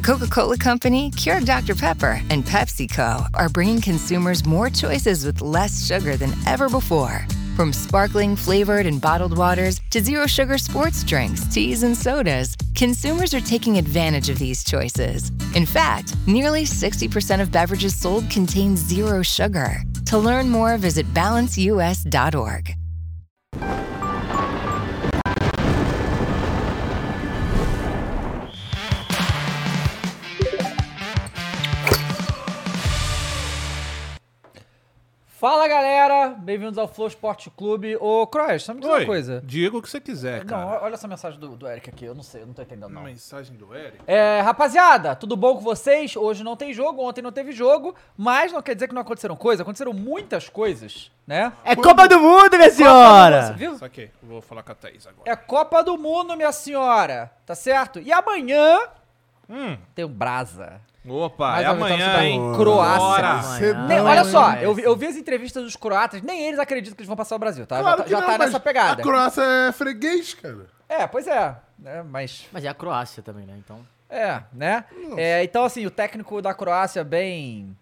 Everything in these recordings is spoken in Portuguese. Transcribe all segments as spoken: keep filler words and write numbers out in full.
Coca-Cola Company, Keurig Doctor Pepper, and PepsiCo are bringing consumers more choices with less sugar than ever before. From sparkling, flavored, and bottled waters to zero-sugar sports drinks, teas, and sodas, consumers are taking advantage of these choices. In fact, nearly sixty percent of beverages sold contain zero sugar. To learn more, visit balance u s dot org. Fala, galera! Bem-vindos ao Flow Esporte Clube. Ô, Croix, só me diz uma coisa. Diga o que você quiser, cara. Não, olha essa mensagem do, do Eric aqui. Eu não sei, eu não tô entendendo, não. Uma mensagem do Eric? É, rapaziada, tudo bom com vocês? Hoje não tem jogo, ontem não teve jogo, mas não quer dizer que não aconteceram coisas. Aconteceram muitas coisas, né? É Copa do Mundo, minha senhora! Mundo, viu? Só que eu vou falar com a Thaís agora. É Copa do Mundo, minha senhora. Tá certo? E amanhã Hum. tem o Brasa. Opa, Mais é uma vitória amanhã, sobre a hein? Croácia. Bora. Nem- olha só, é eu vi, eu vi as entrevistas dos croatas, nem eles acreditam que eles vão passar o Brasil, tá? Claro já tá, que já não, tá mas nessa pegada. A Croácia é freguês, cara. É, pois é, né? Mas, Mas é a Croácia também, né? Então. é, né? É, então, assim, o técnico da Croácia bem...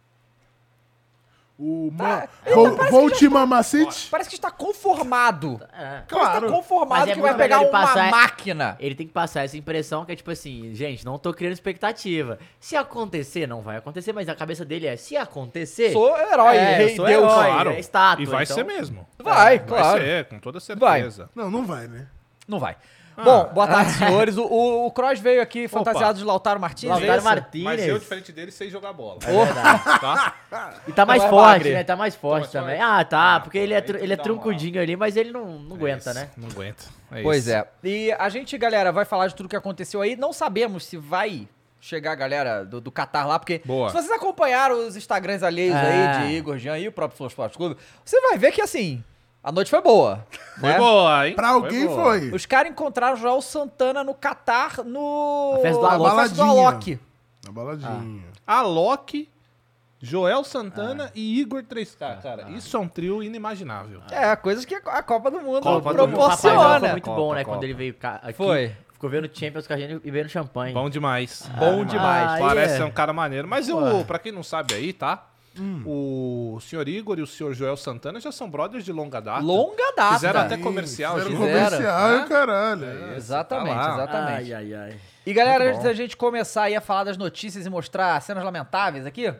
O Tá, Ma... Vol- parece que Volte Mamacite. Parece que está conformado. É. Parece que tá conformado Mas é que vai muito pegar melhor uma ele passar- máquina. Ele tem que passar essa impressão que é tipo assim, gente, não tô criando expectativa. Se acontecer, não vai acontecer, mas a cabeça dele é, se acontecer... Sou herói, é, rei, sou Deus. herói, Claro. é estátua. E vai então- ser mesmo. Vai, Vai claro. ser, com toda certeza. Não, não vai, né? Não vai. Ah. Bom, boa tarde, senhores. O, o, o Kroos veio aqui fantasiado de Lautaro Martins. Lautaro é isso? Martínez. Mas eu, diferente dele, sei jogar bola. É verdade. Tá? E tá mais Então é forte, magre. né? Tá mais forte Tá mais também. forte? Ah, tá, Ah, porque ele é, aí tru- tem ele é que dar uma truncudinho ali, mas ele não, não aguenta, É né? isso, Não aguenta. É Pois isso. é. E a gente, galera, vai falar de tudo que aconteceu aí. Não sabemos se vai chegar a galera do, do Catar lá, porque Boa. se vocês acompanharam os Instagrams alheios É. aí de Igor, Jean e o próprio Flow Esporte Clube, você vai ver que, assim, a noite foi boa. Foi né? boa, hein? Pra alguém boa. foi. Os caras encontraram o Joel Santana no Catar no... A festa do na Alok. festa do Baladinha. Alok. Na baladinha. Alok, Joel Santana e Igor três K, cara. Isso é um trio inimaginável. É, coisas que a Copa do Mundo Copa do O Papai Noel proporciona. foi muito Copa, bom, né? Copa. Quando ele veio cá- aqui. Foi. Ficou vendo Champions com a gente e bebendo champanhe. Bom demais. Bom demais. Ah, Parece é. ser um cara maneiro. Mas Pô. o, pra quem não sabe aí, tá? O senhor Igor e o senhor Joel Santana já são brothers de longa data. Longa data. Fizeram até Sim, comercial, Fizeram gente. Fizeram. comercial e É? o caralho. é. Exatamente, tá lá. exatamente. Ai, ai, ai. E galera, Muito antes bom. da gente começar aí a falar das notícias e mostrar cenas lamentáveis aqui,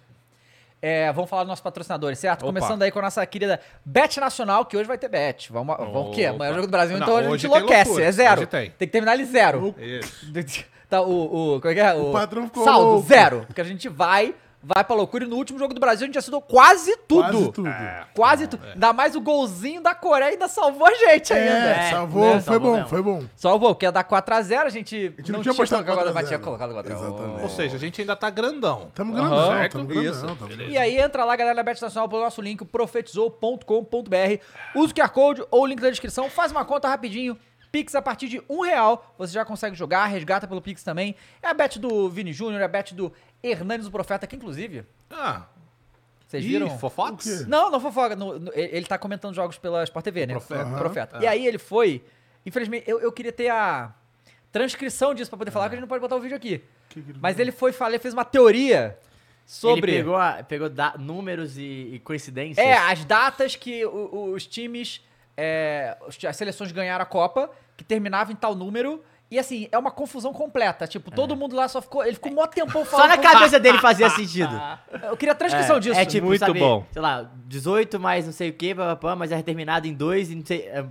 é, vamos falar dos nossos patrocinadores, certo? Opa. Começando aí com a nossa querida Bet Nacional, que hoje vai ter Bet. Vamos, vamos o quê? Amanhã é o Jogo do Brasil, Não, então a gente hoje tem enlouquece, loucura. é zero. Hoje tem. Tem que terminar ele zero. Isso. Tá, o, o, como é que é? O, patrão ficou saldo, louco. zero. Porque a gente vai, vai pra loucura e no último Jogo do Brasil a gente acertou quase tudo. Quase tudo. Quase tudo. Ainda mais o golzinho da Coreia ainda salvou a gente ainda. É, É, salvou, né? foi Salvou bom, mesmo. foi bom. Salvou, porque ia dar quatro a zero, a gente, A gente não tinha apostado colocado, quatro a mas tinha zero. colocado quatro a zero. Exatamente. Ou seja, a gente ainda tá grandão. Tamo Aham. grandão, Certo? tamo grandão. Isso. tamo grandão. E aí entra lá, galera da Bet Nacional, pelo nosso link, profetizou ponto com ponto b r. Usa o Q R Code ou o link da descrição, faz uma conta rapidinho. Pix a partir de um real, você já consegue jogar, resgata pelo Pix também. É a bet do Vini Júnior, é a bet do Hernanes, o Profeta, que inclusive, Ah, vocês Ih, viram? Fofox? O quê? Não, não fofoca. no- no- ele ele tá comentando jogos pela Sport T V, né? Profeta. O Aham. Profeta. Ah. E aí ele foi. Infelizmente, eu, eu queria ter a transcrição disso pra poder falar, que a gente não pode botar o vídeo aqui. Que que ele Mas ele foi falar, ele fez uma teoria sobre. Ele pegou, a- pegou da- números e, e coincidências. É, as datas que o- o- os times. é, os- as seleções ganharam a Copa, que terminava em tal número. E assim, é uma confusão completa. Tipo, todo mundo lá só ficou. Ele ficou mó tempão Só falando. na cabeça dele fazia sentido. Eu queria a transcrição é, disso. É tipo, Muito sabe, bom. sei lá, dezoito mais não sei o que, mas é terminado em dois e não sei... é,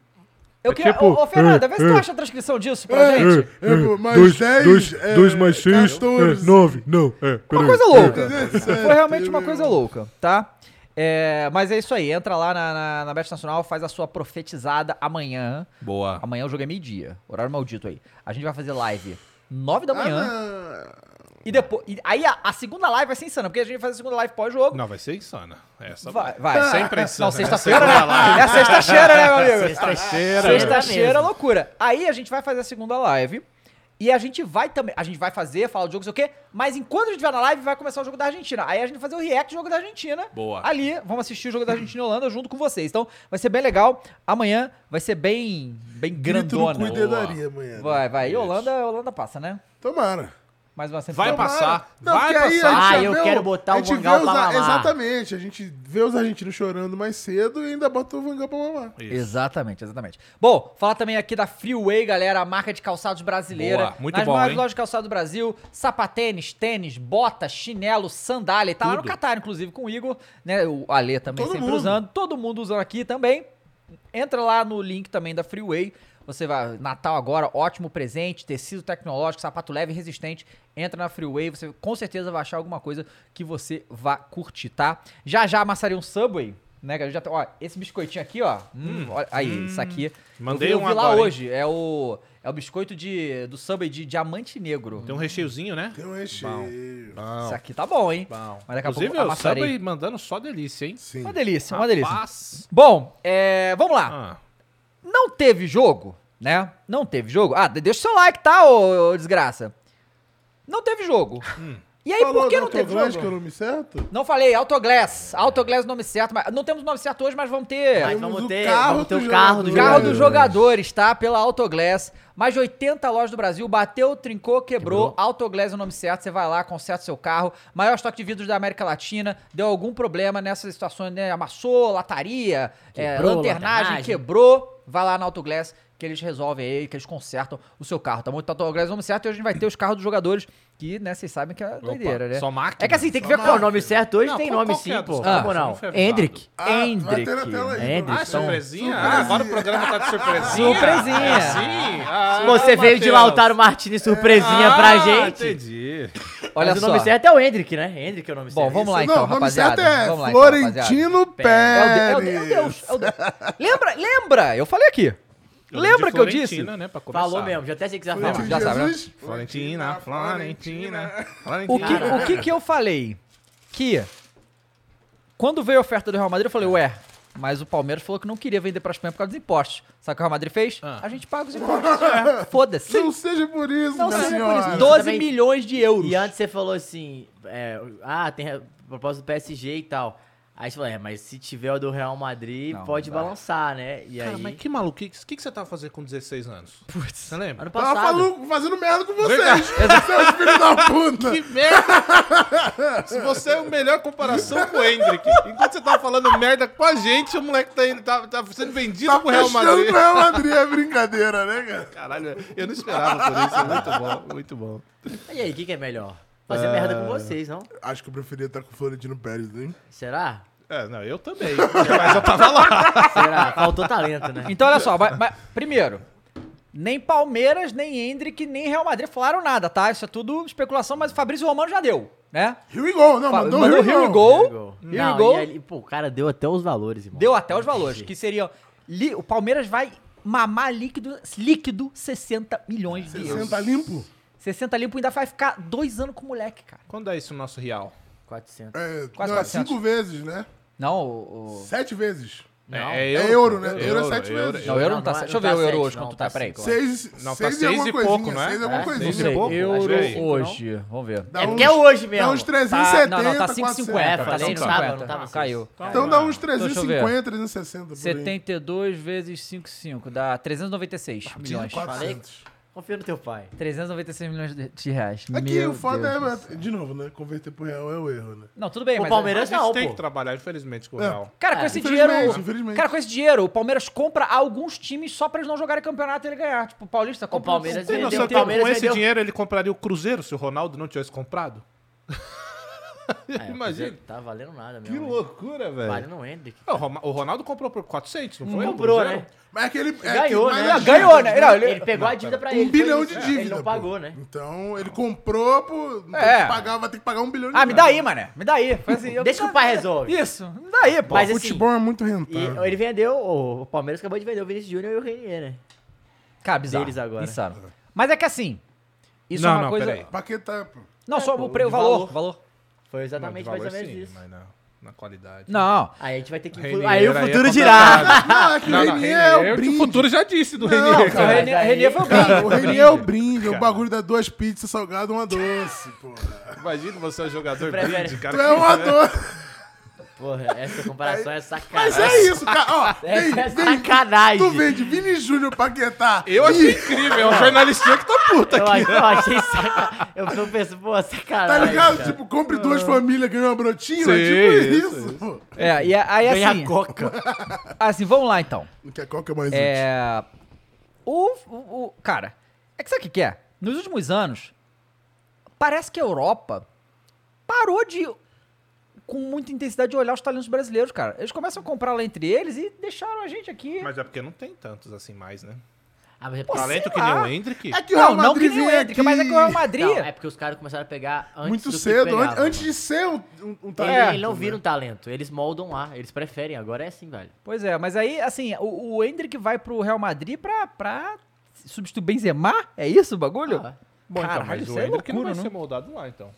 Eu queria. tipo, ô, ô, Fernanda, vê se tu é, acha a transcrição disso pra É, gente. é, é, mais dois, dez, dois, é, dois mais seis, quatorze. é, nove. Não, é, Uma peraí. coisa louca. dezessete, Foi realmente uma meu. coisa louca, tá? É, mas é isso aí, entra lá na, na, na Bet Nacional, faz a sua profetizada amanhã. Boa. Amanhã o jogo é meio-dia, horário maldito aí. A gente vai fazer live nove da manhã. Ah, E depois. E aí a, a segunda live vai ser insana, porque a gente vai fazer a segunda live pós-jogo. Não, vai ser insana. Essa Vai, vai. É sempre insana. Não, sexta-feira, né? É sexta-feira, né, meu amigo? Sexta-feira. Sexta-feira é mesmo. loucura. Aí a gente vai fazer a segunda live. E a gente vai também. A gente vai fazer, falar de jogo, sei o quê. Mas enquanto a gente vai na live, vai começar o jogo da Argentina. Aí a gente vai fazer o react do jogo da Argentina. Boa. Ali, vamos assistir o jogo da Argentina e Holanda junto com vocês. Então, vai ser bem legal. Amanhã vai ser bem. Bem grito no grandona. cu e dedaria amanhã. né? Vai, vai. E Isso. Holanda, Holanda passa, né? Tomara. mais uma cento e Vai cinquenta. passar. Não, vai porque aí passar. a gente Ah, já eu vê quero o- botar a o gente Vangal vê os pra a- mamar. Exatamente, a gente vê os argentinos chorando mais cedo e ainda bota o Vangal pra mamar. Isso. Exatamente, exatamente. Bom, falar também aqui da Freeway, galera, a marca de calçados brasileira. Boa, muito nas bom, maiores hein? lojas de calçado do Brasil, sapatênis, tênis, bota, chinelo, sandália. Tá lá no Tudo. Catar, inclusive, com o Igor, né? O Alê também Todo sempre mundo. usando. Todo mundo usando aqui também. Entra lá no link também da Freeway. Você vai, Natal agora, ótimo presente, tecido tecnológico, sapato leve e resistente. Entra na Freeway, você com certeza vai achar alguma coisa que você vá curtir, tá? Já já amassaria um Subway, né? Que a gente já tá, ó, esse biscoitinho aqui, ó. Hum, olha, aí, isso aqui. Mandei eu vi, eu um vi lá agora, hein? hoje. É o, é o biscoito de, do Subway de diamante negro. Tem um recheiozinho, né? Tem um recheio. Bom. Isso aqui tá bom, hein? Bom. Mas daqui a Inclusive, pouco o amassarei. Subway mandando só delícia, hein? Sim. Uma delícia, uma delícia. Rapaz. Bom, é, vamos lá. Ah, Não teve jogo, né? Não teve jogo. Ah, deixa o seu like, tá, ô, ô desgraça? Não teve jogo. E aí, Falou por que do não teve Autoglass, jogo? que é o nome certo? Não falei, Autoglass. Autoglass é o nome certo, mas não temos o nome certo hoje, mas vamos ter Mas Temos vamos o ter, carro vamos ter dos o carro do jogadores. carro jogador. dos jogadores, tá? Pela Autoglass. Mais de oitenta lojas do Brasil, bateu, trincou, quebrou. Quebrou. Autoglass é o nome certo, você vai lá, conserta seu carro. Maior estoque de vidros da América Latina. Deu algum problema nessas situações, né? Amassou, lataria, é, Quebrou, lanternagem, lanternagem. quebrou. Vai lá na Autoglass que eles resolvem aí, que eles consertam o seu carro, tá bom? Então, Autoglass é o nome certo e hoje a gente vai ter os carros dos jogadores, que, né, vocês sabem que é doideira, né? só máquina. É que assim, tem que Só ver Pô, qual o nome certo hoje Não, tem qual- nome qual que sim, é pô. dos caras? Como Você não? não foi avisado. Hendrick. Ah, vai Hendrick. ter na tela aí. Hendrick. então. Ah, Então, surpresinha? surpresinha. Ah, agora o programa tá de surpresinha? Surpresinha. É assim? Ah, Você veio de Matheus. Lautaro Martins surpresinha Ah, pra gente. entendi. Olha Mas só. o nome certo é o Hendrick, né? Hendrick é o nome Bom, certo. vamos lá Não, então, o nome rapaziada. certo é Vamos lá, então, rapaziada. Florentino É o, de- é, o de- Pérez. é o Deus. É o Deus. Lembra, lembra, eu falei aqui. Eu Lembra de que eu disse? Florentina, Né, pra começar. Falou mesmo, já até sei que você vai Florentino falar. já sabe, né? Jesus. Florentina, Florentina. O que, Florentina. o que que eu falei? Que quando veio a oferta do Real Madrid, eu falei, ué, mas o Palmeiras falou que não queria vender pra Espanha por causa dos impostos. Sabe o que o Real Madrid fez? Ah. A gente paga os impostos. Foda-se. Não seja por isso, Não minha seja por senhora. isso. Isso doze também- milhões de euros. E antes você falou assim, é, ah, tem a propósito do P S G e tal. Aí você falou, é, mas se tiver o do Real Madrid, Não, pode não dá. balançar, né? E Cara, aí, mas que maluco. O que, que, que você tava fazendo com dezesseis anos? Putz. Você lembra? ano Tava passado... falando, fazendo merda com Verdade. vocês. Seus filhos da puta. Que merda! Se você é a melhor comparação com o Hendrick. Enquanto você tava falando merda com a gente, o moleque tá, indo- tá, tá sendo vendido Tá pro Real fechando Madrid. pro Real Madrid, é brincadeira, né, cara? Caralho, eu não esperava por isso. Muito bom, muito bom. E aí, o que, que é melhor? Fazer merda com vocês, não? Acho que eu preferia estar com o Florentino Pérez, hein? Será? É, não, eu também. Mas eu tava lá. Será? Faltou talento, né? Então, olha só, mas- mas, primeiro, nem Palmeiras, nem Hendrick, nem Real Madrid falaram nada, tá? Isso é tudo especulação, mas o Fabrício Romano já deu, né? Here we go. Não, Fa- mandou, mandou here we here we go. go. Gol. Here Não, we go. e ali, pô, o cara deu até os valores, irmão. Deu até os valores, que seriam... li- o Palmeiras vai mamar líquido, líquido sessenta milhões de euros. sessenta limpo? sessenta limpo ainda vai ficar dois anos com o moleque, cara. Quando é isso o nosso real? quatrocentos. É, Quase não, é quatrocentos. cinco vezes, né? Não, o... o- Sete vezes. Não. É euro, né? Euro é sete euro, vezes. Não, o euro não tá... Não, não Deixa eu tá ver o euro sete, hoje, não, quanto tá, tá peraí. cinco. Seis, Não, tá seis e seis alguma e coisinha. pouco, não é? Seis e alguma É, Não coisinha. seis e sei, pouco, euro acho que é cinco, hoje, vamos ver. Dá É uns- porque é hoje Dá mesmo. uns trezentos e Tá, setenta, não, não, tá cinco e quatrocentos. cinquenta. É, tá falei, cinco não e tava, cinquenta. não tava Caiu. Então dá uns Deixa eu trezentos e ver. cinquenta, trezentos e sessenta. por aí. setenta e dois vezes cinco vírgula cinco dá trezentos e noventa e seis milhões. quatrocentos. Confia no teu pai. trezentos e noventa e seis milhões de, de reais. Aqui Meu o foda Deus. é, de novo, né? Converter pro real é o erro, né? Não, tudo bem, O mas... Palmeiras A gente não, tem pô. que trabalhar, infelizmente, com o É. real. Cara, com É, esse infelizmente, dinheiro... infelizmente. Cara, com esse dinheiro, o Palmeiras compra alguns times só pra eles não jogarem campeonato e ele ganhar. Tipo, o Paulista compra... Palmeiras Tem vendeu, noção o que Palmeiras com esse vendeu. dinheiro ele compraria o Cruzeiro se o Ronaldo não tivesse comprado? É, Imagina. Tá valendo nada Que mesmo. né? loucura, velho. Vale no Hendrick. É, O Roma- o Ronaldo comprou por quatrocentos, não foi? Comprou, O Cruzeiro? né? Mas é que ele... É Ganhou, que, mas né? é Ah, ganhou, né? Não, ele- Ele pegou a dívida pra Um ele. bilhão foi de isso. dívida. Ele não pô. pagou, né? Então, ele comprou, pô... Não É. tem que pagar, vai ter que pagar um bilhão de Ah, me dá aí, mané. Me dá aí. Foi assim, eu- Deixa que o pai resolve. Isso, me dá aí, pô. Mas O assim, futebol é muito E rentável. ele vendeu, o Palmeiras acabou de vender o Vinícius Júnior e o Renier, né? Cara, bizarro. deles agora. Insano. Mas é que assim, isso Não, é uma não, coisa... peraí. Paquetá, pô. Não, É, só pô, o, pre... o de valor, valor. valor. Foi Não, exatamente de mais ou valor, menos sim, isso. mas na, na qualidade. Não. Aí a gente vai ter que... Renier Aí o aí é futuro complicado. dirá. Não, é que o Não, não, Renier é o Renier, brinde. o futuro já disse do Não, Renier, O cara. Renier, aí- Renier foi o Cara, brinde. o Renier é o brinde. O bagulho dá duas pizzas salgadas, uma doce, pô. Imagina você é um jogador prefere- brinde, cara. Tu é uma doce. Porra, essa comparação é Mas sacanagem. é isso, cara. Ó, É, vem- é vem- sacanagem. Tu vende Vini Júnior Paquetá. Eu achei incrível, é um jornalistinha que tá puta Eu, aqui. ach- eu achei sacanagem. Eu, eu penso, pô, Tá sacanagem. ligado? cara. Tipo, compre duas famílias, ganha uma brotinha. Sim, É tipo isso, isso, pô. É, e aí Ganhar assim, coca. assim, vamos lá então. Não quer qual que é mais útil? É. O, o, o- Cara, é que sabe o que que é? Nos últimos anos, parece que a Europa parou de, com muita intensidade, de olhar os talentos brasileiros, cara. Eles começam a comprar lá entre eles e deixaram a gente aqui. Mas é porque não tem tantos assim mais, né? Ah, mas é Pô, porque... Talento sei que lá. nem o Hendrick. É que o Não, Real não que Madrid nem o vem Hendrick, mas é que o Real Madrid... Não, é porque os caras começaram a pegar antes Muito do que cedo, pegavam, an- antes mano. de ser um, um, um Ele, talento. ele não né? vira um talento, eles moldam lá, eles preferem, agora é assim, velho. Pois é, mas aí, assim, o, o Hendrick vai pro Real Madrid pra, pra substituir o Benzema? É isso o bagulho? Ah, Bom, então, Caralho, mas isso o é Hendrick não loucura, vai né? ser moldado lá, então.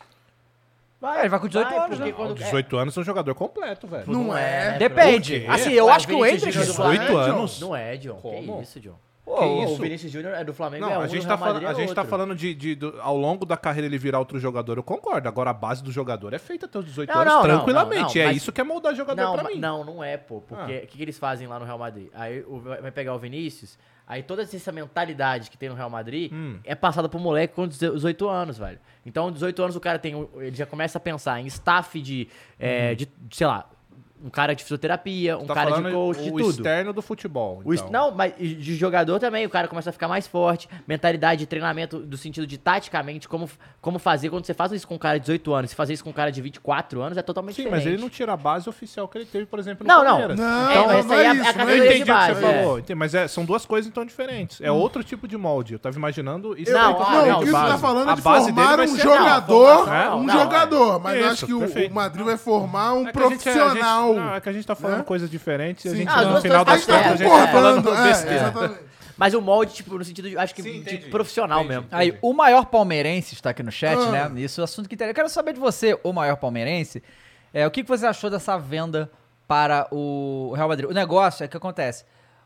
É, ele vai com dezoito anos, porque né? quando- dezoito anos é um jogador completo, velho. Não é. né, Depende. Por quê? Assim, eu Ué, acho que o Vinícius Hendrick... Júnior do dezoito Flamengo, anos? Não é, John. Como? Que isso, John? Pô, Que o- isso? O Vinícius Júnior é do Flamengo, Não, é um, a gente, no tá Real falando, Madrid a é gente tá outro. falando de, de- do- ao longo da carreira ele virar outro jogador, eu concordo. Agora a base do jogador é feita até os dezoito Não, anos, não, não, tranquilamente. não, não, é mas- isso que é moldar jogador Não, pra ma- mim. não, não é, pô. Porque o Ah. que, que eles fazem lá no Real Madrid? Aí o- vai pegar o Vinícius, aí toda essa mentalidade que tem no Real Madrid Hum. é passada pro moleque com dezoito anos, velho. Então, dezoito anos o cara tem. o- Ele já começa a pensar em staff de, é, de sei lá, um cara de fisioterapia, um Tá cara de falando coach, de o tudo. externo do futebol. O est- então. Não, mas de jogador também, o cara começa a ficar mais forte, mentalidade de treinamento, do sentido de taticamente, como, como fazer. Quando você faz isso com um cara de dezoito anos, se fazer isso com um cara de vinte e quatro anos, é totalmente Sim, diferente. mas ele não tira a base oficial que ele teve, por exemplo, no Não, não. Palmeiras. Não, É, mas não essa aí é é a- isso. a não é Eu categoria isso. entendi o que base, você é. falou, entendi, mas é, são duas coisas então diferentes. É outro tipo de molde. Eu tava imaginando isso. Não, aí que eu ah, falei Não, não, o que de você tá base. falando A é de base dele formar vai um ser- jogador, Não, um não, jogador, mas eu Isso, acho que o, perfeito. o Madrid vai formar um É que a gente- a gente- profissional. não, é que a gente tá falando né? coisas diferentes e a Sim. gente, Ah, as no duas final coisas das tá contas, a gente certo, tá falando concordando, é, besteira. exatamente. Mas o molde, tipo, no sentido de, acho que Sim, de entendi. profissional Entendi. mesmo. Aí, o maior palmeirense está aqui no chat, Ah. né? Isso é um assunto que interessa. Eu quero saber de você, o maior palmeirense, é, o que que você achou dessa venda para o Real Madrid? O negócio é que acontece.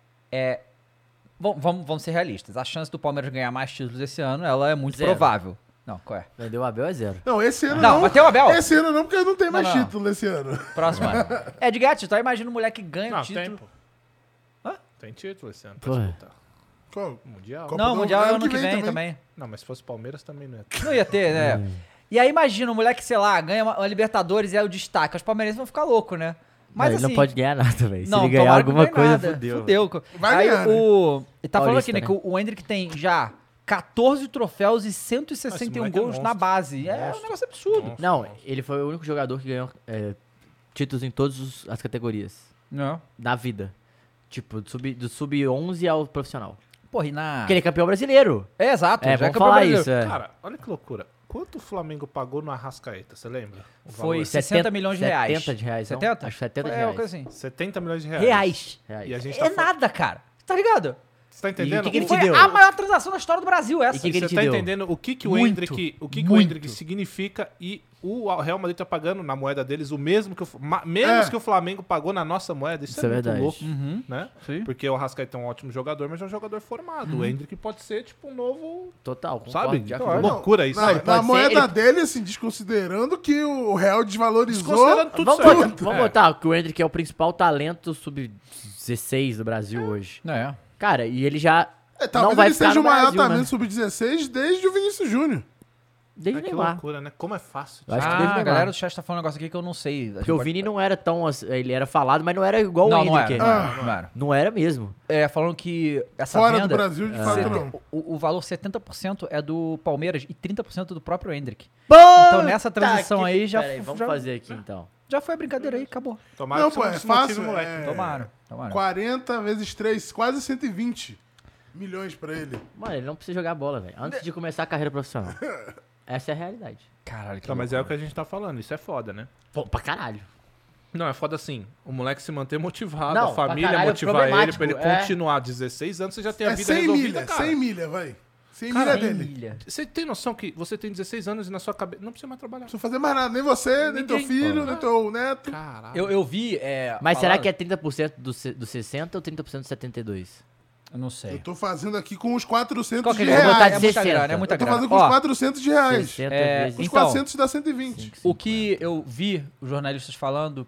É, vam- vamos, vamos ser realistas. A chance do Palmeiras ganhar mais títulos esse ano, ela é muito Zero. provável. Não, qual é? Vendeu o Abel é zero. Não, esse ano Não, não. mas tem o Abel. Esse ano não, porque não tem mais Não, não. título esse ano. Próximo ano. É de gato, então imagina um moleque que ganha Não, o título. tem, pô. Hã? Tem título esse ano pra Porra. disputar. Qual? Mundial. Copa Não, o do- Mundial é ano ano que que vem vem também. também. Não, mas se fosse Palmeiras também não ia ter. Não ia ter, né? E aí imagina um moleque, sei lá, ganha uma, uma Libertadores e é o destaque. Os palmeirenses vão ficar loucos, né? Mas ele assim, não pode ganhar nada, velho. Se não, ele ganhar tomara que alguma não ganhe coisa, nada. fudeu. Fudeu. Vai Aí ganhar, né? o... Ele tá falando Paulista, aqui, né, né? que o Hendrick tem já catorze troféus e cento e sessenta e um moleque é gols na monstro. base. É um Monstro. negócio absurdo. Monstro. Não, ele foi o único jogador que ganhou é, títulos em todas os- as categorias Não. da vida. Tipo, do sub, do sub onze ao profissional. Porra, e na... Porque ele é campeão brasileiro. É, exato. É, já vamos campeão falar brasileiro. isso. É. Cara, olha que loucura. Quanto o Flamengo pagou no Arrascaeta, você lembra? O Foi valor? sessenta milhões de reais. setenta de reais, não? setenta? Acho que setenta de É, reais. uma coisa assim. setenta milhões de reais. Reais. Reais. E a gente É tá falando... nada, cara. Tá ligado? Você tá entendendo? E o que que ele O- te Foi deu? a maior transação da história do Brasil, essa. E que que ele Você te tá deu? entendendo o que, que o Muito, Hendrick, o que, que o muito. Hendrick significa e o Real Madrid tá pagando na moeda deles o mesmo que o, ma- menos É. que o Flamengo pagou na nossa moeda. Isso, Isso é, é muito verdade. louco, Uhum. né? Sim. Porque o Arrascaeta é um ótimo jogador, mas é um jogador formado. O Hendrick pode ser tipo um novo, Total, concordo. sabe? já Claro. acabou. Loucura isso. Na, né? na pode ser, moeda ele- dele, assim, desconsiderando que o Real desvalorizou. Desconsiderando tudo Vamos, isso aí. botar, vamos É. botar que o Hendrick é o principal talento sub dezesseis do Brasil hoje. É. Cara, e ele já É, não talvez vai ele ficar seja no o maior Brasil, talento né? sub dezesseis desde o Vinícius Júnior. Desde É o que Neymar. loucura, né? Como é fácil. Eu acho que Ah, desde o a Neymar. galera do chat tá falando um negócio aqui que eu não sei. Porque o Vini não era tão... assim, ele era falado, mas não era igual Não, o não Hendrick. era, não era, não era. Não era mesmo. É, falando que essa Fora venda... do Brasil, de fato, sete- não. O, o valor setenta por cento é do Palmeiras e trinta por cento do próprio Hendrick. Então, nessa transição que- aí, já- Pera aí, vamos já- fazer aqui, então. Já foi a brincadeira aí, acabou. Tomara Não, que pô, você é desmotive fácil, o moleque. é- Tomara, tomara. quarenta vezes três, quase cento e vinte milhões pra ele. Mano, ele não precisa jogar bola, velho. Antes de começar a carreira profissional. Essa é a realidade. Caralho, que Tá, mas é o loucura. que a gente tá falando. Isso é foda, né? Pô, pra caralho. Não, é foda assim. O moleque se manter motivado, Não, a família pra caralho, motivar ele, problemático, pra ele é. continuar dezesseis anos, você já tem a É vida cem resolvida, milha, cara. cem milha, vai. cem Cara, milha Cem dele. milha. Você tem noção que você tem dezesseis anos e na sua cabeça não precisa mais trabalhar. Não precisa fazer mais nada, nem você, nem teu Ninguém. filho, Ah. nem teu neto. Caralho. Eu, eu vi. É, Mas será falando- que é trinta por cento do, se- do sessenta ou trinta por cento do setenta e dois? Eu não sei. Eu tô fazendo aqui com os quatrocentos Qual que de é? Vou botar reais. de É muita sessenta. grana, é muita Eu tô grana. fazendo com os Ó, quatrocentos de reais. sessenta É, Os então, quatrocentos dá cento e vinte. o que eu vi os jornalistas falando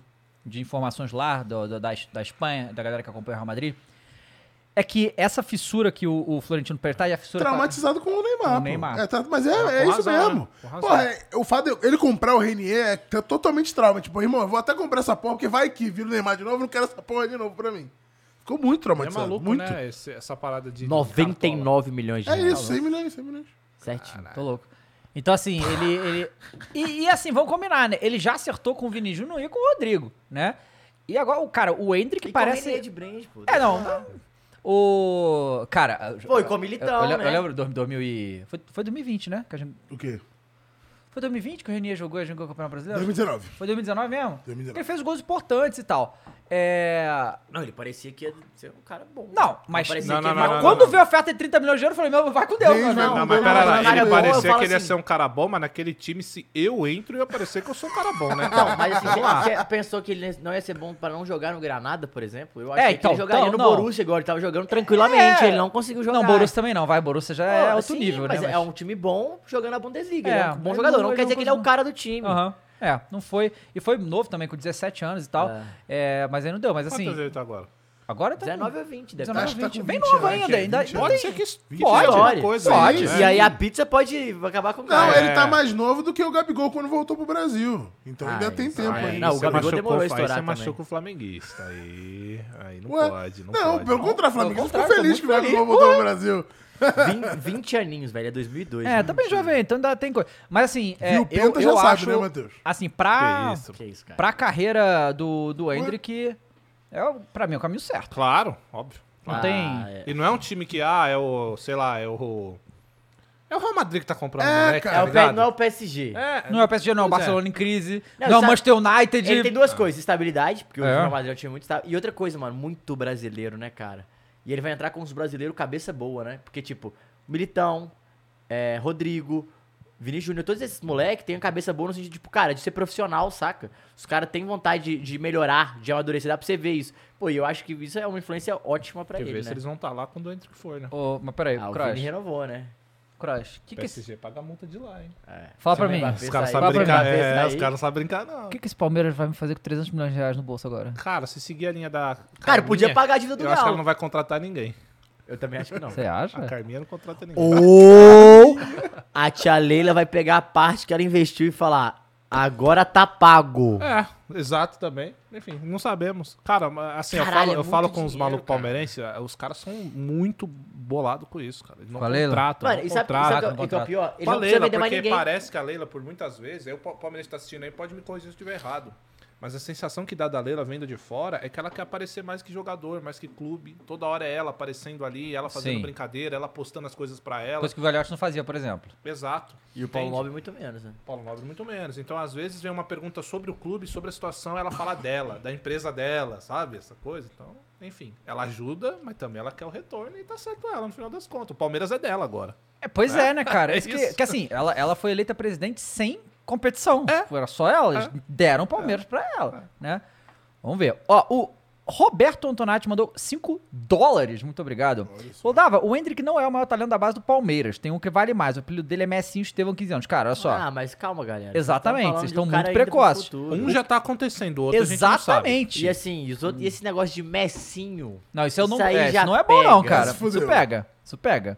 de informações lá do, do, da, da Espanha, da galera que acompanha o Real Madrid, é que essa fissura que o, o Florentino Pérez tá, e a fissura... Traumatizado com o Neymar, Com o pô. Neymar. É, tá- mas é, Ah, é com isso razão, mesmo. né? Com razão. Porra, é- o fato de ele comprar o Renier é t- totalmente trauma. Tipo, irmão, eu vou até comprar essa porra, porque vai que vira o Neymar de novo, não quero essa porra de novo pra mim. Ficou muito É traumatizado. maluco, muito. né? Esse- essa parada de. noventa e nove milhões de É reais. isso, cem milhões, cem milhões. Certinho. Tô louco. Então, assim, ele... ele e, e, assim, vamos combinar, né? Ele já acertou com o Vini Júnior e com o Rodrigo, né? E agora, o cara, o Endrick E parece... com o René de Brand, pô. É, não. O... Cara... Foi com o Militão, eu, eu, né? eu lembro de dois mil e... Foi, foi dois mil e vinte, né? Que a gente, O quê? foi dois mil e vinte que o Renier jogou e a gente ganhou o Campeonato Brasileiro? dois mil e dezenove. Foi dois mil e dezenove mesmo? dois mil e dezenove. Ele fez gols importantes e tal. É... Não, ele parecia que ia ser um cara bom. Não, mas, parecia Não, que não, ia não, mas virar um- não, quando não. veio a oferta de trinta milhões de euros, eu falei, meu, vai com Deus. Deus, meu vai irmão. com Não, mas Não, pera não, lá, não, ele não, eu parecia falo que ele ia assim- ser um cara bom, mas naquele time, se eu entro, ia parecer que eu sou um cara bom, né? Não, mas assim, você, você pensou que ele não ia ser bom pra não jogar no Granada, por exemplo? Eu achei É, que então, ele jogaria então, no não. Borussia agora, ele tava jogando tranquilamente, É. ele não conseguiu jogar. Não, Borussia também não, vai, Borussia já é Pô, outro sim, nível, mas né? é um time bom jogando a Bundesliga, É, ele é um bom mas jogador, não- não, ele quer não dizer que ele é o conseguiu. cara do time. Aham. É, não foi. E foi novo também, com dezessete anos e tal. É. É, mas aí não deu, mas assim... Quantos ele tá agora? Agora tá... dezenove ou vinte, deve dezenove Acho que tá vinte. com Bem vinte novo anos, ainda, que é ainda, vinte ainda anos. Pode tem- ser que isso Pode, alguma Pode, coisa pode. aí, né? E aí a pizza pode acabar com o Não, cara. ele tá É. mais novo do que o Gabigol quando voltou pro Brasil. Então Ah, ainda tem isso tempo aí. ainda. Não, o você Gabigol machucou- demorou a aí estourar você também. machuca o flamenguista. Aí, aí não Ué, pode, não, Não, pode. pelo contrário, o Flamengo Pelo ficou contrário, feliz tô que o muito Gabigol feliz, voltou pro Brasil. vinte, vinte aninhos, velho, é dois mil e dois. É, tá bem jovem, então ainda tem coisa. Mas assim, é, Viu, eu, o Penta eu já acho... sabe, né, Matheus? Assim, pra... Que isso. Que isso, cara. Pra carreira do, do Endrick, é, o- pra mim, é o caminho certo. Claro, óbvio. Não Ah, tem... é. E não é um time que, ah, é o, sei lá, é o... É o Real Madrid que tá comprando É, o moleque, cara. É tá o P- ligado? não é o P S G. É, Não é o P S G, não é o pois Barcelona em crise, Não, não, é o sabe- Manchester United. Ele tem duas coisas, estabilidade, porque o É. Real Madrid é um time muito estável. E outra coisa, mano, muito brasileiro, né, cara? E ele vai entrar com os brasileiros cabeça boa, né? Porque, tipo, Militão, é, Rodrigo, Vini Júnior, todos esses moleques têm a cabeça boa no sentido, tipo, cara, de ser profissional, saca? Os caras têm vontade de, de melhorar, de amadurecer, dá pra você ver isso. Pô, e eu acho que isso é uma influência ótima pra Quer ele, ver né? se eles vão estar lá quando o Endrick for, né? Ô, mas peraí, Ah, o Crush, Vini renovou, né? Crush, que O que esse, P S G paga a multa de lá, hein? É. Fala Se pra o mim. Mbappé Os caras sair- sabem pra brincar, mim. é, sair- os caras não sabem brincar, não. o que que esse Palmeiras vai me fazer com trezentos milhões de reais no bolso agora? Cara, se seguir a linha da Cara, podia Carminha, pagar a dívida do eu acho que ela Galo. não vai contratar ninguém. Eu também acho que não. Você acha? A Carminha não contrata ninguém. Ou a tia Leila vai pegar a parte que ela investiu e falar, agora tá pago. É, exato também. Enfim, não sabemos. Cara, mas, assim, eu Caralho, falo, é eu falo muito com os dinheiro, malucos cara. palmeirenses, os caras são muito bolados com isso, cara. Eles não Com a Leila? contratam, Mano, não e sabe, contratam. sabe contrato, o que é o pior? Ele Com a não precisa Leila, vender mais porque ninguém. parece que a Leila, por muitas vezes, aí o Pa- Palmeirense tá assistindo aí, pode me corrigir se eu estiver errado. Mas a sensação que dá da Leila vendo de fora é que ela quer aparecer mais que jogador, mais que clube. Toda hora é ela aparecendo ali, ela fazendo Sim. brincadeira, ela postando as coisas pra ela. Coisa que o Galhote não fazia, por exemplo. Exato. E o Paulo Entende? Nobre muito menos, né? Paulo Nobre muito menos. Então, às vezes, vem uma pergunta sobre o clube, sobre a situação, ela fala dela, da empresa dela, sabe? Essa coisa. Então, enfim, ela ajuda, mas também ela quer o retorno e tá certo ela, no final das contas. O Palmeiras é dela agora. É, pois é, né, cara? É Isso que, isso. que assim, ela, ela foi eleita presidente sem competição. É. Era só ela, eles deram o Palmeiras pra ela, né? Vamos ver. Ó, o Roberto Antonati mandou cinco dólares, muito obrigado. Ô, Dava, o Endrick não é o maior talento da base do Palmeiras, tem um que vale mais, o apelido dele é Messinho Estevão, quinze anos. Cara, olha só. Ah, mas calma, galera. Exatamente, falando vocês de um estão cara muito ainda pro precoces. futuro. Um já tá acontecendo, o outro a gente não sabe. Exatamente. E assim, e os outros- e esse negócio de Messinho. Não, isso, eu não, Isso aí é, isso já não é bom não, pega. cara. Se fudeu. Isso pega, isso pega.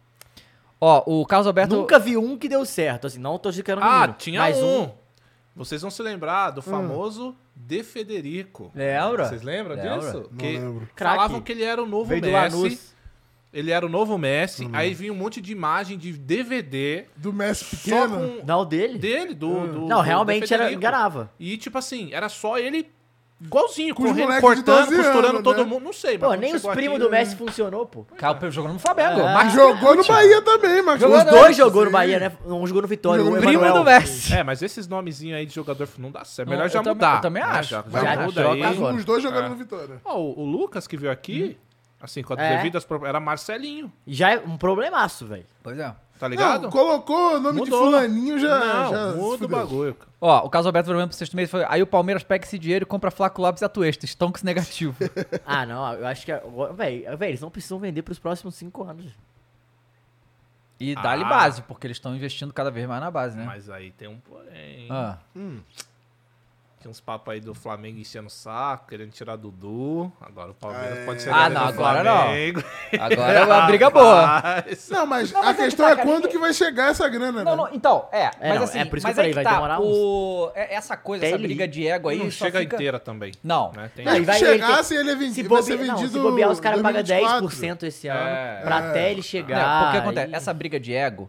Ó, o Carlos Alberto... Nunca vi um que deu certo, assim, não tô ficando Ah, menino, tinha mas um. Vocês vão se lembrar do famoso De Federico. Lembra? Vocês lembram Lembra. disso? Não Que lembro. falavam Craque. que ele era o novo Veio do Messi. Lanús. Ele era o novo Messi. Aí vinha um monte de imagem de D V D. Do Messi Só pequeno. com Não, o dele? dele, do, do Não, do realmente De era, Federico. enganava. E tipo assim, era só ele igualzinho, Com os correndo, moleques de cortando, doze costurando anos, todo né? mundo. Não sei, mas Pô, quando nem os chegou primos aqui, do Messi funcionou, pô. Caiu jogando no Flamengo. É. Marcos Jogou no Bahia também, Marcos. Jogou Os no- dois jogou no sim. Bahia, né? Um jogou no Vitória, Jogou o no Primo Emanuel. do Messi. É, mas esses nomezinhos aí de jogador não dá certo. É melhor Não, já eu também- mudar. eu também né? acho. Já, Já já muda troca aí. agora. Os dois jogando É. no Vitória. Ó, o, o Lucas que veio aqui, assim, com as É. devidas... pro- Era Marcelinho, E já é um problemaço, velho. Pois é. tá ligado? Não, colocou o nome Mudou. de fulaninho já... Não, já muda o fudeu. bagulho, cara. Ó, o Carlos Alberto Vermelho pro sexto mês foi. Aí o Palmeiras pega esse dinheiro e compra Flaco Lopes e Atuesta. Stonks negativo. Ah, não, eu acho que... Velho, eles não precisam vender pros próximos cinco anos. E dá-lhe Ah. base, porque eles estão investindo cada vez mais na base, né? Mas aí tem um porém. Ah. Tinha uns papos aí do Flamengo enchendo o saco, querendo tirar Dudu. Agora o Palmeiras É. pode ser Ah, não, do agora não. Flamengo. Agora é uma briga boa. Rapaz. Não, mas Não, a mas é que questão tá, é cara, quando ninguém- que vai chegar essa grana, Não, né? não, então, é, É, mas não, assim, é por isso mas que eu aí falei, que vai tá, demorar o, é- essa coisa, Até essa ele briga ir. de ego aí, Não só chega fica... inteira também. Não. Né? Tem Não, e isso. vai- Se ele chegasse, tem- ele é vendi- Se, vai bobe... ser não, vendido se bobear, os caras pagam dois mil e vinte e quatro. dez por cento esse ano É. pra É. até ele Não, chegar. porque acontece, e- essa briga de ego,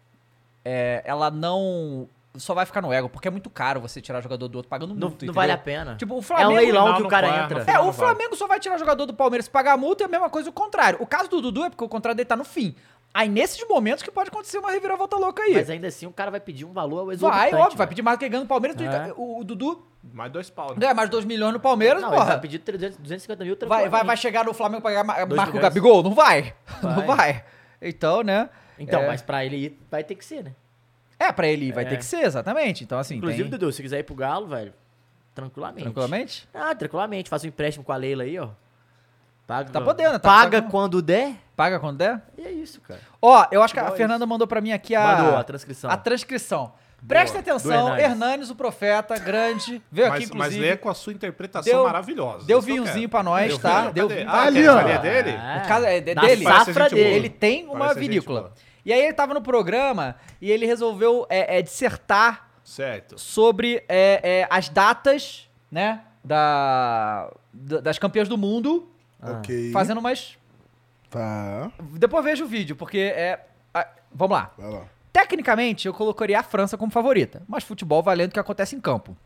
é, ela não... Só vai ficar no ego, porque é muito caro você tirar jogador do outro pagando Não, multa, não entendeu? vale a pena. Tipo, o É um Flamengo... leilão Não, que o não cara vai, entra. não É, Não o vai. Flamengo só vai tirar jogador do Palmeiras se pagar a multa e a mesma coisa o contrário. O caso do Dudu é porque o contrato dele tá no fim. Aí nesses momentos que pode acontecer uma reviravolta louca aí. Mas ainda assim o cara vai pedir um valor vai, exorbitante. óbvio, vai velho. pedir mais do que ele ganha no Palmeiras. É. O, o Dudu Mais dois pau, né? ganha mais dois milhões no Palmeiras, Não, ele vai porra. pedir trezentos, duzentos e cinquenta mil Vai, vai, vai tranquilamente. chegar no Flamengo pra pagar Dois Marco milhões. Gabigol? Não vai. Não Vai. vai. Então, né? Então, é, mas pra ele ir, vai ter que ser, né? É, pra ele ir, vai É. ter que ser, exatamente. Então, assim, Inclusive, tem... Dudu, se quiser ir pro Galo, velho, tranquilamente. Tranquilamente? Ah, tranquilamente. Faça um empréstimo com a Leila aí, ó. Paga, Tá podendo, tá- Paga tá- quando der. Paga quando der? E é isso, cara. Ó, eu acho que a Igual Fernanda mandou pra mim aqui a... Mandou a transcrição. A transcrição. Presta Do atenção, Hernanes. Hernanes, o profeta, grande, veio aqui, Mas, mas inclusive. lê com a sua interpretação Deu- maravilhosa. Deu isso que eu vinhozinho quero. pra nós, Deu tá? vinho? Deu Cadê? vinho. Ah, Ali, quer ó. ali é dele? É. O caso é de- Da dele. Parece safra gente boa. dele. Ele tem uma Parece gente vinícola. boa. E aí ele tava no programa e ele resolveu é, é, dissertar Certo. sobre é, é, as datas, né, da, da- das campeãs do mundo, Ok. fazendo umas... Tá. Depois veja o vídeo, porque é... ah, vamos lá. Vai lá. Tecnicamente, eu colocaria a França como favorita, mas futebol valendo o que acontece em campo.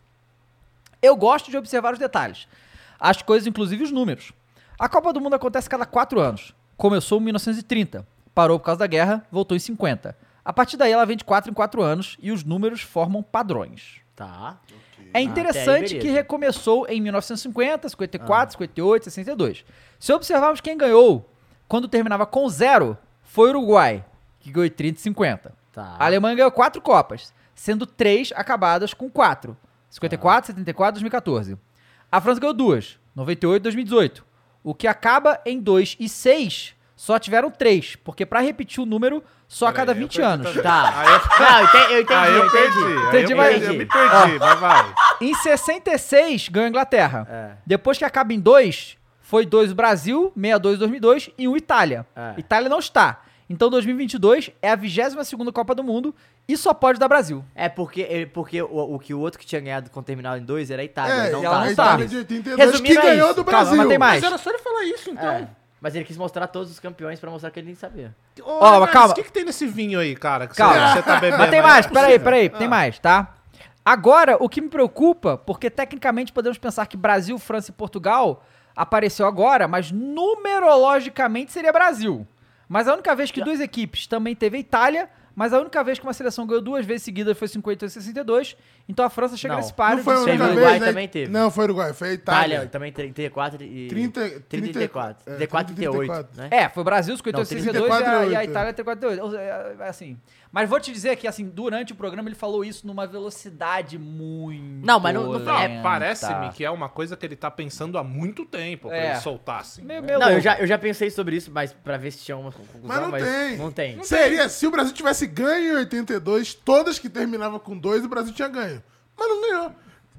Eu gosto de observar os detalhes, as coisas, inclusive os números. A Copa do Mundo acontece cada quatro anos. Começou em mil novecentos e trinta, parou por causa da guerra, voltou em cinquenta. A partir daí ela vem de quatro em quatro anos e os números formam padrões. Tá. É até interessante aí, que beleza. recomeçou em mil novecentos e cinquenta, cinquenta e quatro, cinquenta e oito, sessenta e dois. Se observarmos quem ganhou quando terminava com zero, foi o Uruguai, que ganhou em trinta e cinquenta. Tá. A Alemanha ganhou quatro Copas, sendo três acabadas com quatro. cinquenta e quatro, setenta e quatro, dois mil e quatorze. A França ganhou duas, noventa e oito, dois mil e dezoito. O que acaba em dois e seis, só tiveram três, porque pra repetir o número, só a Peraí, cada eu vinte perdi anos. também. Tá. Aí eu, Não, eu entendi, eu entendi. aí eu eu perdi. entendi. Aí Entendi, eu, mas- perdi, eu me perdi, mas vai. Em sessenta e seis, ganhou a Inglaterra. É. Depois que acaba em dois, foi dois o Brasil, sessenta e dois dois mil e dois e um Itália. É. Itália não está. Então dois mil e vinte e dois é a vigésima segunda Copa do Mundo e só pode dar Brasil. É porque, ele- porque o, o que o outro que tinha ganhado com terminal em dois era a Itália. É, não ela tá. não a tá. Itália de oitenta e dois que Resumindo, é ganhou isso. do Calma, Brasil. mas tem mais. Mas era só ele falar isso, então. É. Mas ele quis mostrar todos os campeões pra mostrar que ele nem sabia. Ô, Ó, Hernanes, calma. O que, que tem nesse vinho aí, cara? Que Calma. Você, você tá bebendo? Mas tem aí? mais, Não é peraí, possível. peraí, tem Ah. mais, tá? Agora, o que me preocupa, porque tecnicamente podemos pensar que Brasil, França e Portugal apareceu agora, mas numerologicamente seria Brasil. Mas a única vez que duas equipes também teve a Itália, mas a única vez que uma seleção ganhou duas vezes seguidas foi cinquenta e oito e sessenta e dois, então a França chega Não, nesse páreo Não foi a de Teve única o ser- vez, Uruguai né? também teve. Não, foi o Uruguai, foi a Itália, Itália. também trinta e quatro e... trinta, trinta e trinta e quatro. é, trinta e quatro e trinta e oito, trinta e quatro. né? É, foi o Brasil, cinquenta e oito, Não, sessenta e dois e a, e a trinta e quatro, Itália, trinta e quatro, é, é, assim. Mas vou te dizer que, assim, durante o programa ele falou isso numa velocidade muito Não, mas não- não- Não, lenta. parece-me que é uma coisa que ele tá pensando há muito tempo pra É. ele soltar assim. Meio, meio Não, eu louco. já, eu já pensei sobre isso, mas pra ver se tinha uma conclusão, Mas não tem. Não tem. Seria, se o Brasil tivesse ganho em oitenta e dois, todas que terminavam com dois, o Brasil tinha ganho. Mas não ganhou.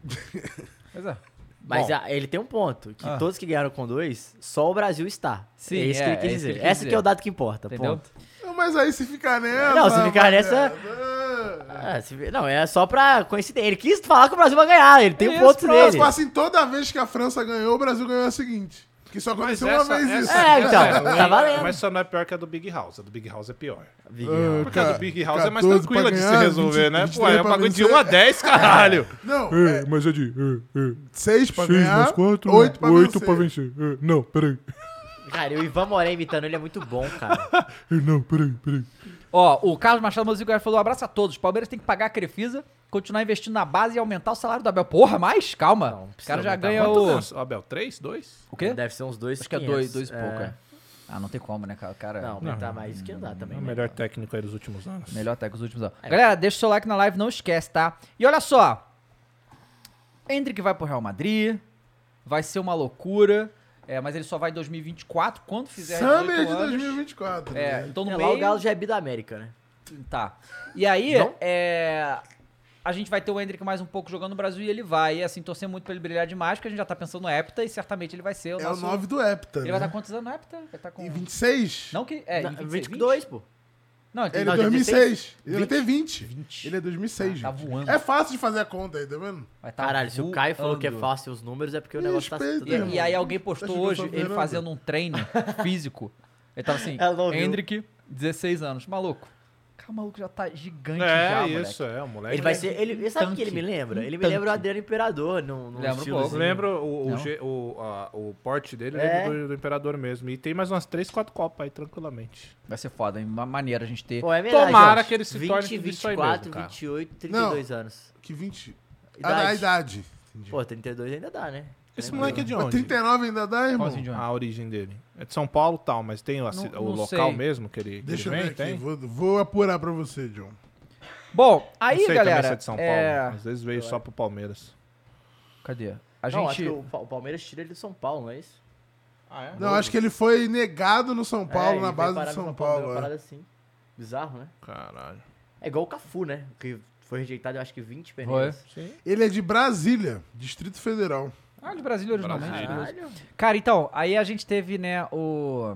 Pois é. Mas Bom. a- ele tem um ponto, que Ah. todos que ganharam com dois, só o Brasil está. Sim, é isso é, que ele é quis isso que dizer. ele quis Esse dizer. que é o dado que importa, Entendeu? ponto. Não, mas aí se ficar nessa... Não, se ficar nessa- rapaziada, Ah, se vê- não, é só pra coincidência. Ele quis falar que o Brasil vai ganhar, ele tem um Isso, ponto pronto, dele. Tipo assim, toda vez que a França ganhou, o Brasil ganhou a seguinte. Que só Mas aconteceu essa, uma vez essa, isso. É, então, essa tá ruim, valendo. Mas só não é pior que a do Big House. A do Big House é pior. Big Ah, House. Porque a do Big House é mais quatorze tranquila pra de se ganhar, resolver, vinte, né? vinte e Pô, três é um pra bagulho de vencer. um a dez, caralho. Não, É, é mas é de. É, é. seis pra seis ganhar, mais quatro, oito pra oito vencer. pra vencer. É, não, peraí. Cara, o Ivan Moré imitando ele é muito bom, cara. É, não, peraí, peraí. Ó, o Carlos Machado Musical falou: abraço a todos. Palmeiras tem que pagar a Crefisa, continuar investindo na base e aumentar o salário do Abel. Porra, mais? Calma. Não, o precisa cara já aumentar. ganha Quanto o. ganha, Abel? Três? Dois? O quê? Deve ser uns dois Acho que é quinhentos. dois, dois e pouco, é. Ah, não tem como, né, cara? O cara Não, aumentar mais que não dá também. É o né? melhor técnico aí dos últimos anos. melhor até que os últimos anos. É. Galera, deixa o seu like na live, não esquece, tá? E olha só. Hendrick vai pro Real Madrid. Vai ser uma loucura. É, mas ele só vai em dois mil e vinte e quatro, quando fizer Summer dezoito de anos. dois mil e vinte e quatro. É, né? então no É, meio... lá o Galo já é bi da América, né? Tá. E aí, Não? é... a gente vai ter o Endrick mais um pouco jogando no Brasil e ele vai, e assim, torcer muito pra ele brilhar demais, porque a gente já tá pensando no Hepta e certamente ele vai ser o É nosso... o nove do Hepta, Ele né? vai estar quantos anos no Hepta? Vai estar com... Em vinte e seis? Não que... É, em Não, vinte e seis, vinte e dois, pô. Não, ele tem... Ele é Não, dois mil e seis. Ele vai vinte. ter vinte. vinte. Ele é dois mil e seis, Tá gente. voando. É fácil de fazer a conta aí, tá vendo? vai tá Caralho, se o Caio falou que é voando. fácil os números, é porque o Ih, negócio tá respeita, tudo E, irmão. e aí alguém postou Acho que eu hoje sou ele Fernando. fazendo um treino físico. Ele tava assim, Ela não viu. Endrick, dezesseis anos. Maluco. Cara, o maluco já tá gigante É, já, isso, moleque. é, o moleque. Ele vai ser. Ele, sabe o tanque. que ele me lembra? Um Ele me tanque. lembra o Adriano Imperador no, no Lembra um estilo pouco. Eu lembro o, o, Não. G- o, a- o porte dele, eu É. lembro do, do Imperador mesmo. E tem mais umas três, quatro copas aí, tranquilamente. Vai ser foda, hein? Uma maneira a gente ter... Pô, é verdade, Tomara ó. que ele se torne vinte, tudo isso aí vinte e quatro, mesmo, cara. vinte e oito, trinta e dois anos. Que vinte... Idade. A, a idade. Entendi. Pô, trinta e dois ainda dá, né? Esse Lembra? moleque é de Mas onde? trinta e nove ainda dá, irmão? Como assim, Johnny? A origem dele. É de São Paulo e tal, mas tem a ci- Não- o não local sei. mesmo que ele, que Deixa eu ele ver vem? aqui. Tem? Vou, vou apurar pra você, John. Bom, aí, Não sei também galera... se é de São Paulo. é, Às vezes veio só pro Palmeiras. Cadê? A Não, acho gente... que o, Pa- o Palmeiras tira ele do São Paulo, não é isso? Ah, é? Não, acho que ele foi negado no São Paulo, É, ele na veio base parar do no São Paulo, Paulo. uma é. parada assim. Bizarro, né? Caralho. É igual o Cafu, né? Que foi rejeitado, eu acho que vinte Foi. peneiras. Sim. Ele é de Brasília, Distrito Federal. Ah, de Brasília originalmente. Caralho. Cara, então, aí a gente teve, né, o...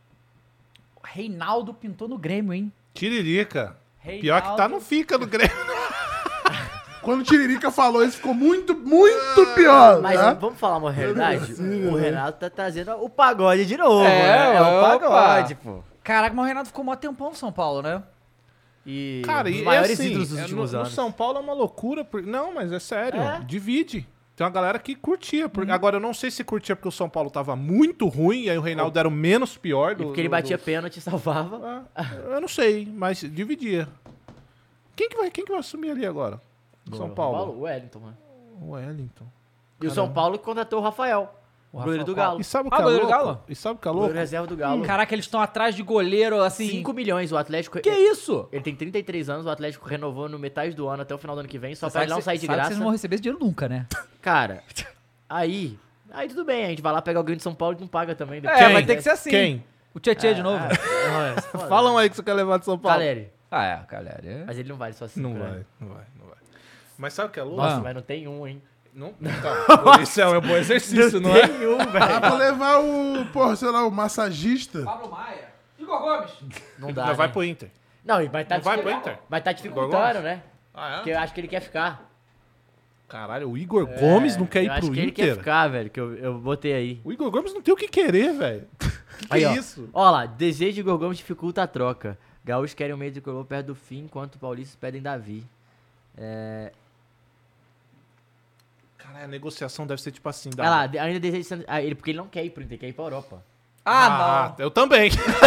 o Reinaldo pintou no Grêmio, hein? Tiririca. Reinaldo... Pior que tá, não fica no Grêmio. Quando o Tiririca falou isso, ficou muito, muito pior, Mas né? vamos falar uma realidade? Sim, O né? Renato tá trazendo o pagode de novo, É, né? É o opa. pagode, pô. Caraca, mas o Reinaldo ficou mó tempão no São Paulo, né? E Cara, um dos e é maiores assim, ídolos dos é, últimos no, no anos. São Paulo é uma loucura. por- Não, mas é sério. É? Divide. Tem uma galera que curtia. por- Uhum. Agora, eu não sei se curtia porque o São Paulo tava muito ruim e aí o Reinaldo era o menos pior. E Do, porque ele do- batia do- pênalti e salvava. Ah, eu não sei, mas dividia. Quem que vai, quem que vai assumir ali agora? Do São Paulo. O Wellington, né? O Wellington. E o São Paulo contratou o Rafael, o goleiro do Galo. E sabe o Ah, que é goleiro do louco? Galo? E sabe o que é O louco? goleiro reserva do Galo. Caraca, eles estão atrás de goleiro, assim... cinco milhões, o Atlético... Que isso? Ele tem trinta e três anos, o Atlético renovou no metade do ano até o final do ano que vem, só Você pra sabe ele não que sair cê- de sabe que graça. vocês não vão receber esse dinheiro nunca, né? Cara, aí... Aí tudo bem, a gente vai lá pegar alguém de São Paulo e não paga também. É, vai ter que ser assim. Quem? O Tietchan de novo. Ah, é, Fala um aí que você quer levar de São Paulo. Caleri. Ah, é, galera. é. Mas ele não vale só cinco, Não né? vai, não vai, não vai. Mas sabe o que é louco? Nossa, Ah. mas não tem um, hein? Não, então, isso é um bom exercício, não é? Tem um, Dá velho. pra levar o, porra, sei lá, o massagista. Pablo Maia. Igor Gomes. Não dá, Não vai né? pro Inter. Não, e vai estar Não vai pro Inter? Vai estar dificultando, né? Ah, Porque eu acho que ele quer ficar. Caralho, o Igor Gomes não quer ir eu acho pro que ele quer Inter? ficar, velho, que eu, eu botei aí. O Igor Gomes não tem o que querer, velho. Que que Aí, é ó. isso? Ó lá, desejo de Igor Gomes dificulta a troca. Gaúchos querem o meio de Igor perto do fim, enquanto paulistas pedem Davi. É... Caralho, a negociação deve ser tipo assim. Olha lá, de- ainda deseja... Ah, ele, porque ele não quer ir pro Inter, quer ir pra Europa. Ah, eu também.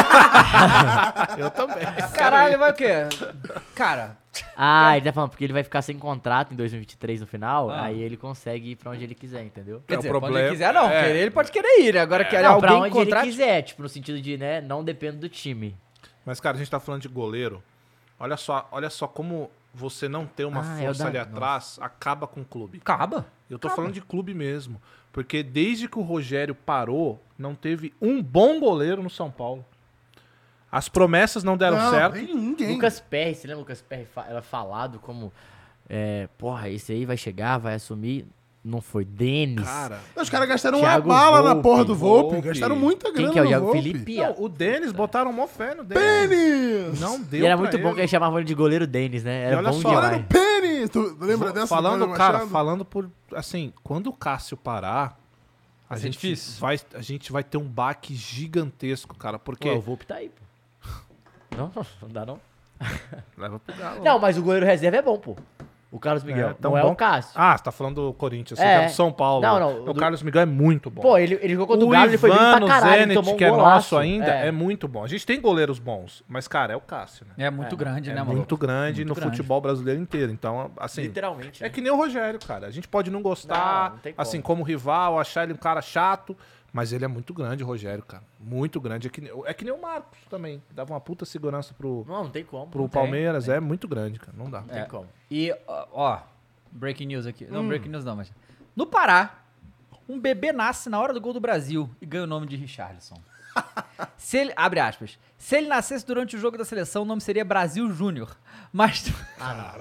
eu também. não. Caralho, vai o quê? Cara, Ah, ele tá falando porque ele vai ficar sem contrato em dois mil e vinte e três no final, Ah. aí ele consegue ir pra onde ele quiser, entendeu? quer É, o dizer, quando problema- ele quiser, não. é. Querer, ele pode querer ir. Agora, quer Não, pra alguém onde contrate... ele quiser, tipo, no sentido de, né, não depende do time. Mas, cara, a gente tá falando de goleiro. Olha só, olha só como você não ter uma Ah, é o força da- ali atrás acaba com o clube. Acaba. Eu tô Acaba. falando de clube mesmo. Porque desde que o Rogério parou, não teve um bom goleiro no São Paulo. As promessas não deram não, certo. nem ninguém. Lucas Perry, você lembra o Lucas Perry fa- era falado como, é, porra, esse aí vai chegar, vai assumir. Não foi. Denis. Cara, Os caras gastaram Thiago uma bala na Volpe, porra do Volpe. Volpe. Gastaram muita grana Quem que é o no Thiago Volpe. Felipe? não, o Denis botaram mó fé no Denis. Pênis! Não deu E era pra muito bom que eles chamavam ele de goleiro Denis, né? Era olha bom só, demais. Olha no pênis! Tu lembra dessa? Falando, do cara, Machado? falando por. Assim, quando o Cássio parar, a Vai ser gente, difícil. vai, a gente vai ter um baque gigantesco, cara. Porque. Pô, o Volpe tá aí, pô. Não, não dá não. Leva pro Galo. Não, mas o goleiro reserva é bom, pô. O Carlos Miguel. É, tão não é bom. o Cássio. Ah, você tá falando do Corinthians, você É. é do São Paulo. Não, não, O do- Carlos Miguel é muito bom. Pô, ele, ele jogou contra o o Galo, ele foi bem pra Ivano caralho, ele Zenit, tomou um que é golaço. nosso ainda, é. É. muito bom. A gente tem goleiros bons, mas, cara, é o Cássio, né? É muito É. grande, É né, mano? muito grande Muito no grande. futebol brasileiro inteiro. Então, assim. Literalmente. É né? que nem o Rogério, cara. A gente pode não gostar, Não, não tem como. assim, como rival, achar ele um cara chato, mas ele é muito grande, o Rogério, cara. Muito grande. É que, nem- é que nem o Marcos também. Dava uma puta segurança pro, Não, não tem como. pro não tem, Palmeiras. É muito grande, cara. Não dá. Não tem É. como. E, ó, ó, breaking news aqui. Hum. Não, breaking news não, mas... No Pará, um bebê nasce na hora do gol do Brasil e ganha o nome de Richarlison. Se ele, abre aspas. Se ele nascesse durante o jogo da seleção, o nome seria Brasil Júnior. Mas, Ah, não.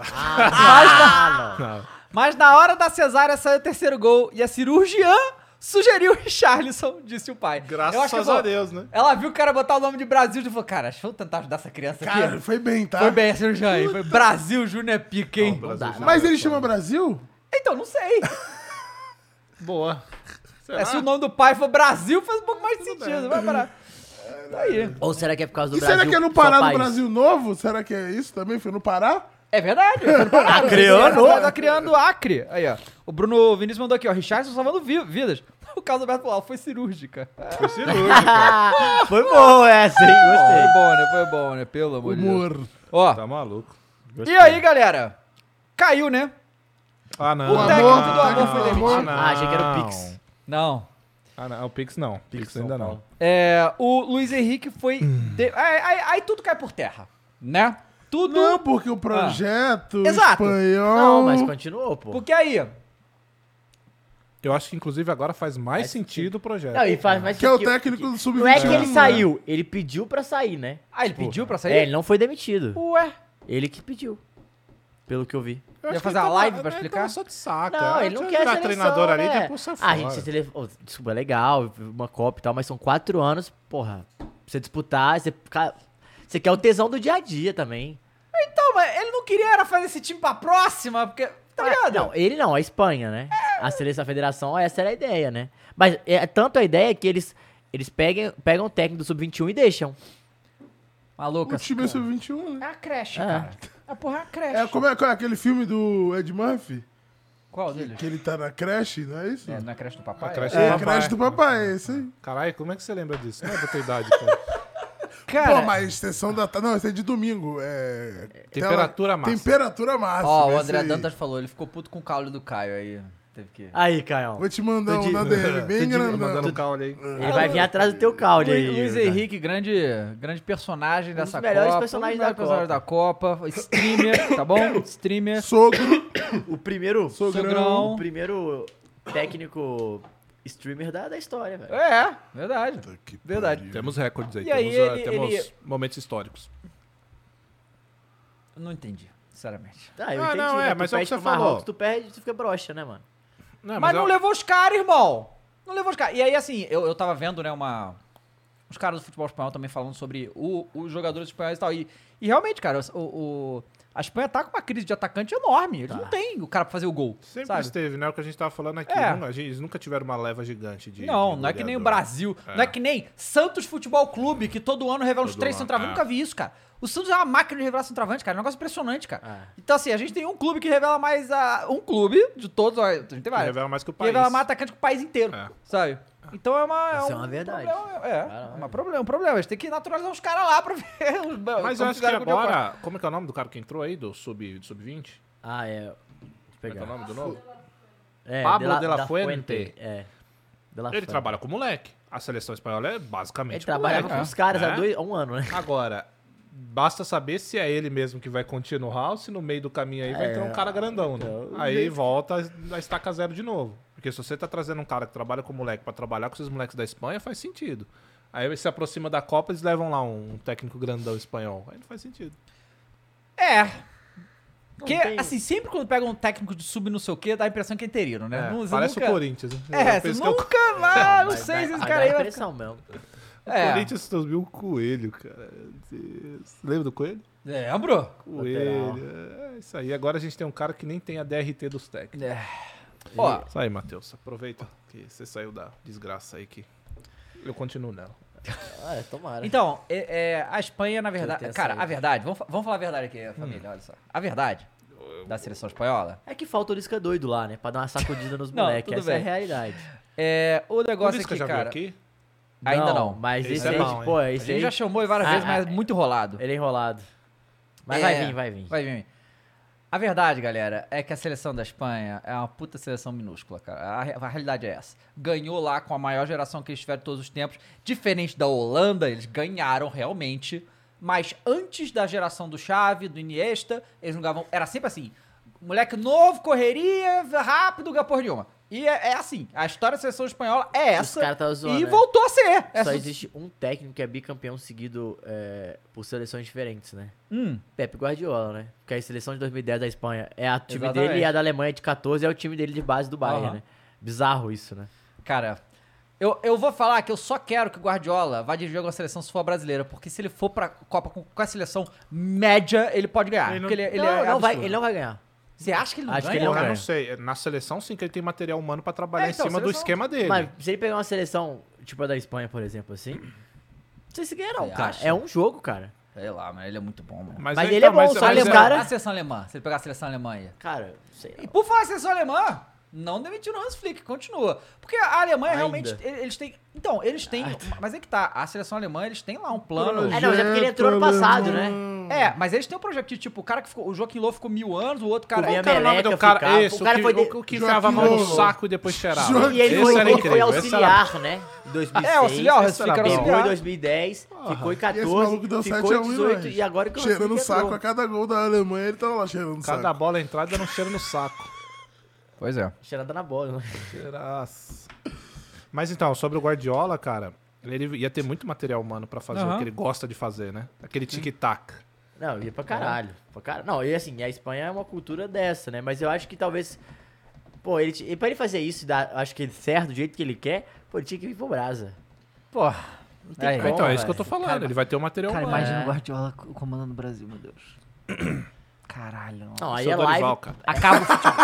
Ah, não. Não. mas na hora da cesárea saiu o terceiro gol e a cirurgiã sugeriu o Richarlison, disse o pai. Eu acho Graças que, a pô, Deus, né? Ela viu o cara botar o nome de Brasil e falou, cara, deixa eu tentar ajudar essa criança aqui. Cara, foi bem, tá? Foi bem a cirurgiã aí. Foi Brasil Júnior é pica, hein? Não, Brasil, dá. Mas ele chama Brasil? Então, não sei. Boa. Será? É, se o nome do pai for Brasil, faz um pouco mais de sentido. Vai parar. Tá aí. Ou será que é por causa do E Brasil? será que é no só Pará, no país? Brasil Novo? Será que é isso também? Foi no Pará? É verdade. Foi no Pará. Acreano. Tá, tá criando Acre. Aí, ó. O Bruno Vinícius mandou aqui, ó. Richardson salvando vi vidas. O caso do Alberto falou, foi cirúrgica. Foi cirúrgica. Foi bom essa, hein? Foi Gostei. bom, né? Foi bom, né? Pelo amor de Deus. Humor. Ó, Tá maluco. e aí, galera? Caiu, né? Ah, não. O técnico amor, do amor técnico foi do demitido. amor. Ah, achei que era o Pix. Não. Ah, não. O Pix não. Pix, São ainda Paulo. não. É, o Luiz Henrique foi... de- Aí, aí- aí tudo cai por terra, né? Tudo... Não, porque o projeto Exato. espanhol... Não, mas continuou, pô. Porque aí... Eu acho que, inclusive, agora faz mais Faz sentido o projeto. Não, e faz mais Que é o sentido. técnico do sub vinte e um. Não é que ele né? saiu, ele pediu pra sair, né? Ah, ele pediu pra sair? É, ele não foi demitido. Ué. Ele que pediu. Pelo que eu vi. Eu Ia acho fazer que uma ele live tá- pra ele explicar? tá só de saca. Não, Ah, ele não deixa eu quer virar seleção, treinador ali, né? depois sai Ah, fora. gente, você oh, desculpa, é legal, uma Copa e tal, mas são quatro anos, porra, pra você disputar, você, ficar- você quer o tesão do dia a dia também. Então, mas ele não queria era fazer esse time pra próxima, porque... Tá ligado? Não, ele não, a Espanha, né? A seleção, a federação, essa era a ideia, né? Mas é tanto a ideia que eles, eles pegam, pegam o técnico do sub vinte e um e deixam. Maluca. O time é sub vinte e um, É né? a creche, É. cara. É porra, é a creche. É, como é, qual é aquele filme do Ed Murphy? Qual deles? Que ele tá na creche, não é isso? É, não é a creche do papai? A creche É, do a papai. creche do papai, é isso aí. Caralho, como é que você lembra disso? Não é da tua idade, cara. Cara, Pô, mas sessão da tarde. Não, isso é de domingo. É. Temperatura tela- máxima. Temperatura máxima. ó, o esse André aí. Dantas falou, ele ficou puto com o caule do Caio aí. Teve que... Aí, Caio. Vou te mandar Tô um de- na D M, bem tô de- grandão. Mandando caule aí. Ele vai vir atrás do teu caule aí. Luiz cara. Henrique, grande, grande personagem dos dessa melhores Copa. personagens um dos melhores da personagens da Copa. Streamer, tá bom? Streamer. Sogro. O primeiro, Sogrão. o primeiro técnico streamer da, da história, velho. É, verdade. Que Verdade. pariu. Temos recordes aí. E aí, temos, ah, ele- temos ele- momentos históricos. Não entendi, sinceramente. Ah, eu Ah, entendi, não, né? é, Tu mas é o perde que você pro Marrocos, falou. tu perde, tu fica broxa, né, mano? Não, Mas, não eu- levou os caras, irmão. Não levou os caras. E aí, assim, eu, eu tava vendo, né, uma... Os caras do futebol espanhol também falando sobre o- os jogadores espanhóis e tal. E, e realmente, cara, o, o- a Espanha tá com uma crise de atacante enorme. Eles não têm o cara pra fazer o gol, Sempre sabe? esteve, né? O que a gente tava falando aqui. É. Nunca- a gente- eles nunca tiveram uma leva gigante de. Não, de não é que nem o goleador. Brasil. É. Não é que nem Santos Futebol Clube, que todo ano revela os Todo três ano, centroavantes. é. Eu nunca vi isso, cara. O Santos é uma máquina de revelar centroavante, cara. É um negócio impressionante, cara. Ah. Então, assim, a gente tem um clube que revela mais a... Um clube de todos, ó, a gente tem Que vários. revela mais que o Que país. revela mais atacante que o país inteiro, É. sabe? Então é uma... Isso é é uma um verdade. Problema, é, Caralho. é um problema, um problema. A gente tem que naturalizar os caras lá pra ver os... Mas como eu acho que fizeram com o Diogo Costa. agora. Como é que é o nome do cara que entrou aí, do sub do sub vinte? Ah, é. Deixa eu Como é que é pegar. o nome do novo? É, Pablo de la Fuente. É. De la Ele Fuente. trabalha com moleque. A seleção espanhola é basicamente. Ele trabalhava moleque, com os caras né? há, dois, há um ano, né? Agora, basta saber se é ele mesmo que vai continuar ou se no meio do caminho aí vai É. ter um cara grandão, né? Então, Aí volta a estaca zero de novo. Porque se você tá trazendo um cara que trabalha com moleque pra trabalhar com esses moleques da Espanha, faz sentido. Aí ele se aproxima da Copa, eles levam lá um técnico grandão espanhol. Aí não faz sentido. É. Porque, tem- assim, sempre quando pega um técnico de sub não sei o quê, dá a impressão que é interino, né? É, Não- você parece nunca... o Corinthians. Né? É, Eu você penso que é o nunca vai... Não Mas sei dá- se esse dá cara aí vai... impressão mesmo. O É. Corinthians subiu o Coelho, cara. Meu Deus. Lembra do Coelho? Lembro. Coelho. É isso aí. Agora a gente tem um cara que nem tem a D R T dos técnicos. É. Ó, Isso aí, Matheus. Aproveita que você saiu da desgraça aí que eu continuo nela. Ah, é, tomara. então, é, é, a Espanha, na verdade... tenha Cara, saído. a verdade... Vamos, fa- vamos falar a verdade aqui, família, olha só. A verdade da seleção espanhola É que falta o Lisca doido lá, né? Pra dar uma sacudida nos Não, moleques. tudo Essa é a bem. realidade. é... O O negócio Lisca aqui, já veio cara... aqui? Ainda não. Mas Esse esse, é aí, bom, hein? pô, A esse gente aí... já chamou ele várias Ah, vezes, mas ah, é muito enrolado. Ele é enrolado. Mas É, vai vir, vai vir. Vai vir. A verdade, galera, é que a seleção da Espanha é uma puta seleção minúscula, cara. A, re- a realidade é essa. Ganhou lá com a maior geração que eles tiveram todos os tempos. Diferente da Holanda, eles ganharam realmente. Mas antes da geração do Xavi, do Iniesta, eles não ganhavam... Era sempre assim. Moleque novo, correria, rápido, ganha porra nenhuma. E é, é assim, a história da seleção espanhola é essa. caras tavam zoando, e né? voltou a ser. Só Essa... existe um técnico que é bicampeão seguido é, por seleções diferentes, né? Hum, Pepe Guardiola, né? Porque a seleção de dois mil e dez da Espanha é a time Exatamente. dele e a da Alemanha de quatorze é o time dele de base do Bayern, Aham. né? Bizarro isso, né? cara, eu, eu vou falar que eu só quero que o Guardiola vá dirigir alguma seleção se for brasileira, porque se ele for pra Copa com, com a seleção média, ele pode ganhar. Ele não- porque ele, ele não, é não vai, absurdo. ele não vai ganhar. Você acha que ele não Acho que ganha? ele não Eu ganha. não sei. Na seleção, sim, que ele tem material humano pra trabalhar É, então, em cima do seleção- esquema dele. Mas se ele pegar uma seleção, tipo a da Espanha, por exemplo, assim, não sei se ganha não, Você cara. acha? É um jogo, cara. Sei lá, mas ele é muito bom, mano. Mas ele é bom, só A, ele é um alemã, cara- a seleção alemã, se ele pegar a seleção alemã aí. Cara, não sei E não. por falar em seleção alemã, não demitiram o Hans Flick, continua. Porque a Alemanha Ainda. realmente, e- eles têm... Então, eles têm... Mas é que tá, a seleção alemã, eles têm lá um plano... É, não, mas é porque ele entrou no passado, né? É, mas eles têm um projeto de, tipo, o cara que ficou... O Joaquim Löw ficou mil anos, o outro cara... O é, Minha Qual era o nome Meleca do cara? ficava- Esse, o cara o que, foi de- o que enfiava a mão no Joaquim saco e depois cheirava. Joaquim E ele Esse foi, era ele incrível, foi esse era auxiliar, né? Em dois mil e seis. É, auxiliar, o Hans esse Flick era era bom. Pegou em auxiliar. dois mil e dez, ficou em E esse quatorze, maluco deu ficou sete a em um, dezoito né? e agora que o Hans Cheirando o Flick saco entrou. a cada gol da Alemanha, ele tava lá cheirando o Cada saco. bola entrada dando um cheiro no saco. Pois é. Cheirada na bola, né? Cheiraço. Mas então, sobre o Guardiola, cara, ele ia ter muito material humano pra fazer Aham. o que ele gosta de fazer, né? Aquele tic-tac. Não, ia pra caralho. Pra car... Não, e assim, a Espanha é uma cultura dessa, né? Mas eu acho que talvez. Pô, ele, t- e pra ele fazer isso e dar, acho que ele certo, do jeito que ele quer, pô, ele tinha que vir pro Brasa. Pô, Não tem Aí. como, então, é isso que eu tô velho. falando. Cara, ele vai ter o material Cara, humano. imagina É. o Guardiola co- comandando o Brasil, meu Deus. Caralho, não. Não, aí Seu é live. Dorival, cara. acaba o futebol.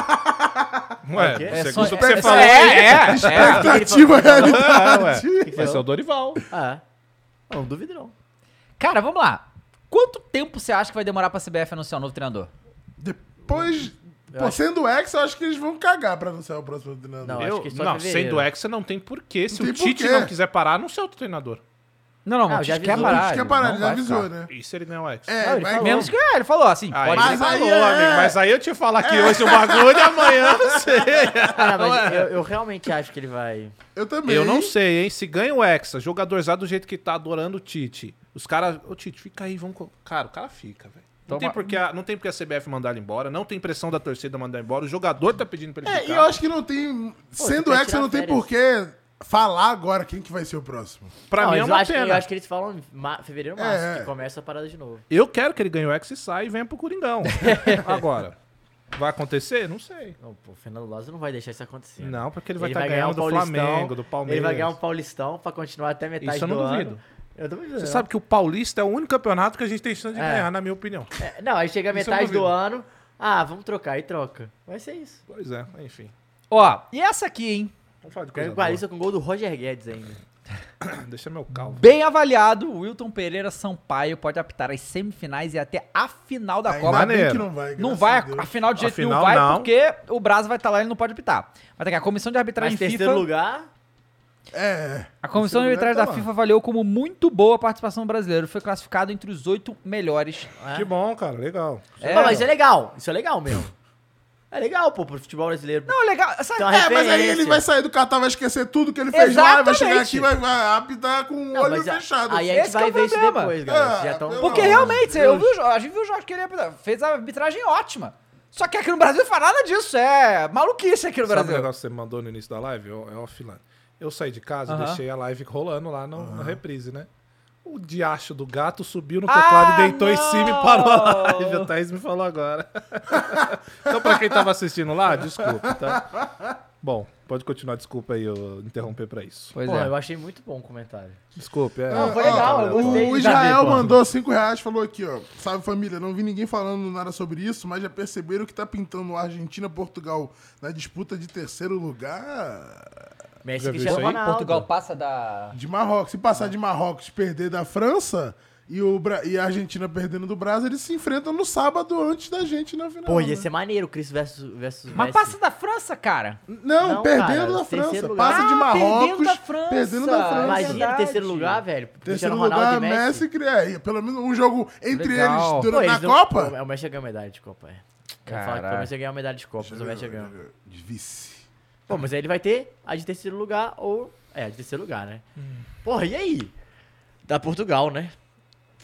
Ué, O quê? segundo só- o que você é, falou. é, é, é. Expectativa, É, realidade. ué. Vai ser o Dorival. Ah, é. Não duvido não. Cara, vamos lá. Quanto tempo você acha que vai demorar pra C B F anunciar um novo treinador? Depois, pô, sendo ex, eu acho que eles vão cagar pra anunciar o próximo treinador. Não, Eu, acho que só não, fevereiro. sendo Hexa não tem porquê. Se Não o tem Tite porquê. não quiser parar, não ser outro treinador. Não, não, Ah, o já Tite quer avisou. parar. Acho que é ele parar, não ele já vai avisou, ficar. né? E se ele ganhar o Hexa? É, Não, ele vai falou. Menos que é, ele falou assim, Aí pode ele Mas ser. aí falou, é- amigo. Mas aí eu te falar aqui hoje o bagulho e amanhã não sei. Ah, não, mas eu, eu realmente acho que ele vai. Eu também. Eu não sei, hein? Se ganha o Hexa, jogadorzado do jeito que tá adorando o Tite. Os caras. Ô, Tite, fica aí, vamos. co- Cara, o cara fica, velho. Não, Toma- tem porque a, não tem porque a C B F mandar ele embora, não tem pressão da torcida mandar ele embora, o jogador tá pedindo pra ele É, e ficar. eu acho que não tem. Sendo quer ex, tirar não tem férias. por que falar agora quem que vai ser o próximo. Pra não, mim é eu uma acho, pena. eu acho que eles falam em ma- fevereiro ou março, É. que começa a parada de novo. Eu quero que ele ganhe o Hexa e saia e venha pro Coringão. Agora, vai acontecer? Não sei. Não, pô, o Fernando Lázaro não vai deixar isso acontecer. Não, porque ele vai Ele estar vai ganhar ganhando um do Paulistão, Flamengo, do Palmeiras. Ele vai ganhar um Paulistão pra continuar até metade Isso eu do não ano. duvido. Eu tô duvidando. Você sabe que o Paulista é o único campeonato que a gente tem chance de É. ganhar, na minha opinião. É, não, aí chega a Isso eu metade do duvido. ano. Ah, vamos trocar e troca. Vai ser isso. Pois é, enfim. Ó, e essa aqui, hein? Vamos falar de Quero coisa o Paulista com gol do Roger Guedes ainda. boa. Deixa meu calvo. Bem avaliado, o Wilton Pereira Sampaio pode apitar as semifinais e até a final da Ainda Copa. bem Maneiro. que não vai. Não graças vai, a a, Deus. a final de jeito A nenhum final vai, não. porque o Brasa vai estar lá e ele não pode apitar. Mas tá aqui, a comissão de arbitragem Mas FIFA... terceiro lugar, É. A comissão de Terceiro arbitragem lugar da tá lá. FIFA avaliou como muito boa a participação do brasileiro. Foi classificado entre os oito melhores. né? Que bom, cara, legal. É, Pô, mas isso é legal. Isso é legal mesmo. É legal, pô, pro futebol brasileiro. Não, legal. Sabe, Então, a É, mas aí referência. ele vai sair do Catar, vai esquecer tudo que ele fez lá, vai chegar Exatamente. aqui e vai, vai apitar com o Não, olho mas a- fechado. Aí a gente Esse que é vai o ver isso problema. depois, galera. Vocês Ah, já estão... pelo porque amor de realmente, eu Deus. vi o jo- a gente viu o jogos que ele fez a arbitragem ótima. Só que aqui no Brasil não faz nada disso. É maluquice aqui no Sabe o Brasil. negócio que você mandou no início da live? É o- é offline. Eu saí de casa e Aham. deixei a live rolando lá no, na reprise, né? O diacho do gato subiu no Ah, teclado e deitou em não! cima e parou a live. A Thaís me falou agora. Então, pra quem tava assistindo lá, desculpa, tá? Bom, pode continuar, desculpa aí eu interromper pra isso. Pois Porra, é. eu achei muito bom o comentário. Desculpe, é. Não, foi legal, eu gostei O de Israel saber, pô. mandou cinco reais, falou aqui, ó. Salve família, não vi ninguém falando nada sobre isso, mas já perceberam que tá pintando a Argentina-Portugal na disputa de terceiro lugar Messi Já viu Cristiano isso aí? Ronaldo. Portugal passa da... de Marrocos. Se passar de Marrocos e perder da França e, o Bra- e a Argentina perdendo do Brasil, eles se enfrentam no sábado antes da gente na final. Pô, ia né? ser maneiro o Chris versus, versus Mas Messi. passa da França, cara. Não, Não, perdendo cara, da terceiro França. lugar. Passa de Ah, Marrocos, perdendo da França. perdendo da França. Imagina verdade. terceiro lugar, velho. Terceiro Cristiano Ronaldo lugar, e Messi. Messi, Messi é, pelo menos um jogo entre Legal. eles Pô, durante, eles na não- Copa. Pô, é o Messi ganhou medalha de Copa, é. Eu ia falar que Caralho. o Messi ganhou a medalha de Copa, mas o Messi ganhou. De vice. Pô, mas aí ele vai ter a de terceiro lugar ou... É, a de terceiro lugar, né? Hum. Porra, e aí? Da Portugal, né?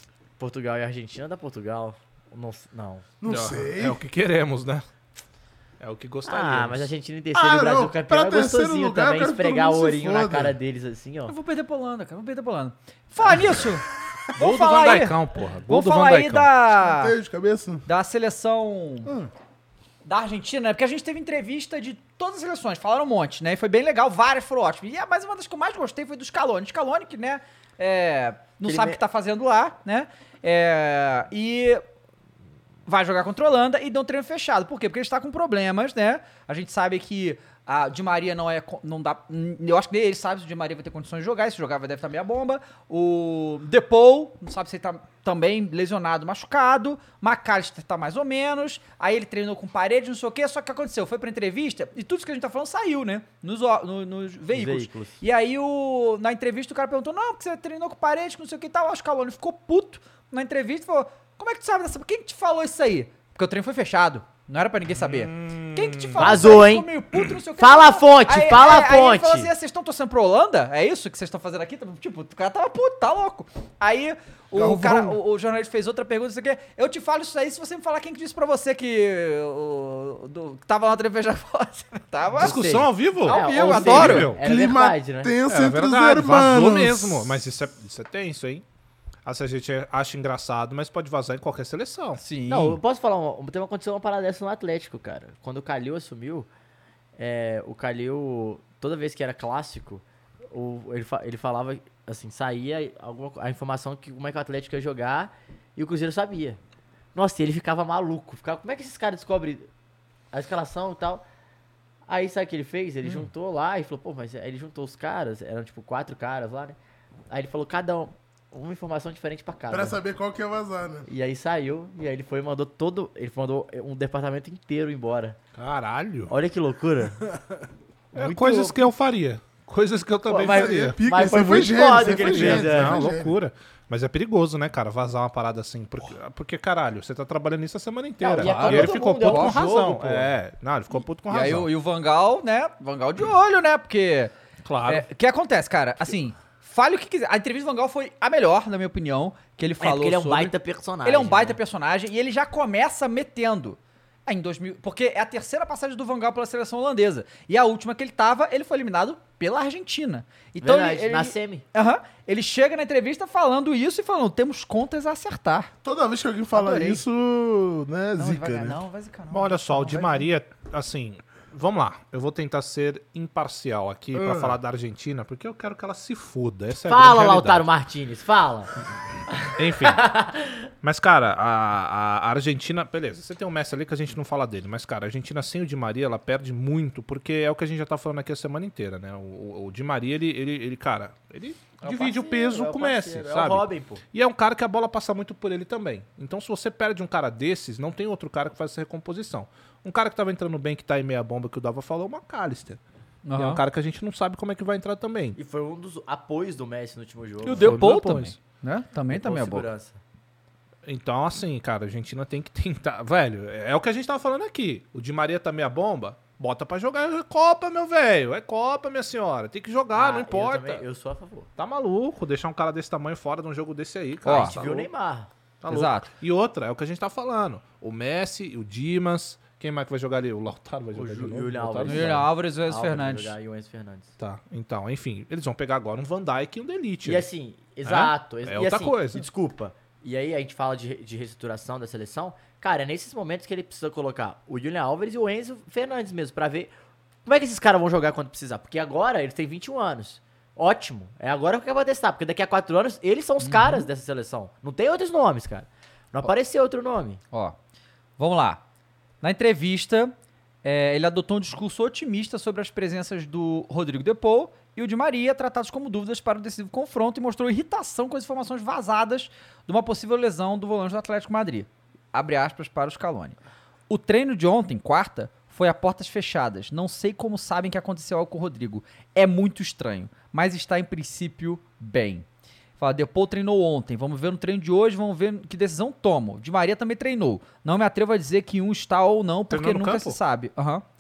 Portugal e Argentina da Portugal. Não. não. Não É, sei. É o que queremos, né? É o que gostaria. Ah, mas a Argentina em terceiro Ah, e o Brasil não, campeão pra é terceiro gostosinho lugar, eu também, quero que todo esfregar o mundo se ourinho na foda. cara deles assim, ó. Eu vou perder pra Holanda, cara. Vou perder pra Holanda. Fala nisso! Gol Vamos do falar Van aí. Dijkão, porra. Gol Vamos do Van falar aí Dijkão. da, Escanteio de cabeça. da seleção Hum. da Argentina, né? Porque a gente teve entrevista de todas as seleções, falaram um monte, né? E foi bem legal, várias foram ótimas. E a mais uma das que eu mais gostei foi do Scaloni. Scaloni, que, né, é, não Aquele sabe o me- que tá fazendo lá, né? É, e vai jogar contra a Holanda e deu um treino fechado. Por quê? Porque ele está com problemas, né? A gente sabe que a Di Maria não é. co- Não dá, eu acho que nem ele sabe se o Di Maria vai ter condições de jogar. E se jogar, vai deve estar meia bomba. O Depou, não sabe se ele tá também lesionado, machucado. McAllister tá mais ou menos. Aí ele treinou com parede, não sei o quê. Só que o que aconteceu? Foi pra entrevista e tudo isso que a gente tá falando saiu, né? Nos, ó- no- nos veículos. veículos. E aí, o, na entrevista, o cara perguntou: não, porque você treinou com parede, que não sei o que e tal. Eu acho que o Scaloni ficou puto na entrevista e falou: como é que tu sabe dessa? Quem que te falou isso aí? Porque o treino foi fechado. Não era pra ninguém saber. Quem que te falou Vazou, isso aí? hein? Ficou meio puto, não sei o que. Fala Não, a fonte, aí- fala aí- a Aí ele fonte. falou assim: vocês estão torcendo pra Holanda? É isso que vocês estão fazendo aqui? Tipo, o cara tava puto, tá louco. Aí o, Galvão. cara, o, o jornalista fez outra pergunta, não sei o que. Eu te falo isso aí se você me falar quem que disse pra você que o, do, que tava lá no treino fechado. Tava. Discussão ao vivo? Ao É, vivo, ou adoro. seja, Era Clima verdade, né? tenso É entre verdade, os vazou irmãos. mesmo. Mas isso é, isso é tenso, hein? Assim, a gente acha engraçado, mas pode vazar em qualquer seleção. Sim. Não, eu posso falar, uma, tem uma aconteceu uma parada dessa no Atlético, cara. Quando o Calil assumiu, é, o Calil, toda vez que era clássico, o, ele, fa- ele falava, assim, saía alguma, co- a informação que como é que o Atlético ia jogar e o Cruzeiro sabia. Nossa, e ele ficava maluco. Ficava, como é que esses caras descobrem a escalação e tal? Aí sabe o que ele fez? Ele juntou lá e falou, pô, mas aí ele juntou os caras, eram tipo quatro caras lá, né? Aí ele falou, cada um, uma informação diferente pra cada. Pra saber qual que ia vazar, né? E aí saiu, e aí ele foi e mandou todo. Ele mandou um departamento inteiro embora. Caralho. Olha que loucura. É, Muito coisas louco. que eu faria. Coisas que eu também mas- faria. Pica, Mas isso foi aí foi muito gênio, foda isso aí que foi ele fez, gênio, é. isso aí Não, foi gênio. loucura. Mas é perigoso, né, cara, vazar uma parada assim. Porque, porque caralho, você tá trabalhando nisso a semana inteira. Não, e é pra e ele todo ficou mundo, é puto um com jogo, razão. pô. É, não, ele ficou puto com E aí razão. o, e o Vangal, né? Vangal de olho, né? Porque. Claro. É, o que acontece, cara? Assim, fale o que quiser. A entrevista do Vangal foi a melhor, na minha opinião, que ele É falou porque ele é um sobre. baita personagem. Ele é um baita né? personagem e ele já começa metendo. Ah, em dois mil, porque é a terceira passagem do Vangal pela seleção holandesa. E a última que ele tava, ele foi eliminado pela Argentina. Então Verdade, ele, ele, na semi. Aham. Ele chega na entrevista falando isso e falando: temos contas a acertar. Toda vez que alguém fala Adorei. isso, né, Não, zica, vai, né? não, vai zicar, não. Bom, olha só, o Não, Di vai- Maria, assim, vamos lá. Eu vou tentar ser imparcial aqui pra Ah. falar da Argentina, porque eu quero que ela se foda. Essa é a Fala, grande realidade. Lautaro Martinez, fala. Enfim. Mas, cara, a, a Argentina... Beleza, você tem um Messi ali que a gente não fala dele. Mas, cara, a Argentina sem o Di Maria, ela perde muito, porque é o que a gente já tá falando aqui a semana inteira, né? O, o, o Di Maria, ele, ele, ele, cara, ele É o divide o parceiro, peso é o com o Messi, parceiro, sabe? É o Robin, pô. E é um cara que a bola passa muito por ele também. Então, se você perde um cara desses, não tem outro cara que faz essa recomposição. Um cara que tava entrando bem, que tá em meia bomba, que o Dava falou, é o McAllister. E é Aham. um cara que a gente não sabe como é que vai entrar também. E foi um dos apoios do Messi no último jogo. E o Foi Depou depois. também. Né? Também tá Depou meia boca. segurança. Então, assim, cara, a Argentina tem que tentar... Velho, é o que a gente tava falando aqui. O Di Maria tá meia bomba, bota pra jogar. É Copa, meu velho. É Copa, minha senhora. Tem que jogar, não Ah, importa. Eu, também, eu sou a favor. Tá maluco deixar um cara desse tamanho fora de um jogo desse aí, Ó, cara. a Tá gente viu o louco. Neymar. Tá louco. Exato. E outra, é o que a gente tá falando. O Messi, o Dimas... Quem mais que vai jogar ali? O Lautaro vai jogar de Ju- novo? Julian Lautaro Alves. não Julian vai. Álvares e o Enzo Alves vai Fernandes. jogar E o Enzo Fernandes. Tá, então, enfim. Eles vão pegar agora um Van Dijk e um Delite. E assim, exato. É e outra assim, coisa. e desculpa. E aí a gente fala de, de reestruturação da seleção. Cara, é nesses momentos que ele precisa colocar o Julian Alves e o Enzo Fernandes mesmo, pra ver como é que esses caras vão jogar quando precisar. Porque agora eles têm vinte e um anos. Ótimo. É agora que eu vou testar. Porque daqui a quatro anos, eles são os Uhum. caras dessa seleção. Não tem outros nomes, cara. Não apareceu outro nome. Ó, vamos lá. Na entrevista, é, ele adotou um discurso otimista sobre as presenças do Rodrigo Depou e o Di Maria, tratados como dúvidas para o decisivo confronto, e mostrou irritação com as informações vazadas de uma possível lesão do volante do Atlético Madrid. Abre aspas para o Scaloni. O treino de ontem, quarta, foi a portas fechadas. Não sei como sabem que aconteceu algo com o Rodrigo. É muito estranho, mas está em princípio bem. Fala, Depou treinou ontem, vamos ver no treino de hoje, vamos ver que decisão tomo. Di Maria também treinou. Não me atrevo a dizer que um está ou não, porque Treinou no nunca campo? se sabe. Aham.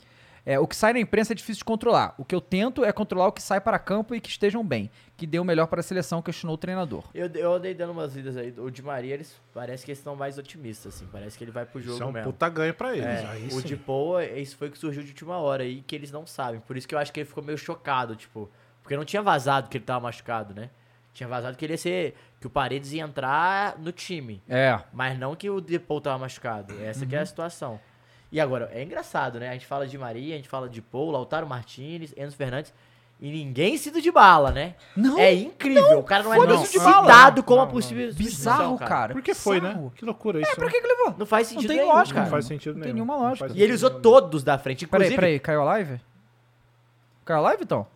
É, o que sai na imprensa é difícil de controlar. O que eu tento é controlar o que sai para campo e que estejam bem. Que dê o melhor para a seleção, questionou o treinador. Eu, eu andei dando umas lidas aí. O Di Maria, eles parece que eles estão mais otimistas, assim. Parece que ele vai pro jogo Isso é um mesmo. puta ganho pra eles. É, Aí o sim. de Poa, isso foi o que surgiu de última hora aí, que eles não sabem. Por isso que eu acho que ele ficou meio chocado, tipo... Porque não tinha vazado que ele tava machucado, né? Tinha vazado que ele ia ser... Que o Paredes ia entrar no time. É. Mas não que o Depou tava machucado. Essa que é a situação. E agora, é engraçado, né? A gente fala de Maria, a gente fala de Paul, Lautaro Martinez, Enzo Fernandes... E ninguém cita de bala, né? Não, É incrível. o cara não é foda-se nem de bala. citado como Não, a não. possível Bizarro, substituição, cara. Por que foi, né? Bizarro. Que loucura isso. É, pra né? que que levou? Não faz sentido tem nenhum, lógica, cara. Não faz sentido Não nenhum. tem nenhuma Não lógica. faz E ele usou sentido todos da frente. Peraí, Inclusive, peraí, caiu a live? Caiu a live, então?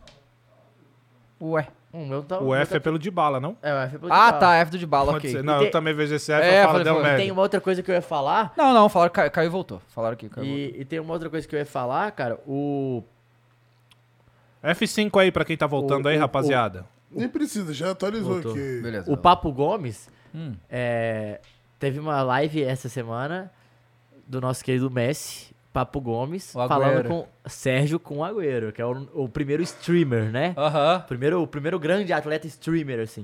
Ué. Hum, meu tá- nenhum. O meu F tá- é pelo de bala, não? É, o F é pelo Ah, de bala. tá, F do de bala, Pode ok. ser. Não, E tem- eu também vejo esse F, É, eu falo, falei, deu falei. E merda. tem uma outra coisa que eu ia falar. Não, não, falaram que caiu, caiu e voltou. Falaram aqui, caiu e voltou. E, e tem uma outra coisa que eu ia falar, cara. O. F cinco aí pra quem tá voltando O- aí, o- rapaziada. Nem precisa, já atualizou Voltou. aqui. Beleza. O Papo Gomes Hum. é, teve uma live essa semana do nosso querido Messi, Papo Gomes, O Agüero. falando com Sérgio com o Agüero, que é o, o primeiro streamer, né? Aham. Primeiro, o primeiro grande atleta streamer, assim.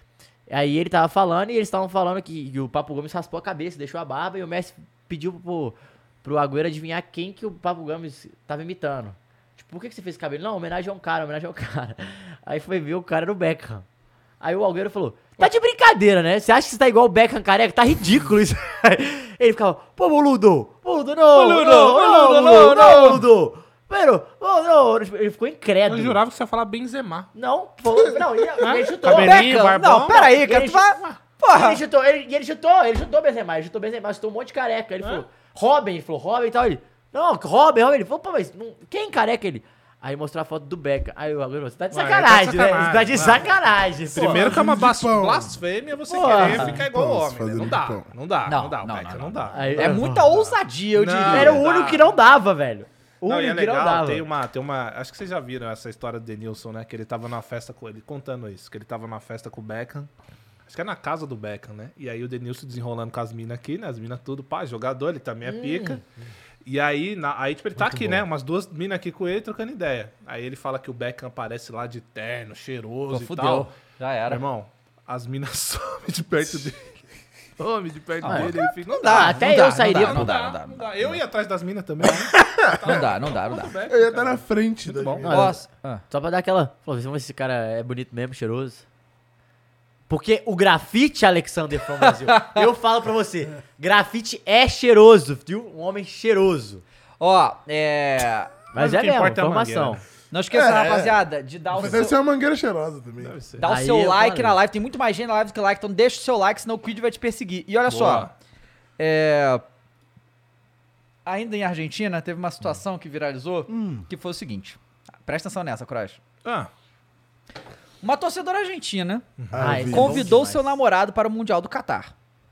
Aí ele tava falando e eles estavam falando que, que o Papo Gomes raspou a cabeça, deixou a barba e o Messi pediu pro, pro Agüero adivinhar quem que o Papo Gomes tava imitando. Tipo, por que, que você fez esse cabelo? Não, homenagem a um cara, homenagem a um cara. Aí foi ver o cara era o Beckham. Aí o Agüero falou, tá de brincadeira, né? Você acha que você tá igual o Beckham careca? Tá ridículo isso. Ele ficava, pô, boludo, boludo, não, Boludo, não, boludo, não, não, não, boludo. Pero, oh, não, ele ficou incrédulo. Eu jurava que você ia falar Benzema. Não, falou, não, ele, ele chutou. Cabelinho, Beckham, barbão. não, peraí, cara, Ele tu vai... Porra. Ele chutou, ele, e ele chutou, ele chutou Benzema, ele chutou Benzema, chutou um monte de careca. Ele falou, Robin, ele falou, Robin e tal. Ele, não, Robin, Robin. Ele falou, pô, mas não, quem careca ele? Aí mostrou a foto do Beckham. Aí o Agüero, você tá de Ué, sacanagem, tá de né? sacanagem, Você tá de vai. sacanagem. pô. Primeiro que é uma de blas- pão. blasfêmia você Porra. querer ficar igual o Pão, homem, né? fazendo Não de dá, pão. não dá, Não, não dá, o não, Beckham não, não não, dá. Aí- É muita ousadia, eu Não, diria. Era o dá. único que não dava, velho. O Não, e é único que não legal, dava. tem uma, tem uma... Acho que vocês já viram essa história do Denilson, né? Que ele tava numa festa com ele, contando isso, que ele tava numa festa com o Beckham. Acho que é na casa do Beckham, né? E aí o Denilson desenrolando com as minas aqui, né? As minas tudo, pá, jogador, ele também é pica. E aí, na- aí tipo, ele tá aqui, né? Umas duas minas aqui com ele trocando ideia. Aí ele fala que o Beckham aparece lá de terno, cheiroso Pô, e fudeu. tal. Já Meu era. irmão, as minas somem de perto dele. Some de perto Ah, dele. Ele fica... Não Ah, dá, até não eu dá, não sairia. dá, não não dá, não dá, não dá. Eu ia atrás das minas também. né? Não dá, não dá, não dá. Eu ia estar na frente da bom. gente. Posso? Ah. Só pra dar aquela... Pô, vamos ver se esse cara é bonito mesmo, cheiroso. Porque o grafite, Alexander from Brasil, eu falo pra você, grafite é cheiroso, viu? Um homem cheiroso. Ó, é... Mas, Mas é o que mesmo, importa é a informação. mangueira, Não esqueça, É, rapaziada, de dar o Mas seu... deve ser uma mangueira cheirosa também. Deve ser. Dá o Aí seu eu like falei. na live, tem muito mais gente na live do que like, então deixa o seu like, senão o Quid vai te perseguir. E olha só, Boa. é... ainda em Argentina, teve uma situação que viralizou, que foi o seguinte, presta atenção nessa, Cross. Ah, Uma torcedora argentina Ah, esse é bom convidou demais. seu namorado para o Mundial do Catar.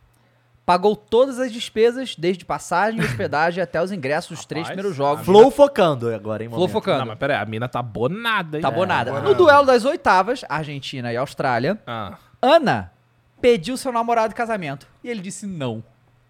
Pagou todas as despesas, desde passagem, hospedagem até os ingressos dos três Rapaz, primeiros jogos. Flow focando agora, hein, Flow momento. focando. não, mas pera aí, a mina tá bonada, hein? Tá bonada. agora- No duelo das oitavas, Argentina e Austrália, Ah, Ana pediu seu namorado em casamento e ele disse não.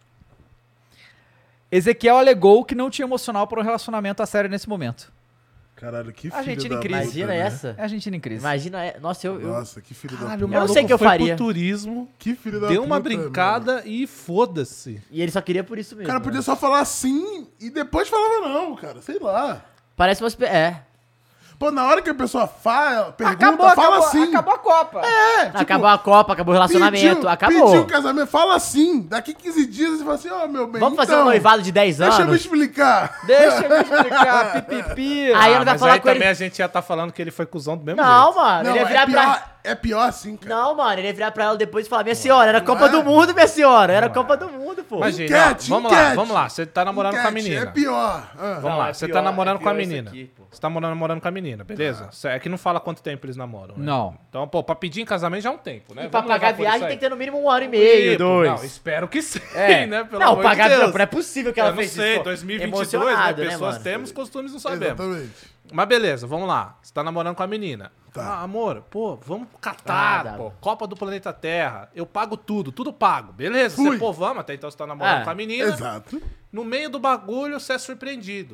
Ezequiel alegou que não tinha emocional para um relacionamento a sério nesse momento. Caralho, que filho Argentina da em crise. puta, Imagina né? essa. É a Argentina em crise. Imagina, é- nossa, eu... eu- Nossa, que filho da caralho, puta. o Eu não sei maluco o que eu foi faria. pro turismo, Que filho da deu uma puta, brincada e foda-se. E ele só queria por isso O mesmo. cara né? podia só falar sim e depois falava não, cara. Sei lá. Parece umas... pe- É. Pô, na hora que a pessoa fala, pergunta, Acabou, fala acabou, sim. acabou a Copa. É, tipo, acabou a Copa, acabou o relacionamento, pediu, acabou. Pediu o casamento, fala sim. Daqui quinze dias você fala assim, ó, meu bem, Vamos fazer então, um noivado de dez anos? Deixa eu me explicar. Deixa eu me explicar, pipipi. Aí Ah, ele vai mas falar aí com ele... também a gente ia tá falando que ele foi cuzão do mesmo Não, jeito. mano, Não, ele ia é virar pior, pra... é pior assim, cara. Não, mano, ele ia virar pra ela depois e falar, minha senhora, era Copa é? do Mundo, minha senhora, era Copa do Mundo, pô. Imagina, Enquete, ó, vamos lá, enquete. vamos lá. Você tá namorando com a Enquete, menina. É pior. Ah. Vamos Não, lá, é você pior, tá namorando é com a pior isso menina. aqui, pô. Você tá namorando, namorando com a menina, beleza? Cê- É que não fala quanto tempo eles namoram, né? Não. Então, pô, pra pedir em casamento já é um tempo, né? E pra Vamos pagar a levar por viagem isso aí. tem que ter no mínimo um ano e meio, Ih, pô, dois. Não, espero que sim, É. né? Pelo não, amor pagar de não, Deus. não é possível que ela Eu não fez sei, isso. pô. dois mil e vinte e dois, né? Emocionado, né, Pessoas mano? temos, costumes não sabemos. Exatamente. Mas beleza, vamos lá. Você tá namorando com a menina. Tá. Ah, amor, pô, vamos pro Catar, Ah, dá. pô. Copa do Planeta Terra. Eu pago tudo, tudo pago. Beleza? Fui. Você, pô, vamos. Até então você tá namorando É, com a menina. Exato. No meio do bagulho, você é surpreendido.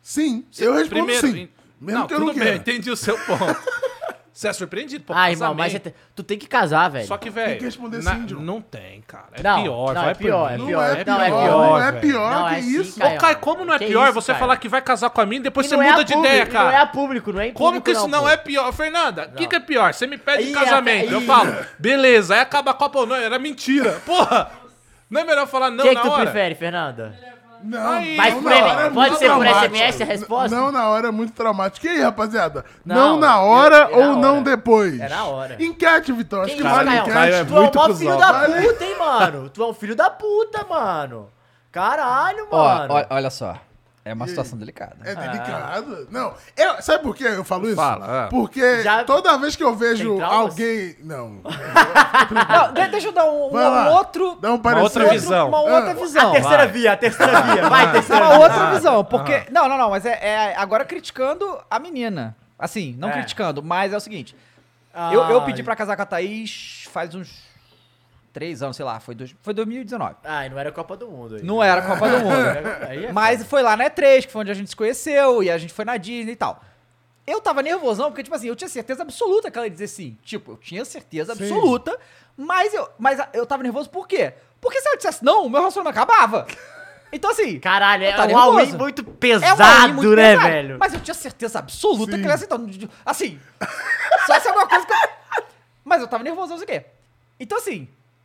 Sim, eu respondo Primeiro, sim. em- Mesmo não, que eu tudo não bem, eu queira. entendi o seu ponto. Você é surpreendido, pô. Ah, irmão, casamento. mas você te- tu tem que casar, velho. Só que, velho. Tem que responder na- sim, John. Não tem, cara. É Não, pior, não, vai é pior, por é mim. Não pior, é não, pior, é não pior, é velho. pior, Não, que é sim, isso? Caio. Ô, Caio, como não é Que pior isso, você Caio? falar que vai casar com a mina e depois E você não é muda a de público, ideia, e Não é cara? a público, não é em Como público, que isso não pô. é pior? Fernanda, o que, que é pior? Você me pede Ih, casamento. Eu ih. falo, beleza, aí acaba a Copa. Não, era mentira. Porra! Não é melhor falar não O que, na que tu hora? prefere, Fernanda? Não, Aí, Mas não por na e-mail, hora é pode muito ser por traumático. S M S a resposta? Não na hora é muito traumático. E aí, rapaziada? Não, Não, na eu- hora é na ou não hora. depois? É na hora. Enquete, Vitão. Acho Que que isso, vale Caio? enquete. Caio é Tu é um muito mó cuzão. filho da Vale. puta, hein, mano? Tu é um filho da puta, mano. Caralho, Ó, mano. ó, olha só. É uma situação delicada. É delicado. Não, eu, sabe por que eu falo isso? Fala, ah. Porque Já- toda vez que eu vejo Tem traumas? alguém... Não. Não, de- deixa eu dar um, um- Vai lá. um outro... Dá um outra parecer. outro- visão. Uma outra Ah. visão. A terceira vai. via, a terceira via. Vai, terceira Uma via. outra visão, porque... Não, não, não, mas é, é agora criticando a menina. Assim, não É. criticando, mas é o seguinte. Ah, Eu, eu pedi pra casar com a Thaís faz uns três anos, sei lá, foi, dois, foi dois mil e dezenove. Ai, não era Copa do Mundo. Aí. Não era Copa do Mundo. Aí é Mas foi lá na E três, que foi onde a gente se conheceu, e a gente foi na Disney e tal. Eu tava nervosão, porque, tipo assim, eu tinha certeza absoluta que ela ia dizer sim. Tipo, eu tinha certeza Sim. absoluta, mas eu, mas eu tava nervoso por quê? Porque se ela dissesse não, o meu relacionamento acabava. Então, assim... Caralho, é Eu tava um all-in nervoso. muito é um pesado, all-in muito né, pesado, velho? Mas eu tinha certeza absoluta Sim. que ela ia aceitar. Assim, só se é alguma coisa que eu... Mas eu tava nervoso, não sei o quê. Então, assim...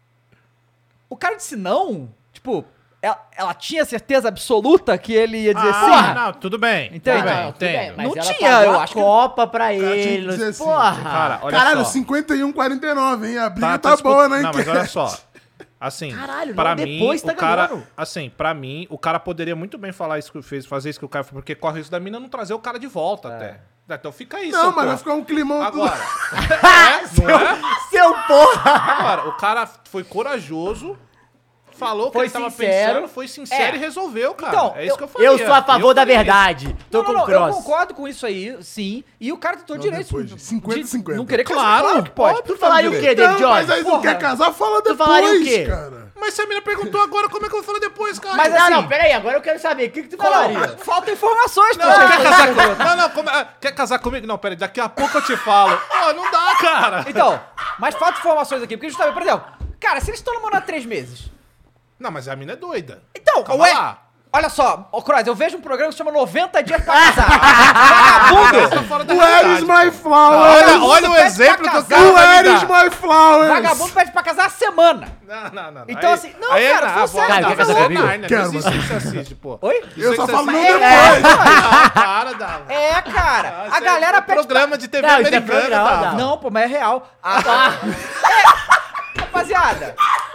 O cara disse não, tipo... Ela, ela tinha certeza absoluta que ele ia dizer sim? Ah, não, tudo bem. Entende? Tudo Ah, bem, não, tudo bem, entendo. mas Não ela tinha, pagou eu a acho que- Copa pra tinha que ele. dizer sim. Porra. Cara, olha Caralho, só. cinquenta e um a quarenta e nove, hein? A briga tá, disputa- boa, né? Não, mas enquete. olha só. Assim, Caralho, pra não, mim, depois tá o cara, ganhando. assim, pra mim, o cara poderia muito bem falar isso que fez, fazer isso que o cara, porque corre isso da mina não trazer o cara de volta até. Então fica aí, Não, seu mas vai porra. ficar um climão Agora, tudo... é, não é? Seu porra! Agora, o cara foi corajoso, falou que Foi ele tava sincero. pensando, foi sincero É. e resolveu, cara. Então, é isso que eu falei. Eu sou a favor da verdade. Tô Não, com não, o não, eu cross. concordo com isso aí, sim. E o cara tentou Não, direito depois, de- cinquenta de cinquenta. não querer casar. Claro, Claro que pode. Tu falaria o quê, David Não, Jones? mas aí tu Porra. quer casar, fala depois, falaria o quê? cara. Mas se a mina perguntou agora, como é que eu vou falar depois, cara? Mas Não, assim- não, peraí, agora eu quero saber. O que, que tu Não, falaria? não, falta informações, Não, pô. você quer casar comigo? Não, não, como- ah, quer casar comigo? Não, peraí, daqui a pouco eu te falo. Pô, não dá, cara. Então, mas falta informações aqui, porque justamente, por exemplo, cara, se eles estão namorando há três meses. Não, mas a mina é doida. Então, Calma ué, lá. olha só, ô Croix, eu vejo um programa que se chama noventa dias pra casar. Vagabundo! Tá fora da Where is realidade. my flowers? Olha, olha o pede exemplo pra que o casar. cara vai Where me is dar. my flowers? Vagabundo pede pra casar a semana. Não, não, não. Então, assim, não, aí cara, é, falou sério, Cara, quer quer casar casar comigo? Nárnia, Quero, não existe isso que você assiste, pô. Oi? Isso Eu aí só que falo você não assiste. depois. Ah, para, Dava. É, cara. Ah, A isso galera é pede programa de T V Não, isso é americana, programa, Dava. Dava. pra... Não, pô, mas é real. Ah, é, rapaziada.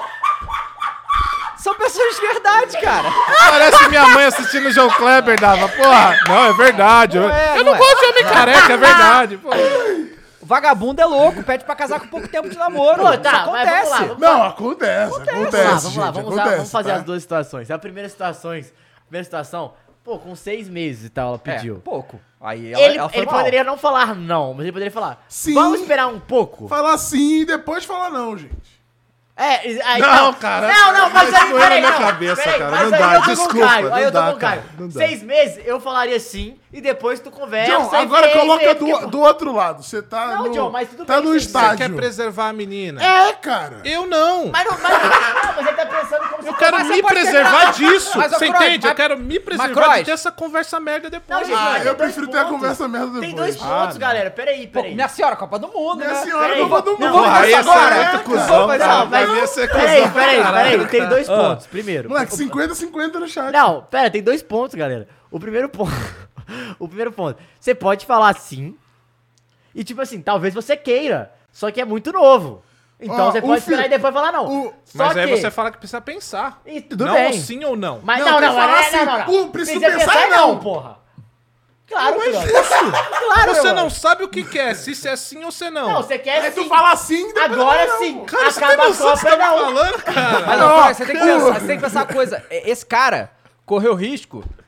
São pessoas de verdade, cara. Parece minha mãe assistindo o João Kleber, Dava. Porra, não, é verdade. Não eu é, eu não não é. gosto de homem careca, é verdade. Pô. O vagabundo é louco, pede pra casar com pouco tempo de namoro. Pô, Isso tá, mas acontece. vamos lá, vamos Não, acontece, acontece, Vamos lá, vamos gente, lá, vamos, lá, acontece, vamos fazer tá? as duas situações. A primeira situação, a primeira situação, pô, com seis meses e tal, ela É, pediu. pouco. Aí ela, ele ela foi ele mal. poderia não falar não, mas ele poderia falar, Sim. vamos esperar um pouco. Falar sim e depois falar não, gente. É, e- aí, Não, cara. Não, não, mas Isso aí, não é na peraí, minha não. cabeça, Peraí, cara, mas não aí dá, eu tô com desculpa, o Caio, aí não eu tô dá, com o Caio. cara, não dá. Seis meses, eu falaria sim, e depois tu conversa. John, e agora vê, coloca vê, do, porque- do outro lado. Você tá Não, no, John, mas tudo tá bem, no você- Você estádio. quer preservar a menina? É, cara. Eu não. Mas não, mas, não, mas ele tá pensando como Eu se quero Mas me você pode preservar disso. Mas, ô, Você Croix, entende? Eu mas- quero me preservar Croix. de ter essa conversa merda depois. Não, gente, Ah, mas eu tem dois prefiro ter a pontos. conversa merda depois. Tem dois Ah, pontos, não. galera. Peraí, Pô, peraí. minha senhora, Copa do Mundo, Minha né? senhora, Peraí, Copa do não, Mundo. vamos Porra, aí Mas esse agora, é muito é, cuzão, vamos cara. fazer- Vai mas- ver ser Peraí, cuzão pra peraí, caralho. peraí. Tem dois pontos. Primeiro. Moleque, cinquenta a cinquenta no chat. Não, pera, tem dois pontos, galera. O primeiro ponto. O primeiro ponto. Você pode falar sim. E tipo assim, talvez você queira. Só que é muito novo. Então Ó, você o pode fi- esperar e depois falar não. o- Só Mas que. aí você fala que precisa pensar. E tudo não bem. ou sim ou não. Mas Não, não, tem não, que falar não, assim, não, não, não. o preciso Precisa pensar, é não. porra. Claro, Não é brother. isso. Claro, Você mano. não sabe o que quer, se isso é sim ou se não. Não, você quer Aí tu sim. fala sim e depois Agora fala sim. não. Cara, você tem Acaba a noção do que você Copa tá me não. falando, cara? Mas, Não, não, Croix, você tem que cara. pensar, você tem que pensar uma coisa. E- Esse cara correu risco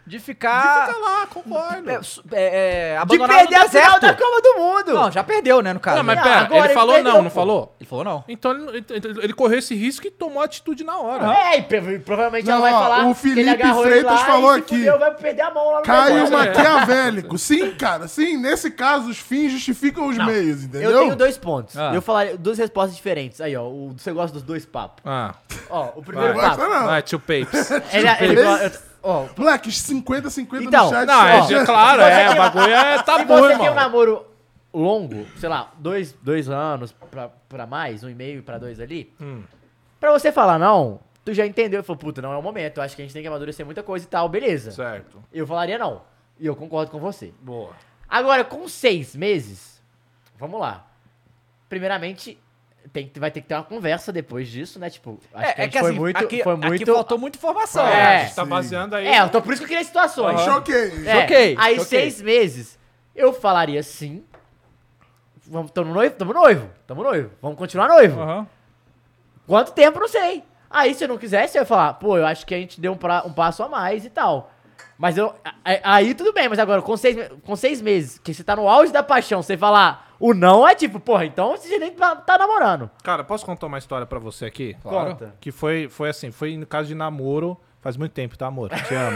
De ficar... Fica lá, concordo. É, su- é, é, De abandonado perder no a final deserto. da Copa do Mundo. Não, já perdeu, né, no caso. Não, mas Ah, pera, agora ele ele falou perdeu, não, não pô. falou? Ele falou não. Então ele, ele- ele correu esse risco e tomou atitude na hora. É, e prov- provavelmente Não, ela vai ó, falar o que ele Felipe agarrou ele Freitas lá falou e se aqui. fudeu, vai perder a mão lá no Caio negócio. Maquiavélico. Sim, cara, sim. Nesse caso, os fins justificam os Não. meios, entendeu? Eu tenho dois pontos. Ah. Eu falaria duas respostas diferentes. Aí, ó, o, você gosta dos dois papos. Ah, Ó, o primeiro Vai. papo. Gosta não. vai, tio Papes. Ele, ele, eu- ó, Moleque, cinquenta a cinquenta Então, no chat. Não, é, ó. é claro, Se você é, tem o bagulho é se tabu, você tem um irmão. namoro longo, sei lá, dois, dois anos pra, pra mais, um e meio pra dois ali, Hum. pra você falar não, tu já entendeu e falou, puta, não é o momento, eu acho que a gente tem que amadurecer muita coisa e tal, beleza. Certo. Eu falaria não. E eu concordo com você. Boa. Agora, com seis meses, vamos lá. Primeiramente, tem, que- vai ter que ter uma conversa depois disso, né? Tipo, acho É, que é a gente que foi assim, muito. aqui, foi aqui muito faltou muita informação. É, É, a gente tá sim. baseando aí. É, então por isso que eu queria situações. Choquei. É, Choquei, Aí choquei. seis meses, eu falaria sim. Vamos, tamo noivo? Tamo noivo. Tamo noivo. Vamos continuar noivo. Aham. Quanto tempo, não sei. Aí se eu não quisesse, eu ia falar, pô, eu acho que a gente deu um, pra- um passo a mais e tal. Mas eu. a- a- Aí tudo bem, mas agora, com seis, me- com seis meses, que você tá no auge da paixão, você falar o não é tipo, porra, então você nem tá, tá namorando. Cara, posso contar uma história pra você aqui? Claro. Conta. Que foi, foi assim, foi no caso de namoro, faz muito tempo, tá, amor? Te amo.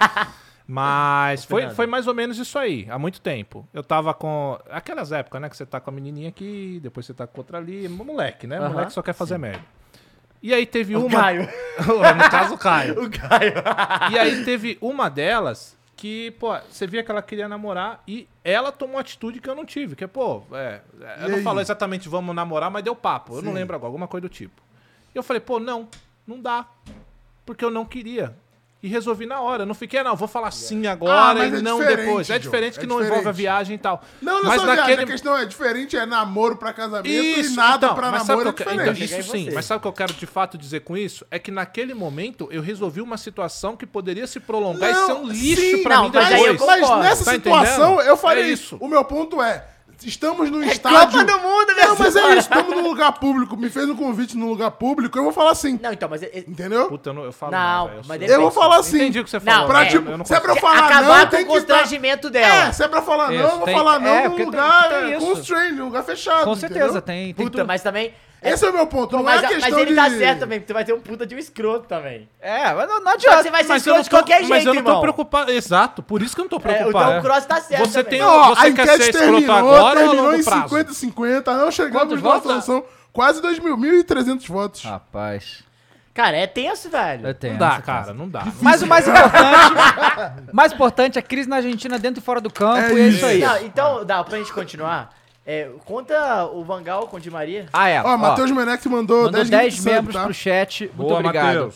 Mas foi, Fernando. foi mais ou menos isso aí, há muito tempo. Eu tava com. Aquelas épocas, né? Que você tá com a menininha aqui, depois você tá com outra ali. Moleque, né? Aham, Moleque só quer fazer merda. E aí teve O uma. Caio. No caso, o Caio. O Caio. E aí teve uma delas que, pô, você via que ela queria namorar e ela tomou uma atitude que eu não tive. Que, pô, é, E ela não aí? falou exatamente vamos namorar, mas deu papo. Eu não Sim. lembro agora, alguma coisa do tipo. E eu falei, pô, não, não dá. Porque eu não queria. E resolvi na hora. Eu não fiquei, não, vou falar sim agora Ah, mas e é não diferente, depois. É Joe, diferente que é não envolve a diferente. viagem e tal. Não, não mas só naquele... viagem, a questão é diferente, é namoro pra casamento Isso, e nada então, pra mas sabe namoro é o que eu quero- diferente. então, isso Chegar em sim, você. mas sabe o que eu quero de fato dizer com isso? É que naquele momento eu resolvi uma situação que poderia se prolongar e ser um lixo sim, pra não, mim mas depois. aí eu Mas concordo. nessa Tá situação, entendendo? eu falei É isso. isso. O meu ponto é, estamos num Copa estádio... do Mundo, minha Não, mas é senhora. isso, estamos num lugar público, me fez um convite num lugar público, eu vou falar assim, Não, então, mas. é- entendeu? Puta, eu, não, eu falo Não, velho, mas sou- ele- Eu vou falar assim. Entendi o que você Não, falou. Pra, eu- tipo, eu não se é pra consigo. falar acabar não, com tem o que tá- constrangimento dela. É, se é pra falar não, Isso, eu vou tem- falar não é, num porque tem- lugar tem isso. constrained, num lugar fechado, Com certeza, entendeu? tem, tem Puta, tudo. mas também. Esse é o meu ponto, Pô, não mas, é a- questão mas ele de... tá certo também, porque tu vai ter um puta de um escroto também. É, mas não, não Só adianta. que você vai ser Mas eu não escroto de tô, qualquer mas jeito, eu não tô irmão. preocupado. Exato, por isso que eu não tô É, preocupado. então o Cross tá certo Você também. tem Ó, Você a quer enquete ser escroto terminou, agora ou a terminou longo em prazo? cinquenta a cinquenta, não chegamos Quantos na votos? solução, quase dois mil, mil e trezentos votos. Rapaz. Cara, é tenso, velho. Eu tenho. Não dá, cara, não dá. Mas o mais importante, mais importante é a crise na Argentina dentro e fora do campo, É e é isso aí. Não, então, dá, pra gente continuar. É, conta o Vangal com o Di Maria. Ah, é. Ó, Matheus Menex mandou, mandou dez dez gifts de membros sub, tá? pro chat. Muito Boa, obrigado. Matheus.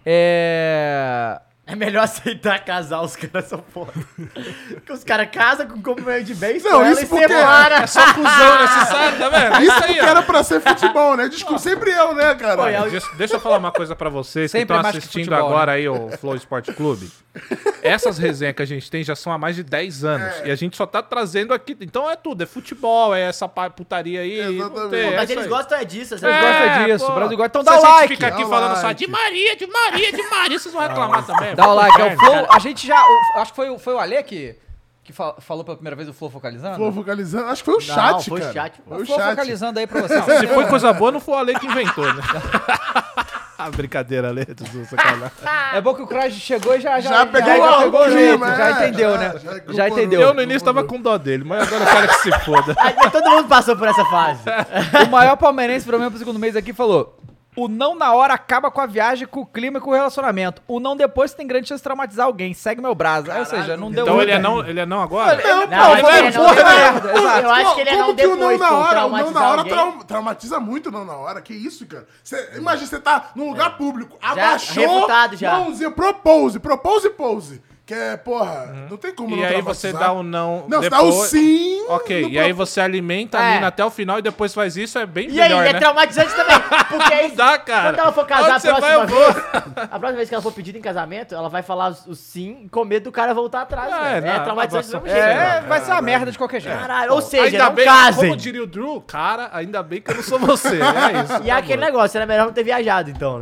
É... É melhor aceitar casar, os caras são foda. Porque os caras casam com companheiro de bens Não, com ela isso e porque- separa. É só cuzão necessário, tá vendo? É Isso isso aí, porque ó. era pra ser futebol, né? Desculpa, sempre eu, né, cara? Pô, é o- Deixa, deixa eu falar uma coisa pra vocês que Sempre estão é mais que assistindo futebol, agora aí o Flow Esporte Clube. Essas resenhas que a gente tem já são há mais de dez anos. É. E a gente só tá trazendo aqui. Então é tudo, é futebol, é essa pa- putaria aí. Exatamente. não tem, Pô, é Mas isso eles aí. gostam é disso, Eles vocês gostam É, disso, pô. o Brasil gosta. Então Se dá a o gente like. fica aqui Dá o falando só like. de Maria, de Maria, de Maria, vocês vão reclamar também. Dá o like. É o Inferno, Flow. cara. A gente já. o- acho que foi, o- foi o Ale que, que fa- falou pela primeira vez o Flow focalizando. Flow focalizando, acho que foi o chat, foi o cara. chat, pô. Foi o Flow chat. focalizando aí pra vocês. Se foi coisa boa, não foi o Ale que inventou, né? Ah, brincadeira, Ale. tu- sacanagem. É bom que o Crash chegou e já, já, Já pegou já o pegou o clima, jeito, já é, entendeu, é, né? já Já, incorporou. entendeu. Eu no início tava com dó dele, mas agora eu quero que se foda. Aí, todo mundo passou por essa fase. O maior palmeirense, pelo menos pro segundo mês aqui, falou: o não na hora acaba com a viagem, com o clima e com o relacionamento. O não depois tem grande chance de traumatizar alguém. Segue meu braço. Ou seja, não deu Então ele é outra. não, ele é não agora? Não, Não, pô, acho que vai, ele é não porra, depois. merda, exato. Eu acho que ele é Como não que o não depois, na pô, hora? O não traumatizar na hora alguém. trau- traumatiza muito o não na hora. Que isso, cara? Cê, imagina, você tá num lugar público, Já, abaixou, refutado já. mãozinha, propose, propose e pose. Que é, porra, não tem como E não aí traumatizar. você dá o não. Não, você depois... dá o sim. Ok, no e aí pro- você alimenta a É. mina até o final e depois faz isso, é bem E aí, melhor, é né? traumatizante também. Porque aí, Não dá, cara. quando ela for casar a Onde você vai, próxima eu vou. vez, a próxima vez que ela for pedida em casamento, ela vai falar o sim com medo do cara voltar atrás, É, velho. É, não, traumatizante do não, mesmo jeito. É, vai ser uma merda de qualquer jeito. Caralho, ou seja, ainda não bem, casem. como diria o Drew, cara, ainda bem que eu não sou você. É isso. E é aquele negócio, era melhor não ter viajado então, né?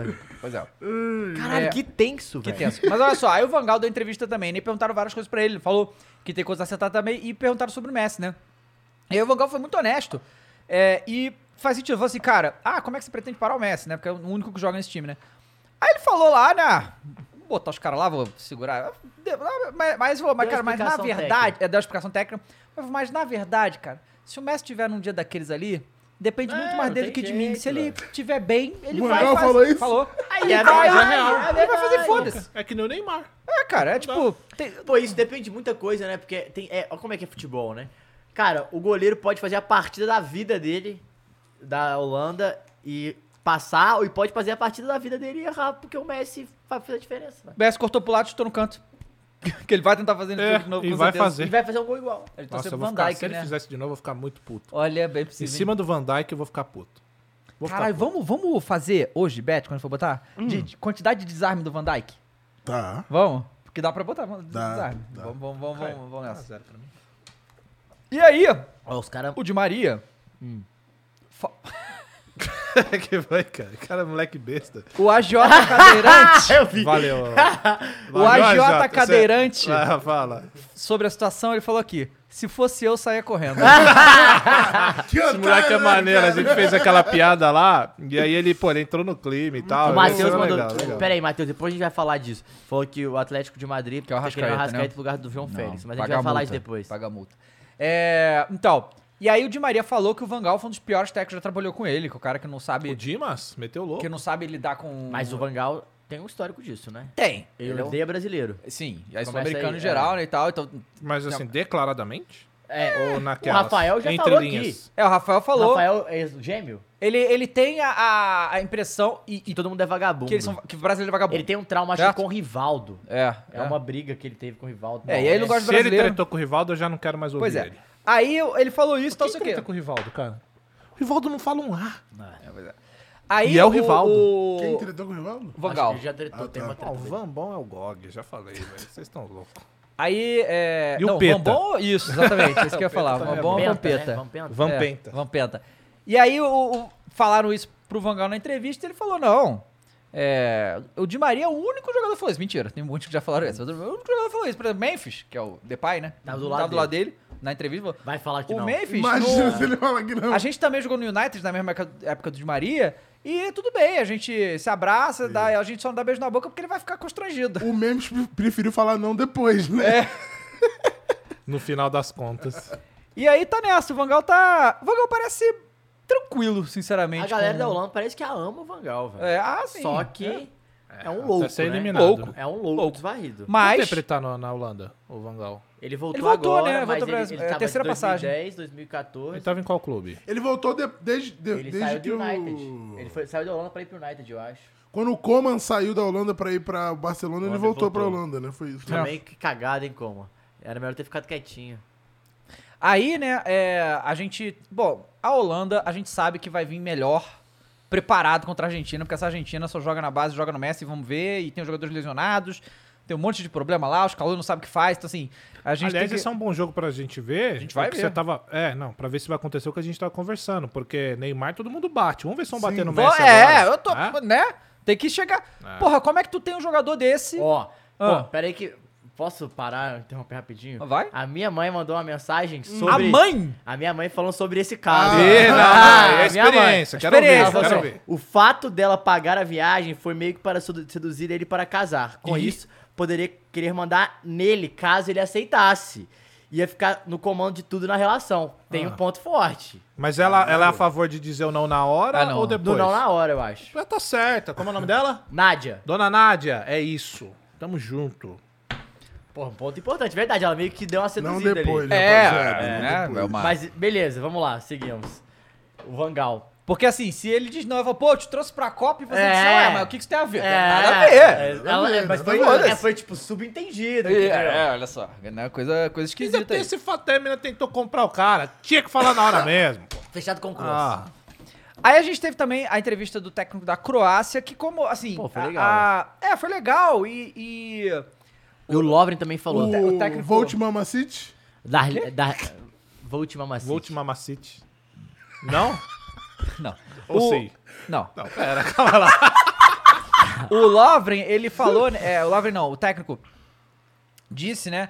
Pois é. Caralho, É. que tenso, Que velho. tenso. Mas olha só, aí o Van Gaal deu entrevista também, né? E perguntaram várias coisas pra ele. Ele falou que tem coisa a acertar também e perguntaram sobre o Messi, né? E aí o Van Gaal foi muito honesto. É, e faz sentido. Ele falou assim, cara, ah, como é que você pretende parar o Messi, né? Porque é o único que joga nesse time, né? Aí ele falou lá, né? Vou botar os caras lá, vou segurar. Mas, mas, mas, Deu cara, mas na explicação verdade. técnica. É, deu uma explicação técnica. Mas, mas na verdade, cara, se o Messi tiver num dia daqueles ali, depende É, muito mais não dele tem que de mim. jeito, Se ele velho. tiver bem, ele O vai Van Gaal fazer. falou isso? Falou. Aí E ele é vai, verdade, aí é real. ele vai fazer verdade. foda-se. É que nem o Neymar. É, cara, é tipo. tem- Pô, isso depende de muita coisa, né? Porque tem. É, olha como é que é futebol, né? Cara, o goleiro pode fazer a partida da vida dele, da Holanda, e passar, e pode fazer a partida da vida dele e errar, porque o Messi vai fazer a diferença. Né? O B S cortou pro lado e chutou no canto. Que ele vai tentar fazer no É, jogo de novo, e com vai certeza. fazer. E vai fazer um gol igual. Ele Nossa, torceu eu pro vou Van ficar, Dijk, se ele né? fizesse de novo, eu vou ficar muito puto. Olha, é bem Em possível. cima do Van Dijk, eu vou ficar puto. Vou ficar Caralho, puto. vamos, vamos fazer hoje, Bet, quando for botar, de, de quantidade de desarme do Van Dijk? Tá. Vamos? Porque dá pra botar de Dá, desarme. dá. Vamos, vamos, vamos, Cai. vamos, vamos Ah, nessa. zero pra mim. E aí, Ó, os caras. o Di Maria... fa- que foi, cara? Cara, moleque besta. O agiota cadeirante... Eu vi. Valeu. O agiota cadeirante Você... Ah, fala. sobre a situação, ele falou aqui, se fosse eu, saía correndo. Que Esse moleque é otário, né, maneiro. A cara? gente fez aquela piada lá, e aí ele, pô, ele entrou no clima e tal. O Matheus Isso é mandou. legal, legal. Pera aí, Matheus, depois a gente vai falar disso. Falou que o Atlético de Madrid Que é o tá querendo Arrascaeta, o Arrascaeta né? no lugar do João Félix. Mas a gente Paga vai falar multa, isso depois. Paga a multa. É, então, e aí o Di Maria falou que o Van Gaal foi um dos piores técnicos que já trabalhou com ele, que o cara que não O sabe, Dimas meteu louco. que não sabe lidar com... Mas o Van Gaal tem um histórico disso, né? Tem. Ele, Ele é um- odeia brasileiro. Sim, e aí Começa sul-americano aí, em geral, é. né, e tal, então... Mas assim, declaradamente? É, Ou o naquelas? Rafael já entre falou linhas? aqui. É, o Rafael O falou, Rafael é gêmeo? ele, ele tem a, a, a impressão e, Que e todo mundo é vagabundo. que, eles são, que o brasileiro é vagabundo. Ele tem um trauma acho, Certo? com o Rivaldo. É, É, uma briga que ele teve com o Rivaldo. É, e aí ele não gosta de Se ele brasileiro. tretou com o Rivaldo, eu já não quero mais ouvir Pois é. ele. Aí eu- ele falou isso, então Quem sei o quê. treta com o Rivaldo, cara? O Rivaldo não fala um A. Aí E é o Rivaldo. O, Quem tretou com o Rivaldo? Van Acho Gaal. que ele já tretou, Ah, tem tá. uma Ah, treta o dele. Van Bom é o Gog, já falei, velho. Vocês estão loucos. Aí, é... E o não, Peta? Vampon, isso, exatamente, isso que eu ia falar. também é Vampon ou Vampeta, né? Vampeta. Vampeta. Vampenta. É, Vampeta. E aí o, o- falaram isso pro Van Gaal na entrevista e ele falou, não, é, o Di Maria é o único jogador que falou isso. Mentira, tem muitos que já falaram isso. Mas o único jogador que falou isso. Por exemplo, Memphis, que é o Depay, né? Tava do lado do lado dele, na entrevista. Falou, Vai falar que o não. Memphis, Imagina no- se ele fala que não. a gente também jogou no United na mesma época- época do Di Maria e tudo bem, a gente se abraça, dá, a gente só não dá beijo na boca porque ele vai ficar constrangido. O Memphis pre- preferiu falar não depois, né? É. No final das contas. E aí tá nessa, o Van Gaal tá... O Van Gaal parece tranquilo, sinceramente. A galera com- da Holanda parece que ama o Van Gaal, velho. É, ah, sim. Só que é, um Até louco, ser né? eliminado. Louco. né? É um louco, Louco. desvarrido. Quanto Mas... tempo ele tá no- na Holanda, o Van Gaal? Ele voltou, Ele voltou, agora, né? mas Voltou pra- ele, ele é a tava terceira em passagem. dois mil e dez, dois mil e quatorze. Ele tava em qual clube? Ele voltou de- desde, de- Ele desde saiu que do o... United. Ele foi, saiu da Holanda pra ir pro United, eu acho. Quando o Coman saiu da Holanda pra ir pra Barcelona, ele Ele voltou, pra voltou. Holanda, né? Foi isso. Também que cagada, hein, como? Era melhor ter ficado quietinho. Aí, né, é, a gente... Bom, a Holanda, a gente sabe que vai vir melhor preparado contra a Argentina, porque essa Argentina só joga na base, joga no Messi, vamos ver, e tem os jogadores lesionados, tem um monte de problema lá, os calouros não sabem o que faz, então assim, a gente Aliás, tem que... esse é um bom jogo pra gente ver. A gente vai porque ver. Você tava, é, não, pra ver se vai acontecer o que a gente tava conversando. Porque Neymar todo mundo bate. Vamos ver se vão bater no Vó- Messi é, agora. eu tô... né? né? Tem que chegar... É. Porra, como é que tu tem um jogador desse... Ó, Ah. pô, pera aí que... Posso parar, interromper rapidinho? Vai. A minha mãe mandou uma mensagem sobre... A mãe? A minha mãe falando sobre esse caso. Ah. Ih, não, Ah, é minha mãe. experiência. Quero Experiência, ver, Ela falou quero assim, ver. o fato dela pagar a viagem foi meio que para sedu- seduzir ele para casar. Com Ih. isso, poderia querer mandar nele caso ele aceitasse. Ia ficar no comando de tudo na relação. Tem Ah. um ponto forte. Mas ela, ela é a favor de dizer o não na hora Ah, não. ou Do depois? não na hora, eu acho. Já tá certa. Como é o nome dela? Nádia. Dona Nádia. É isso. Tamo junto. Pô, um ponto importante. Verdade, ela meio que deu uma Não seduzida depois, ali. né, É, rapaziada? é, Não né, depois. é uma- Mas beleza, vamos lá, seguimos. O Van Gaal. Porque assim, se ele diz não, eu falo, pô, eu te trouxe pra Copa e você É. diz, não, é, mas o que que isso tem a ver? É, Nada a ver. é, ela- ver, mas nada foi, a ver. é, foi tipo subentendido. É, entendeu? é, olha só, né, coisa, coisa Ainda esquisita tem aí. esse fato, a mina tentou comprar o cara. Tinha que falar na hora mesmo. pô. Fechado com o cross. Ah, Aí a gente teve também a entrevista do técnico da Croácia, que como, assim... Pô, foi a- legal, a- é, foi legal e... e- E o Lovren também falou. o O técnico- Volt Mamacite? Da, da, Volt Mamacite. Volt Mamacite. Não? Não. Ou O- sei? Não. Não, pera, calma lá. o Lovren, ele falou, né, é, o Lovren não, o técnico disse, né,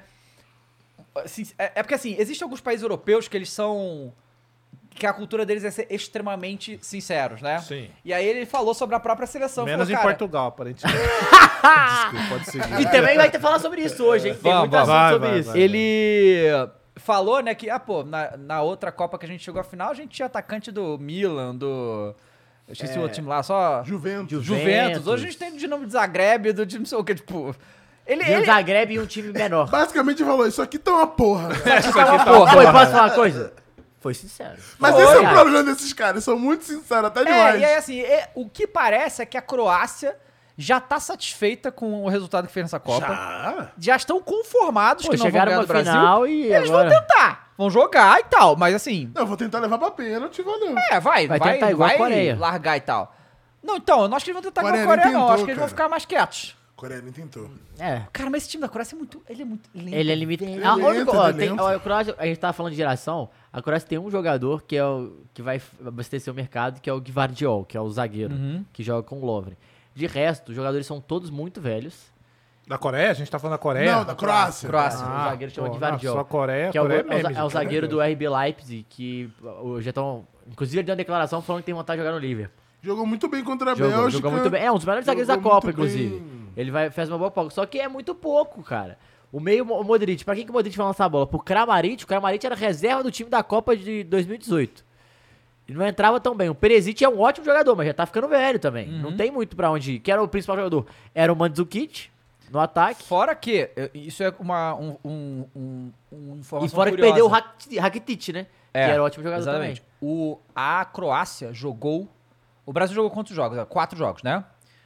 assim, é, é porque assim, existem alguns países europeus que eles são, que a cultura deles é ser extremamente sinceros, né? Sim. E aí ele falou sobre a própria seleção. Menos falou, em cara, Portugal, aparentemente. Desculpa, pode seguir. E também vai ter falar sobre isso hoje, hein? Tem Vamos, muito vamos. assunto Vai, sobre vai, isso. vai. Ele falou, né, que, ah, pô, na, na outra Copa que a gente chegou à final, a gente tinha atacante do Milan, do... Eu esqueci É. o outro time lá, só... Juventus. Juventus. Hoje a gente tem de nome de Zagreb, do time não sei o que, tipo... Ele, E o ele... Zagreb e um time menor. Basicamente falou, isso aqui tá uma porra. Isso aqui tá porra. Pô, posso falar uma coisa? Foi sincero. Mas Foi, esse é o cara. problema desses caras, são muito sinceros, até É, demais. e aí assim, é, o que parece é que a Croácia já tá satisfeita com o resultado que fez nessa Copa. Já, Já? estão conformados Pô, que não vão chegaram ganhar na do Brasil. final e Eles agora... vão tentar, vão jogar e tal, mas assim... Não, eu vou tentar levar pra pênalti, valeu. É, vai, vai, Vai tentar igual a vai Coreia. largar e tal. Não, então, eu não acho que eles vão tentar Coreia igual a Coreia, nem não. tentou, Acho que eles vão cara. ficar mais quietos. Coreia nem tentou. É. Cara, mas esse time da Croácia é muito... Ele é muito lento. Ele é limitado. Ele A, única- entra, ó, ele tem- entra. ó, a Croácia, a gente tava falando de geração. A Croácia tem um jogador que é o que vai f- abastecer o mercado, que é o Gvardiol, que é o zagueiro, Uhum. que joga com o Lovren. De resto, os jogadores são todos muito velhos. Da Coreia? A gente tá falando da Coreia? Não, da Croácia. Croácia. o zagueiro chama pô, Gvardiol. não, só Coreia, Que é o, Coreia é o, meme, za- é o gente. zagueiro do R B Leipzig, que ó, já estão. Inclusive, ele deu uma declaração falando que tem vontade de jogar no Liverpool. Jogou muito bem contra a Jogou, Bélgica. jogou muito bem. É um dos melhores zagueiros da Jogou Copa, muito inclusive. bem. Ele vai, faz uma boa Copa. Só que é muito pouco, cara. O meio, o Modric. Pra quem que o Modric vai lançar a bola? Pro Kramaric. O Kramaric era reserva do time da Copa de dois mil e dezoito. Ele não entrava tão bem. O Perisic é um ótimo jogador, mas já tá ficando velho também. Não tem muito pra onde ir. Quem era o principal jogador? Era o Mandzukic, no ataque. Fora que, eh, isso é uma um, um, um, uma informação E fora que curiosa. perdeu o Rakitic, Rakitic, né? É, que era ótimo jogador exatamente. também. O, a Croácia jogou... O Brasil jogou quantos jogos? Quatro jogos, né?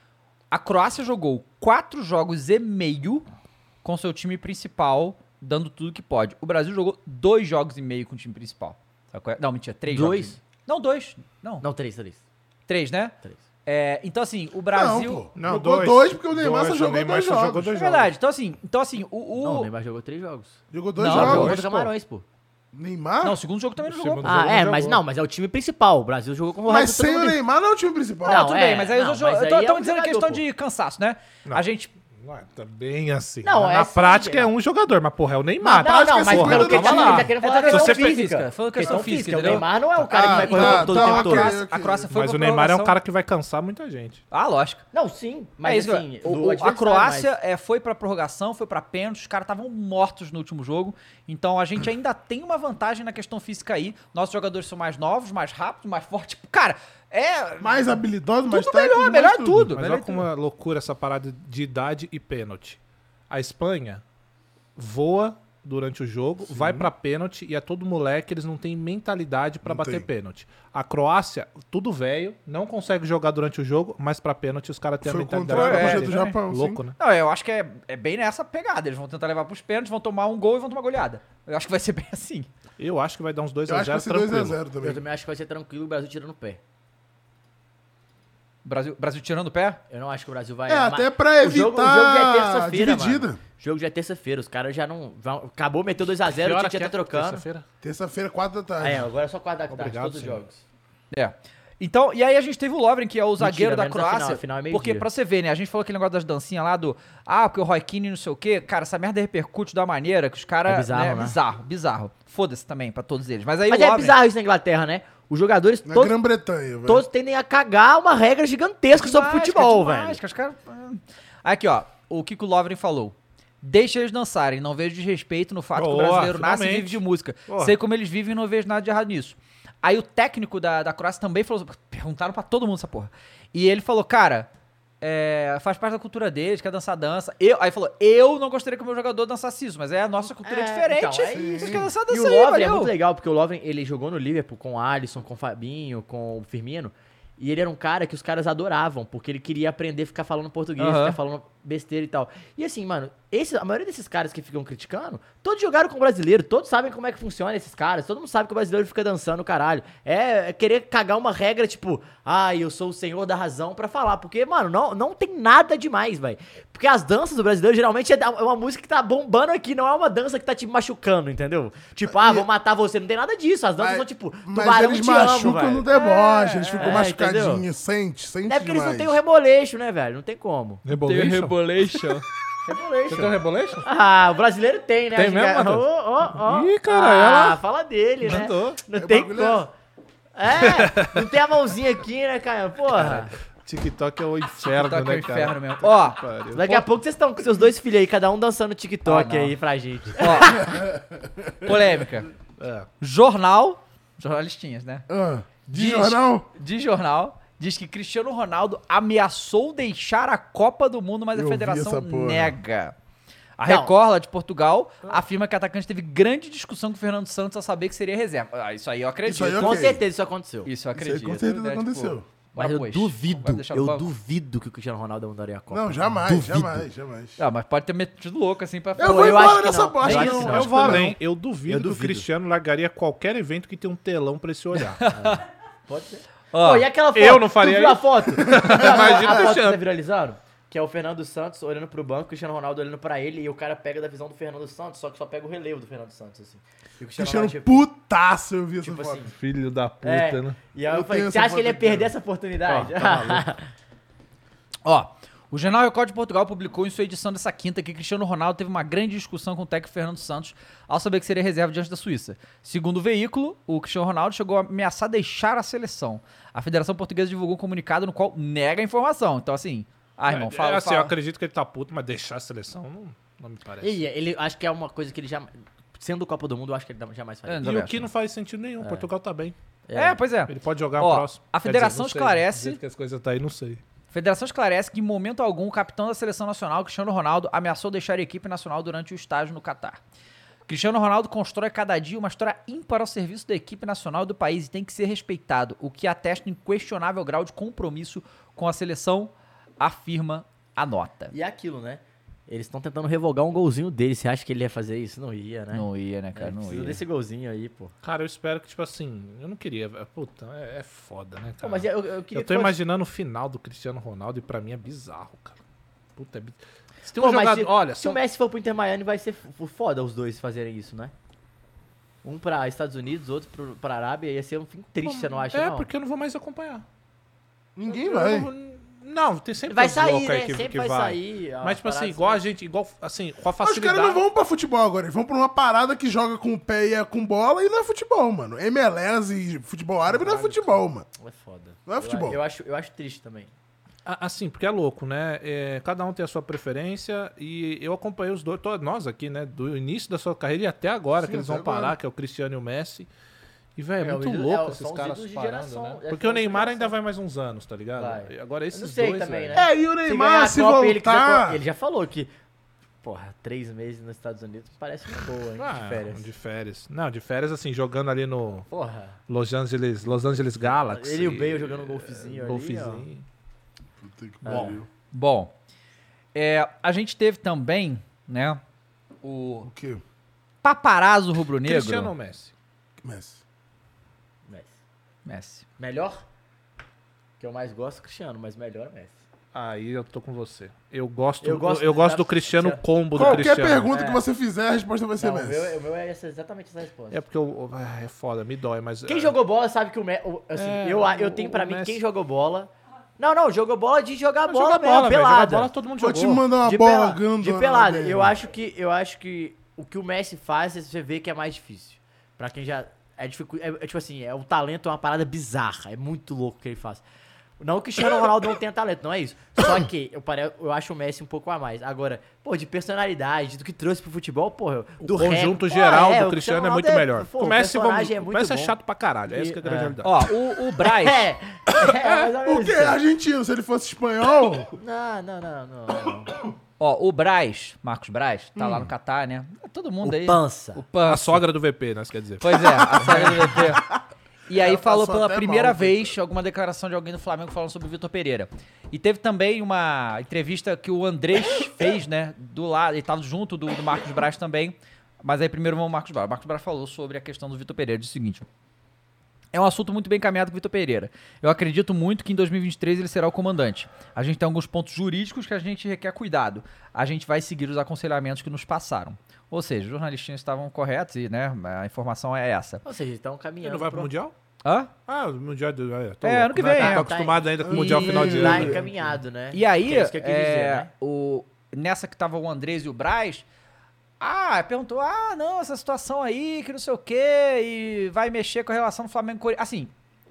A Croácia jogou quatro jogos e meio com seu time principal, dando tudo que pode. O Brasil jogou dois jogos e meio com o time principal. Sabe qual é? Não, mentira, três Dois? jogos. Não, dois. Não, Não, três, três. três, né? Três. É, então, assim, o Brasil... Não, pô. Não, jogou dois. dois, porque o Neymar Dois, só o jogou Neymar dois só jogou jogos. dois É verdade. Então, assim, então, assim o... o- Não, o Neymar jogou três jogos. Jogou dois Não, Jogou jogos. contra o Camarões, pô. Neymar? Não, o segundo jogo também não O jogou. segundo Ah, jogo é, não mas jogou. não, mas é o time principal. O Brasil jogou com o Mas resto do sem o time. Neymar não é o time principal. Não, Não, tudo é, bem, mas aí não, os outros... mas Eu tô, aí é tô um dizendo jogador, questão pô. de cansaço, né? Não. A gente... Não, é tá bem assim. Não, Na é prática assim, é um jogador, mas porra, é o Neymar. Não, não, que mas esse pelo que ele tá, calma ele lá. tá querendo É falar da questão questão física. física, foi uma questão física, O entendeu? Neymar não é o cara que Ah, vai correr tá, todo tá, o tempo ok. todo. A Croácia, a Croácia foi Mas pra o Neymar é um prorrogação. cara que vai cansar muita gente. Ah, lógico. Não, sim, É mas isso, assim... o- do o- a adversário, Croácia mas- é, foi pra prorrogação, foi pra pênalti, os caras estavam mortos no último jogo, então a gente ainda tem uma vantagem na questão física aí. Nossos jogadores são mais novos, mais rápidos, mais fortes. Tipo, cara, é... Mais habilidoso, mais Tudo técnico, melhor, mais melhor tudo. Mas melhor olha como é loucura essa parada de idade e pênalti. A Espanha voa durante o jogo, vai pra pênalti e é todo moleque, eles não têm mentalidade pra Não bater tem. pênalti. A Croácia, tudo velho, não consegue jogar durante o jogo, mas pra pênalti os caras têm a Foi o mentalidade contrário pra é, do bater. Japão, Louco, sim. né? Não, eu acho que é, é bem nessa pegada. Eles vão tentar levar pros pênaltis, vão tomar um gol e vão tomar goleada. Eu acho que vai ser bem assim. Eu acho que vai dar uns dois Eu a acho que zero vai ser dois a tranquilo. zero também. Eu também acho que vai ser tranquilo o Brasil tirando o pé. Brasil, Brasil tirando o pé? Eu não acho que o Brasil vai... É, mas- até pra O jogo, o evitar jogo já é terça-feira, dividida. mano. O jogo já é terça-feira, os caras já não... vão- Acabou, meteu dois a zero, Que o hora Tite já que tá é? trocando. Terça-feira? Terça-feira, quatro da tarde. Ah, é, agora é só quatro da tarde, Obrigado, todos os senhor. jogos. É. Então, e aí a gente teve o Lovren, que é o zagueiro da menos a Croácia. final, a final é meio-dia. Porque, pra você ver, né? A gente falou aquele negócio das dancinhas lá do... Ah, porque o Roy Keane não sei o quê. Cara, essa merda repercute da maneira que os caras... É bizarro, né? Bizarro, bizarro. Foda-se também pra todos eles. Mas aí Mas o é Lovren... bizarro isso na Inglaterra, né? Os jogadores, Na todos, Grã-Bretanha, velho. todos tendem a cagar uma regra gigantesca sobre Demais, futebol, cara, demais, velho. cara, os caras- Aqui, ó. O que que o Lovren falou. Deixa eles dançarem. Não vejo desrespeito no fato que o Boa, brasileiro nasce e finalmente. vive de música. Boa. Sei como eles vivem e não vejo nada de errado nisso. Aí o técnico da, da Croácia também falou... Perguntaram pra todo mundo essa porra. E ele falou, cara... é, faz parte da cultura deles, quer dançar dança. Eu, aí falou, eu não gostaria que o meu jogador dançasse isso, mas é a nossa cultura É, diferente. então, é isso. Eles querem dançar E dança o aí, Lovren é valeu. muito legal, porque o Lovren, ele jogou no Liverpool com o Alisson, com o Fabinho, com o Firmino, e ele era um cara que os caras adoravam, porque ele queria aprender a ficar falando português, Aham. ficar falando besteira e tal. E assim, mano, esse, a maioria desses caras que ficam criticando, todos jogaram com o brasileiro, todos sabem como é que funciona esses caras, todo mundo sabe que o brasileiro fica dançando, caralho. É, é querer cagar uma regra, tipo, ah, eu sou o senhor da razão pra falar, porque, mano, não, não tem nada demais, velho. Porque as danças do brasileiro geralmente é da- é uma música que tá bombando aqui, não é uma dança que tá te machucando, entendeu? Tipo, ah, vou matar você, não tem nada disso, as danças Mas- são tipo, Mas tubarão eles te amo, machucam velho. no deboche, eles ficam é, machucadinhos, sente, sente É porque eles não demais. têm o reboleixo, né, velho? Não tem como. Rebolation? Rebolation. Reboleixo. Você tem um Rebolation? Ah, o brasileiro tem, né? Tem Acho mesmo, que é- Matheus? Ó, ó, ó. Ih, caralho, olha Ah, lá. fala dele, né? Mandou. Não É tem bagulho como. É, não tem a mãozinha aqui, né, Caio? Porra. TikTok é o inferno, TikTok é né, o cara? inferno mesmo. Ó, Pariu. Daqui a pouco vocês estão com seus dois filhos aí, cada um dançando TikTok Ah, não. aí pra gente. ó. Polêmica. É. Jornal, jornalistinhas, né? Ah, de Diz- jornal? De jornal, diz que Cristiano Ronaldo ameaçou deixar a Copa do Mundo, mas Eu a vi federação essa porra. nega. A Não. Record, lá de Portugal, afirma que o atacante teve grande discussão com o Fernando Santos ao saber que seria reserva. Ah, isso aí eu acredito. Isso aí eu Com Ok. certeza isso aconteceu. Isso eu Isso aí acredito. com certeza né? Tipo, aconteceu. Mas bora, eu pois. duvido, Vai deixar no eu banco? duvido que o Cristiano Ronaldo mandaria a Copa. Não, jamais, Duvido. jamais, jamais. Ah, mas pode ter metido louco assim pra Eu Pô, vou eu acho embora que dessa não. bosta. Eu não, acho que não. acho Eu que vou não. além. Eu duvido Eu que o duvido. Cristiano largaria qualquer evento que tem um telão pra ele se olhar. Pode ser. Ó, Pô, e aquela foto? eu não faria Tu viu a isso. foto? Imagina a o foto que Cristiano. tá viralizando? Que é o Fernando Santos olhando pro banco, o Cristiano Ronaldo olhando pra ele, e o cara pega da visão do Fernando Santos, só que só pega o relevo do Fernando Santos, assim. E o Cristiano Ronaldo, tipo, putaço, eu vi essa tipo foto. assim. Filho da puta, É, né? e aí eu, Eu falei, tenho você essa acha que ele ia foto aqui, perder ó. essa oportunidade? Ó, tá maluco. Ó, o Jornal Record de Portugal publicou em sua edição dessa quinta que Cristiano Ronaldo teve uma grande discussão com o técnico Fernando Santos ao saber que seria reserva diante da Suíça. Segundo o veículo, o Cristiano Ronaldo chegou a ameaçar deixar a seleção. A Federação Portuguesa divulgou um comunicado no qual nega a informação. Então, assim, ah, irmão, fala, é, assim, fala. eu acredito que ele tá puto, mas deixar a seleção não, não me parece. E ele, acho que é uma coisa que ele já... Sendo Copa do Mundo, eu acho que ele jamais faria. É, E também o acho, que né? não faz sentido nenhum. Portugal tá bem. É, pois é. Ele pode jogar Ó, o próximo. a Quer federação dizer, não sei, esclarece- do jeito que as coisas tá aí, não sei. A Federação esclarece que em momento algum o capitão da seleção nacional, Cristiano Ronaldo, ameaçou deixar a equipe nacional durante o estágio no Catar. Cristiano Ronaldo constrói cada dia uma história ímpar ao serviço da equipe nacional do país e tem que ser respeitado, o que atesta um inquestionável grau de compromisso com a seleção, afirma a nota. E é aquilo, né? Eles estão tentando revogar um golzinho dele. Você acha que ele ia fazer isso? Não ia, né? Não ia, né, É, cara? Não precisa ia. desse golzinho aí, pô. Cara, eu espero que, tipo assim, eu não queria. Puta, é, é foda, né, Pô, cara? mas eu, eu queria Eu tô que fosse- imaginando o final do Cristiano Ronaldo e pra mim é bizarro, cara. Puta, é bizarro. Se tem um Pô, mas jogador. se, Olha, se são... o Messi for pro Inter Miami, vai ser f- foda os dois fazerem isso, né? Um pra Estados Unidos, outro pro, pra Arábia. Ia ser um fim triste, você não acha, É, não? porque eu não vou mais acompanhar. Ninguém Eu vai. Não, vou- não, tem sempre Vai uns sair, loucos aí né? que, Sempre que vai vai. sair. ó, Mas, tipo assim, paradas igual a assim. gente, igual, assim, com a Os facilidade. caras não vão pra futebol agora, eles vão pra uma parada que joga com o pé e é com bola e não é futebol, mano. M L S e futebol árabe não é futebol, mano. É foda. Não é Eu- futebol. Eu, acho, eu acho triste também. A- Assim, porque é louco, né? É, cada um tem a sua preferência e eu acompanhei os dois, todos nós aqui, né? Do início da sua carreira e até agora, Sim, que eles até vão parar, agora. que é o Cristiano e o Messi. E, velho, é, É, muito o ídolo- louco é, esses são os caras ídolos de parando, geração, né? é, Porque são o os de Neymar ainda geração. vai mais uns anos, tá ligado? Vai. Agora esses Eu não sei dois, também, velho. né? É, e o Se Neymar, ganhar a se Copa, ele, quiser voltar... co- ele já falou que, porra, três meses nos Estados Unidos parece uma boa, hein, Ah, de férias. de férias. Não, de férias, assim, jogando ali no Porra. Los Angeles, Los Angeles Galaxy. Ele e o Bale jogando um golfezinho ali, golfezinho. Puta que É. pariu. Bom, é, a gente teve também, né, o O quê? paparazzo rubro-negro. Cristiano ou Messi? Messi. Messi. Messi. Melhor? Que eu mais gosto, Cristiano, mas melhor é Messi. Aí eu tô com você. Eu gosto, Eu eu gosto eu de gosto dar- do Cristiano combo do Qualquer Cristiano. pergunta É. que você fizer, a resposta vai ser Não, o Messi. meu, o meu é essa- exatamente essa resposta. É porque eu, ah, é foda, me dói, mas Quem é, jogou bola sabe que o Messi... Assim, É, eu, eu o- tenho o pra mim, Messi- quem jogou bola... Não, não, jogou bola de jogar Não, bola joga mesmo, bola, velho, pelada. joga bola todo mundo Vou jogou. te mandar uma de bola pela- grandona. De pelada. velho. Eu acho que eu acho que o que o Messi faz, você vê que é mais difícil. Pra quem já é, dificu... é, é tipo assim, é o talento é uma parada bizarra, é muito louco o que ele faz. Não que o Cristiano Ronaldo não tenha talento, não é isso. Só que eu, pare... eu acho o Messi um pouco a mais. Agora, pô, de personalidade, do que trouxe pro futebol, pô, do O conjunto rap, geral pô, é, do o Cristiano é Ronaldo muito melhor. pô, o Messi, vamos, personagem é o muito Messi é bom. chato pra caralho, é isso que é a grande E- realidade. Ó, o, o Braz. É, é mais ou menos Porque isso. argentino, se ele fosse espanhol... Não, não, não, não, não. Ó, o Braz, Marcos Braz, tá lá no Catar, né? Todo mundo aí. O Pança. O A Pança. sogra do V P, né? Isso quer dizer. Pois é, a saída do V P. E aí Ela falou passou pela até primeira mal, vez alguma declaração de alguém do Flamengo falando sobre o Vitor Pereira. E teve também uma entrevista que o Andrés fez, né? Do lado, ele tava junto do, do Marcos Braz também. Mas aí primeiro vamos ao Marcos Braz. O Marcos Braz falou sobre a questão do Vitor Pereira. Diz o seguinte: é um assunto muito bem encaminhado com o Vitor Pereira. Eu acredito muito que em dois mil e vinte e três ele será o comandante. A gente tem alguns pontos jurídicos que a gente requer cuidado. A gente vai seguir os aconselhamentos que nos passaram. Ou seja, os jornalistinhas estavam corretos e, né, a informação é essa. Ou seja, estão Ele caminhando. não vai pro pro- Mundial? Hã? Ah, o Mundial... do- É, tô É, louco, ano que né? vem, Tô é. acostumado ainda com o E- Mundial final de Tá ano. encaminhado, né? E aí, Que é isso que eu quis é, dizer, né? o, nessa que tava o Andrés e o Braz, ah, perguntou, ah, não, essa situação aí, que não sei o quê, e vai mexer com a relação do Flamengo com o Corinthians. Assim,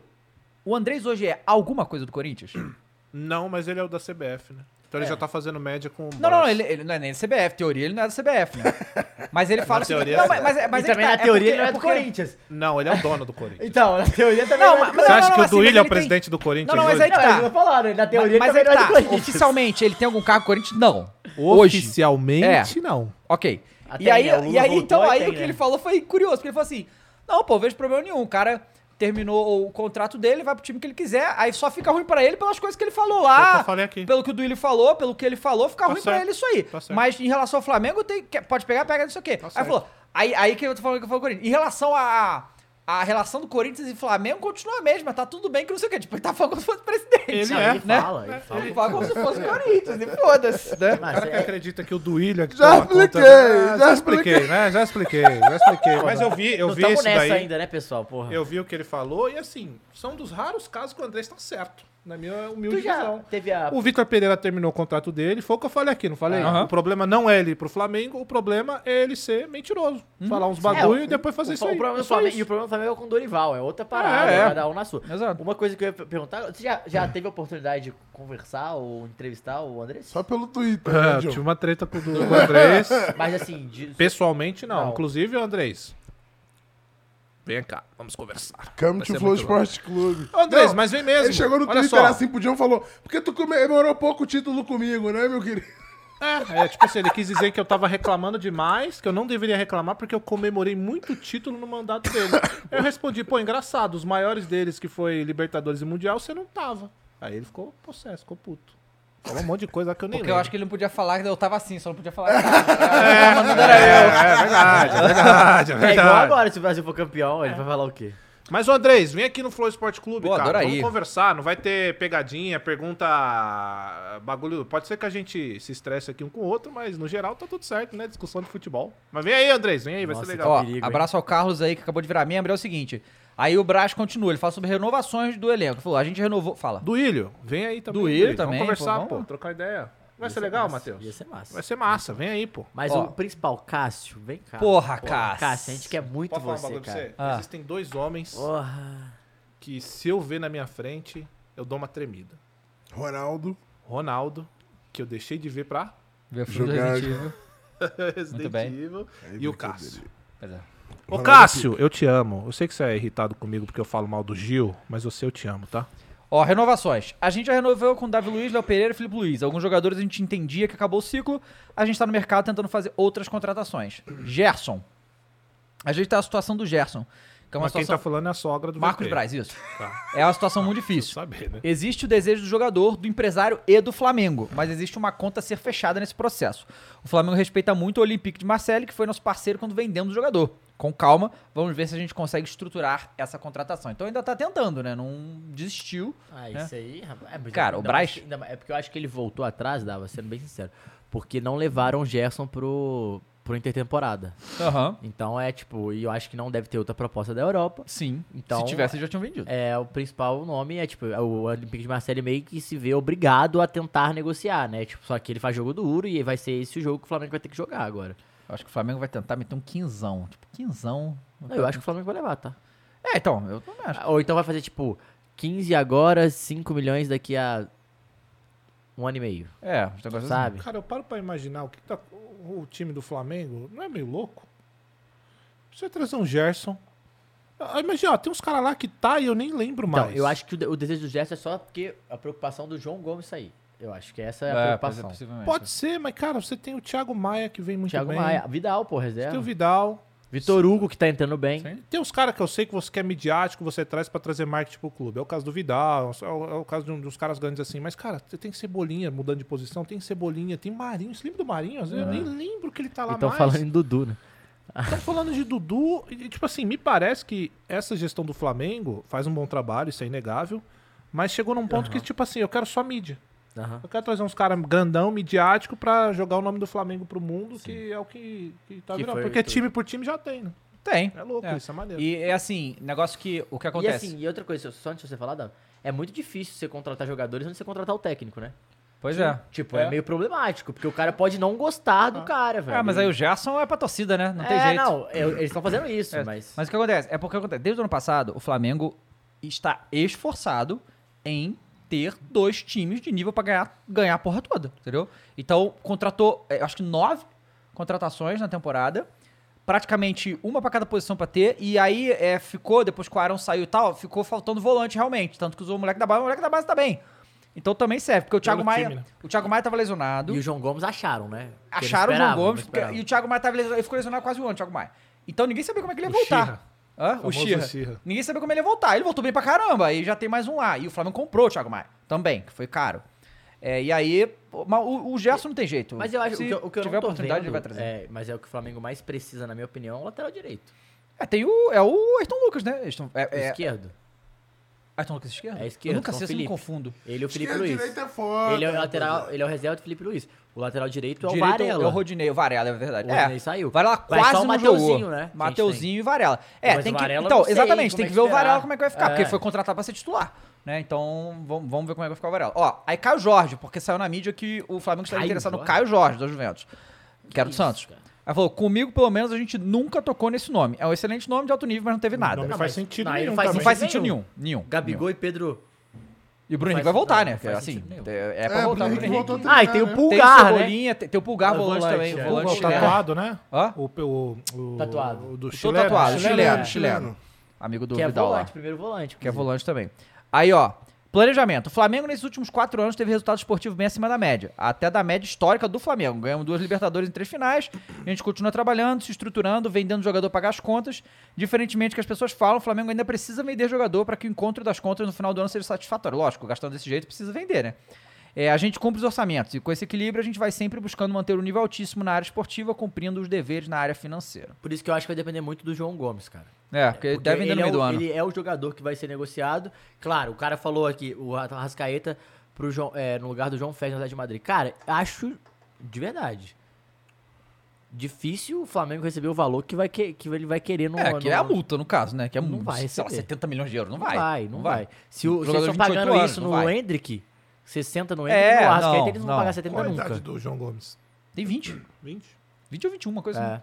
o Andrés hoje é alguma coisa do Corinthians? Não, mas ele é o da C B F, né? Então ele É. já tá fazendo média com o Não, não, Boris. ele, ele não é nem da C B F, teoria ele não é da C B F, né? Mas ele fala Na o seguinte, teoria, não, sim. mas, mas, é- mas e é que também tá, na teoria porque- ele não é do porque- Corinthians. Não, ele é o dono do Corinthians. Então, na teoria também Não, não, é mas- do Você não, acha não, que o assim, Duílio mas é o ele tem- presidente do Corinthians Não, não, mas hoje? aí que Não, tá. eles não falaram, na teoria Mas também aí que não é tá, do Corinthians. oficialmente ele tem algum cargo com o Corinthians? Não. Hoje. Oficialmente, não. Ok. Até e aí, né, o Lula e aí voltou então, e aí tem, o que né? ele falou foi curioso, porque ele falou assim, não, pô, vejo problema nenhum, o cara terminou o contrato dele, vai pro time que ele quiser, aí só fica ruim pra ele pelas coisas que ele falou Foi o que lá, eu falei aqui. pelo que o Duílio falou, pelo que ele falou, fica Tá ruim pra certo. ele isso aí. Tá certo. Mas em relação ao Flamengo, tem, que- pode pegar, pega, não sei o quê. Tá aí certo. falou, aí, aí que eu tô falando que eu falo Corinthians. Em relação a... A relação do Corinthians e Flamengo continua a mesma, tá tudo bem que não sei o quê. Tipo, ele tá falando como se fosse presidente. Ele Não, é, ele né? fala, ele fala. Ele fala como se fosse Corinthians, e foda-se, né? O Mas cara que é- acredita que o Duílio é que Já toma conta- expliquei, Ah, já expliquei, né? Já expliquei, já expliquei. Mas eu vi, eu não vi tamo isso nessa daí. ainda, né, pessoal? Porra. Eu vi o que ele falou e assim, são dos raros casos que o André está certo, na minha humilde Tu já visão. teve a... O Vitor Pereira terminou o contrato dele, foi o que eu falei aqui, não falei? Aham. O problema não é ele ir pro Flamengo, o problema é ele ser mentiroso. Falar uns É, bagulho o- e depois fazer o, isso o aí. problema É do só Flamengo, isso. e o problema do Flamengo é com o Dorival, é outra parada, É, é. cada um na sua. Exato. Uma coisa que eu ia perguntar, você já, já teve a oportunidade de conversar ou entrevistar o Andrés? Só pelo Twitter, É, né, eu John? tive uma treta com o do com o Andrés. Mas assim, de... Pessoalmente, não. Não. Inclusive, Andrés, vem cá, vamos conversar. Come Vai to ser Flow muito louco. Esporte Clube. Ô, Andrés, Não, mas vem mesmo. Ele chegou no Olha Twitter só. assim pro John e falou, porque tu comemorou pouco o título comigo, né, meu querido? É, é, tipo assim, ele quis dizer que eu tava reclamando demais, que eu não deveria reclamar porque eu comemorei muito título no mandato dele. Eu respondi, pô, engraçado, os maiores deles que foi Libertadores e Mundial, você não tava. Aí ele ficou possesso, ficou puto. Falou um monte de coisa que eu nem Porque eu lembro. acho que ele não podia falar que eu tava assim, só não podia falar que tava. Mandando era eu. É, é verdade, é verdade, é É igual verdade. agora, se o Brasil for campeão, ele vai falar o quê? Mas, ô Andrés, vem aqui no Flow Esporte Clube, Pô, cara. adoraria. Vamos conversar, não vai ter pegadinha, pergunta, bagulho. Pode ser que a gente se estresse aqui um com o outro, mas no geral tá tudo certo, né? Discussão de futebol. Mas vem aí, Andrés, vem aí, vai Nossa, ser legal. Ó, perigo, hein? abraço ao Carlos aí que acabou de virar membro. É o seguinte. Aí o Brás continua, ele fala sobre renovações do elenco. Ele falou, a gente renovou. Fala. Duílio, vem aí também. Duílio também, Vamos conversar, pô, pô, vamos. trocar ideia. Vai Ia ser legal, massa, Matheus? Ia ser massa. Vai ser massa, vem aí, pô. Mas Ó. o principal, Cássio, vem cá. Porra, Cássio. Cássio, a gente quer muito Posso falar um você, bagulho pra cara. você? Ah. Existem dois homens Porra. que se eu ver na minha frente, eu dou uma tremida. Ronaldo. Ronaldo, que eu deixei de ver pra Vê o filme do Jogar- Resident Evil. Resident Muito bem. Evil Aí e o brincadeira. Cássio. Pois é. Ô Cássio, eu te amo. Eu sei que você é irritado comigo porque eu falo mal do Gil, mas você eu te amo, tá? Ó, renovações. A gente já renovou com Davi Luiz, Léo Pereira e Felipe Luiz. Alguns jogadores a gente entendia que acabou o ciclo. A gente tá no mercado tentando fazer outras contratações. Gerson. A gente tá na situação do Gerson. Que é uma Mas quem situação... tá falando é a sogra do Marcos V P. Braz, isso. Tá. É uma situação muito Preciso difícil. saber, né? Existe o desejo do jogador, do empresário e do Flamengo, mas existe uma conta a ser fechada nesse processo. O Flamengo respeita muito o Olympique de Marseille, que foi nosso parceiro quando vendemos o jogador. Com calma, vamos ver se a gente consegue estruturar essa contratação. Então ainda tá tentando, né? Não desistiu. Ah, né? isso aí, rapaz. É, mas Cara, ainda o mais Braz- que- ainda mais- É porque eu acho que ele voltou atrás, Dava, sendo bem sincero. Porque não levaram o Gerson pro, pro intertemporada. Aham. Então é tipo, e eu acho que não deve ter outra proposta da Europa. Sim. Então, se tivesse, já tinham vendido. É, o principal nome é, tipo, o Olympique de Marseille meio que se vê obrigado a tentar negociar, né? Tipo, só que ele faz jogo duro e vai ser esse o jogo que o Flamengo vai ter que jogar agora. Eu acho que o Flamengo vai tentar meter um quinzão. Tipo, quinzão. Não, eu acho que o Flamengo vai levar, tá? É, então, eu também acho. Ou então vai fazer, tipo, quinze agora, cinco milhões daqui a um ano e meio, É, os negócios sabe? Cara, eu paro pra imaginar o que tá. O, o time do Flamengo não é meio louco? Precisa trazer um Gerson. Ah, imagina, ó, tem uns caras lá que tá e eu nem lembro Então, mais. eu acho que o, de- o desejo do Gerson é só porque a preocupação do João Gomes sair. Eu acho que essa é a É, pois é, preocupação. possivelmente. Pode ser, mas, cara, você tem o Thiago Maia que vem muito Thiago bem. Maia, Vidal, pô, Você tem o reserva. Vidal. Vitor Hugo, que tá entrando bem. Sim. Tem uns caras que eu sei que você quer midiático, você traz pra trazer marketing pro clube. É o caso do Vidal, é o, é o caso de um, dos caras grandes assim. Mas, cara, você tem Cebolinha mudando de posição, tem Cebolinha, tem Marinho. Você lembra do Marinho? Às vezes eu nem lembro que ele tá lá Então mais. falando em Dudu, né? Estamos falando de Dudu. E, tipo assim, me parece que essa gestão do Flamengo faz um bom trabalho, isso é inegável. Mas chegou num ponto que, tipo assim, eu quero só mídia. Aham. Eu quero trazer uns caras grandão, midiático, pra jogar o nome do Flamengo pro mundo, que é o que, que tá Que virando. foi Porque tudo. time por time já tem, né? Tem. É louco, É. isso é maneiro. E é assim, negócio que. O que E acontece? assim, e outra coisa, só antes de você falar, Dava, é muito difícil você contratar jogadores antes de você contratar o técnico, né? Pois é. Tipo, é. meio problemático, porque o cara pode não gostar do cara, velho. Ah, mas aí o Gerson é pra torcida, né? Não tem é, jeito. não, eu- eles estão fazendo isso, É, mas... Mas o que acontece? É porque acontece. Desde o ano passado, o Flamengo está esforçado em ter dois times de nível pra ganhar, ganhar a porra toda, entendeu? Então, contratou, é, acho que nove contratações na temporada, praticamente uma pra cada posição pra ter, e aí é, ficou, depois que o Arão saiu e tal, ficou faltando volante realmente, tanto que usou o moleque da base, o moleque da base tá bem. Então também serve, porque o Thiago Pelo Maia, time, né? o Thiago Maia tava lesionado. E o João Gomes acharam, né? Que eles Acharam o João esperavam, Gomes, não porque- esperavam. e o Thiago Maia tava lesionado, ele ficou lesionado quase um ano, o Thiago Maia. Então ninguém sabia como é que ele ia O voltar. Schirra. Hã? O Famoso Schirra. Schirra. Ninguém sabia como ele ia voltar. Ele voltou bem pra caramba, aí já tem mais um lá. E o Flamengo comprou o Thiago Maia também, que foi caro. É, e aí, pô, mas o, o Gerson não tem jeito. Mas eu acho Se que o que eu, o que eu tiver não tô oportunidade, vendo, ele vai trazer. É, mas é o que o Flamengo mais precisa, na minha opinião, é o lateral direito. É, tem o, é o Ayrton Lucas, né? Ayrton, é, O é, esquerdo. Ayrton Lucas esquerdo? É esquerdo, Eu nunca com sei, o se eu me Felipe. confundo. Ele e o Felipe Esquerda, Luiz. direita é foda. Ele é o lateral, ele é o reserva do Felipe Luiz. O lateral direito é o Direito Varela. é o Rodinei, o Varela, é verdade. O é, Rodinei saiu. Varela Vai quase só o não Mateuzinho, jogou. né, que a gente Mateuzinho e Varela. É, Mas tem o que, Varela então, não sei exatamente, como tem é que que ver o esperar. Varela como é que vai ficar, É. porque foi contratado pra ser titular, né? Então, vamos, vamos ver como é que vai ficar o Varela. Ó, aí Caio Jorge, porque saiu na mídia que o Flamengo estava Caio interessado no Jorge? Caio Jorge, da Juventus, que era do isso, Santos. cara? Aí falou, comigo pelo menos a gente nunca tocou nesse nome. É um excelente nome de alto nível, mas não teve nada. Não me Não, faz mas- sentido não, aí nenhum não faz também. faz sentido sentido nenhum. nenhum. nenhum Gabigol nenhum. e Pedro... E o Bruno Henrique faz- vai voltar, não, né? não Que, faz assim, sentido nenhum. é, é pra É, voltar o Bruno Bruno Henrique Henrique. voltou Ah, e tem o né? Tem o Pulgar, né? Cebolinha, tem, tem o Pulgar É, volante volante, também. é. Volante, O chileno. tatuado, né? Hã? O, o, o, Tatuado. O do Tô chileno. tatuado, chileno. chileno, chileno. chileno. Amigo do Que é Vidal lá. volante, primeiro volante. Que é inclusive. volante também. Aí, ó. Planejamento. O Flamengo, nesses últimos quatro anos, teve resultado esportivo bem acima da média. Até da média histórica do Flamengo. Ganhamos duas Libertadores em três finais. A gente continua trabalhando, se estruturando, vendendo jogador para pagar as contas. Diferentemente do que as pessoas falam, o Flamengo ainda precisa vender jogador para que o encontro das contas no final do ano seja satisfatório. Lógico, gastando desse jeito, precisa vender, né? É, a gente cumpre os orçamentos. E com esse equilíbrio, a gente vai sempre buscando manter o nível altíssimo na área esportiva, cumprindo os deveres na área financeira. Por isso que eu acho que vai depender muito do João Gomes, cara. É, porque, Porque deve vender no ele meio é o, do ano. Ele é o jogador que vai ser negociado. Claro, o cara falou aqui, o Arrascaeta pro João, é, no lugar do João Félix no Atlético de Madrid. Cara, acho de verdade difícil o Flamengo receber o valor que, vai que, que ele vai querer no... É, que no- é a multa, no caso, né? Que é Não um, vai sei lá, receber. setenta milhões de euros. Não, Não vai. vai, não vai. Se, o, se Jogador eles de estão vinte e oito pagando anos, isso não no vai. Hendrick, sessenta no Hendrick, É, no Arrascaeta não, eles não não. vão pagar setenta Qual a nunca. idade do João Gomes? Tem vinte. vinte? vinte ou vinte e um, uma coisa assim. É.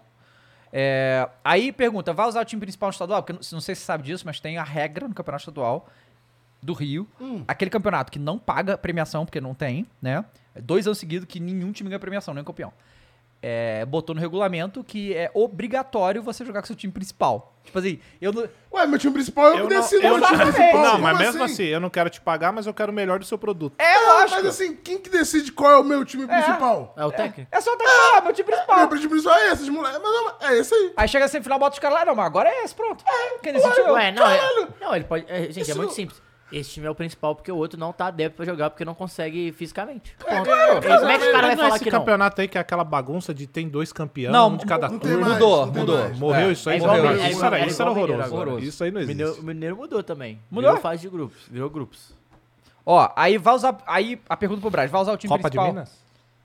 É, aí pergunta, vai usar o time principal no estadual? Porque eu não não sei se você sabe disso, mas tem a regra no campeonato estadual do Rio. Aquele campeonato que não paga premiação, porque não tem, né? É dois anos seguidos que nenhum time ganha premiação, nem campeão. É, botou no regulamento que é obrigatório você jogar com seu time principal. Tipo assim, eu não... Ué, meu time principal eu, Eu eu não- decido eu o não- time principal. Não, Como mas mesmo assim, eu não quero te pagar, mas eu quero o melhor do seu produto. É, Ah, lógico. mas assim, quem que decide qual é o meu time principal? É o técnico? É só até falar, meu time principal. Meu time principal é esse, esses moleques. Mas não, é esse aí. Aí chega a semifinal, bota os caras lá, não, mas agora é esse, pronto. Quem decidiu? Ué, não, é, caralho. não, ele pode... é, gente, Isso é muito não- simples. Esse time é o principal porque o outro não tá adepto pra jogar porque não consegue fisicamente. Ponto. claro, Ele- claro, Como é que o cara vai Mas não é falar esse que não? campeonato aí que é aquela bagunça de tem dois campeões, Não, um de cada não turno. tem mais, mudou, não tem mudou. mais. Morreu É. isso aí? É igual- morreu. é Isso igual- era, é isso era igual o horroroso. Mineiro agora. Isso aí não O existe. Mineiro, o Mineiro mudou também. Mudou? Virou fase de grupos. Virou grupos. Ó, aí vai usar... Aí a pergunta pro Braz, vai usar o time Copa de principal? Minas?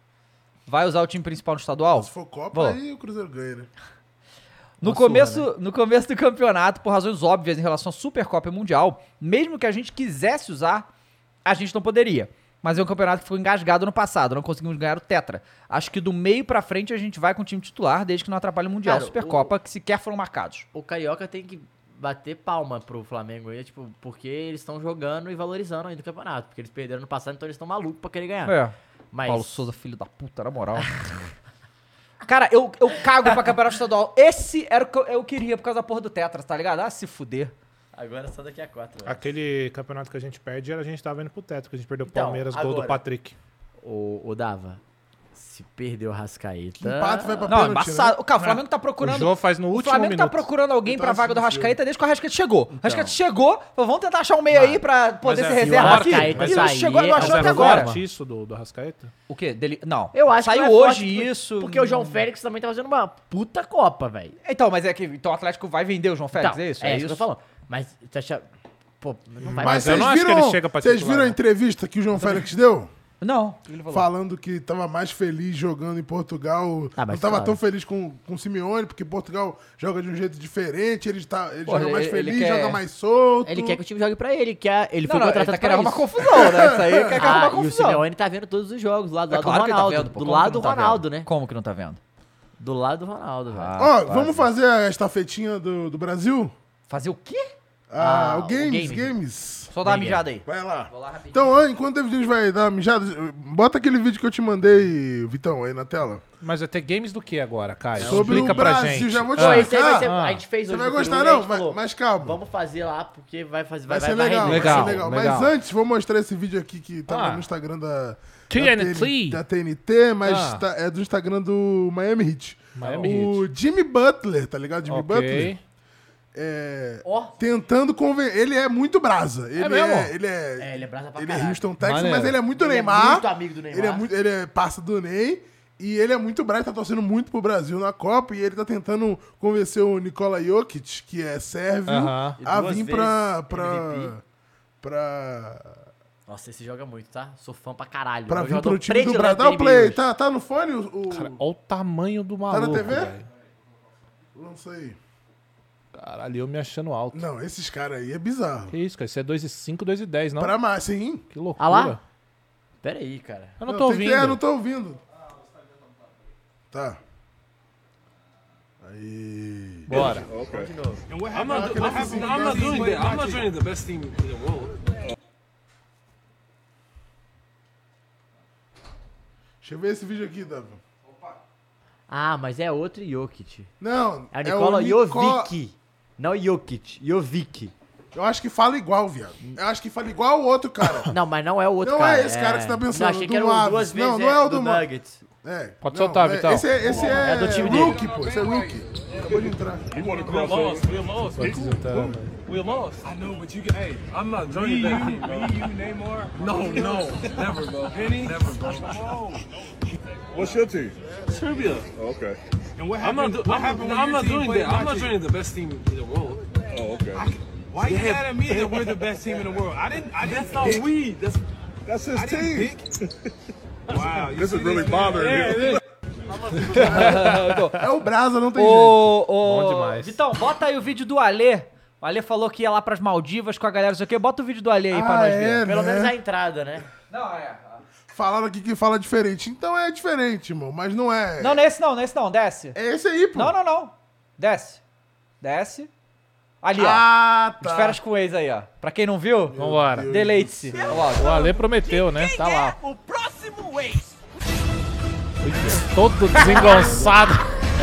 Vai usar o time principal no estadual? Se for Copa, Vou. aí o Cruzeiro ganha, né? No Uma começo, surra, no começo do campeonato, por razões óbvias em relação à Supercopa e Mundial, mesmo que a gente quisesse usar, a gente não poderia. Mas é um campeonato que foi engasgado no passado, não conseguimos ganhar o Tetra. Acho que do meio pra frente a gente vai com o time titular, desde que não atrapalhe o Mundial, Cara, Supercopa, que sequer foram marcados. O Carioca tem que bater palma pro Flamengo aí, tipo, porque eles estão jogando e valorizando ainda o campeonato. Porque eles perderam no passado, então eles estão malucos pra querer ganhar. É. Mas Paulo Souza, filho da puta, na moral. Cara, eu, eu cago pra campeonato estadual. Esse era o que eu, eu queria por causa da porra do Tetra, tá ligado? Ah, se fuder. agora é só daqui a quatro. velho. Aquele campeonato que a gente perde, era a gente tava indo pro teto, que a gente perdeu pro Então, Palmeiras, gol do agora. Patrick. O, o Dava, Se perdeu o Rascaeta... Que empate vai pra Não, pênalti, embaçado. né? Cara, o Flamengo tá O procurando... Jô faz no O último Flamengo tá minuto. procurando alguém Então, pra vaga do assim, Rascaeta desde que o Rascaeta chegou. O Rascaeta chegou, falou, vamos tentar achar um meio aí pra poder Mas ser é- reserva se o aqui. Arrascaeta E não sair, chegou, não é achou Mas até é agora. forte isso do, do Rascaeta? O quê? Dele... Não. Eu acho Saiu que não é hoje forte, isso. Porque o João Félix também tá fazendo uma puta Copa, velho. Então, mas é que então o Atlético vai vender o João Félix, Então, é isso? É, isso que eu tô falando. Mas você acha... Pô, não vai... Mas eu vocês não acho que viram, ele chega pra vocês titular, viram a não. entrevista que o João Félix deu? Não. O que ele falou? Falando que tava mais feliz jogando em Portugal. Ah, mas não tava claro. tão feliz com, com o Simeone, porque Portugal joga de um jeito diferente, ele, tá, ele Pô, joga mais ele- ele feliz, quer- joga mais solto. Ele quer que o time jogue pra ele, que é- ele Não, foi não, ele contratado tá pra querendo isso. arrumar confusão, né? Isso aí quer arrumar Ah, e o confusão. Simeone tá vendo todos os jogos, lá do É lado claro do que tá Ronaldo. vendo, pô. do Como que lado não do tá Ronaldo, vendo? né? Como que não tá vendo? Do lado do Ronaldo, velho. Ah, Ó, quase. vamos fazer a estafetinha do, do Brasil? Fazer o quê? Ah, Ah, o o Games, game. Games. Só dar uma Ninguém. mijada aí. Vai lá. Vou lá rapidinho. Então, ó, enquanto o David vai dar uma mijada, bota aquele vídeo que eu te mandei, Vitão, aí na tela. Mas vai ter games do que agora, Caio? Sobre Explica o pra Brasil, gente. já vou te Pô, Ah, esse aí vai ser, ah. a gente fez Você hoje vai no gostar, Peru, e a não? gente Mas, falou, mas calma. Vamos fazer lá, porque vai fazer... Vai, Vai, ser vai, legal, vai Legal, vai ser legal. legal. Mas antes, vou mostrar esse vídeo aqui que tava Ah. no Instagram da, T da, N T. da T N T, mas Ah. tá- é do Instagram do Miami Heat. Miami o Jimmy Butler, tá ligado? Jimmy Ok. Butler. É, Ó. tentando convencer. Ele é muito brasa. Ele é, mesmo? ele é, É, ele é brasa pra ele é caralho. Houston, Texas, Maneiro. mas ele é muito Ele é Neymar. muito amigo do Neymar. Ele é muito, ele é parça do Ney. E ele é muito bravo, tá torcendo muito pro Brasil na Copa. E ele tá tentando convencer o Nikola Jokic, que é sérvio, Aham. E a duas vir pra. vezes pra, M V P. pra Nossa, esse joga muito, tá? Sou fã pra caralho. pra Meu vir jogador pro time do predileto Brasil. da Dá o N B A play. hoje. Tá, tá no fone o. o... Cara, olha o tamanho do Tá maluco, na T V? velho. Não sei. Caralho, eu me achando alto. Não, esses caras aí é bizarro. Que isso, cara? Isso é dois e cinco, dois e dez, não? Pra mais, sim. Que loucura. Ah lá? Pera aí, cara. Eu não tô tem que- ouvindo. É, não tô ouvindo. Tá. Aí. Bora. I'm not, I have, I'm not doing that. I'm not joining the best team in the world. Deixa eu ver esse vídeo aqui, Davi. Ah, mas é outro Jokic. Não, É o Nikola Nico- Jovic. Não Jokic, Jovic. Eu acho que fala igual, viado. Eu acho que fala igual o outro cara. Não, mas não é o outro Não cara. é esse cara que você tá pensando, Não, achei do que era o Mavis. duas vezes Não, não é o do do Ma- Nuggets. É. Pode não, soltar, é, Vitão. Esse é, esse é, É do time dele. rookie, pô. Esse é rookie. Acabou de entrar. We're lost. We're lost. We're lost. I know, but you can. Hey, I'm not joining that team, bro. Me, you, Neymar. No, no, never, bro. Penny, never, bro. What's your team? Serbia. Oh, okay. And what happened? I'm not, do, what happened I'm, I'm not doing that. I'm not joining the best team in the world. Oh, okay. Why you mad at me that we're the best team in the world? I didn't. I That's not we. That's That's his I didn't team. pick. Wow. you This see is really this? bothering Yeah, you. it is. É o Brasa, não tem jeito. Ô, ô, Bom demais. Vitão, bota aí o vídeo do Alê. O Alê falou que ia lá pras Maldivas com a galera, não sei o quê. Bota o vídeo do Alê aí pra Ah, nós é, ver. Pelo né? menos a entrada, né? Não, é. Falaram aqui que fala diferente. Então é diferente, irmão. Mas não é. Não, não é esse não, não é esse não. Desce. É esse aí, pô. Não, não, não. Desce. Desce. Ali, ó. Ah, De tá. férias com o ex aí, ó. Pra quem não viu, Vambora. deleite-se. Olha lá, O Ale prometeu, né? Tá lá. O próximo ex. Todo desengonçado.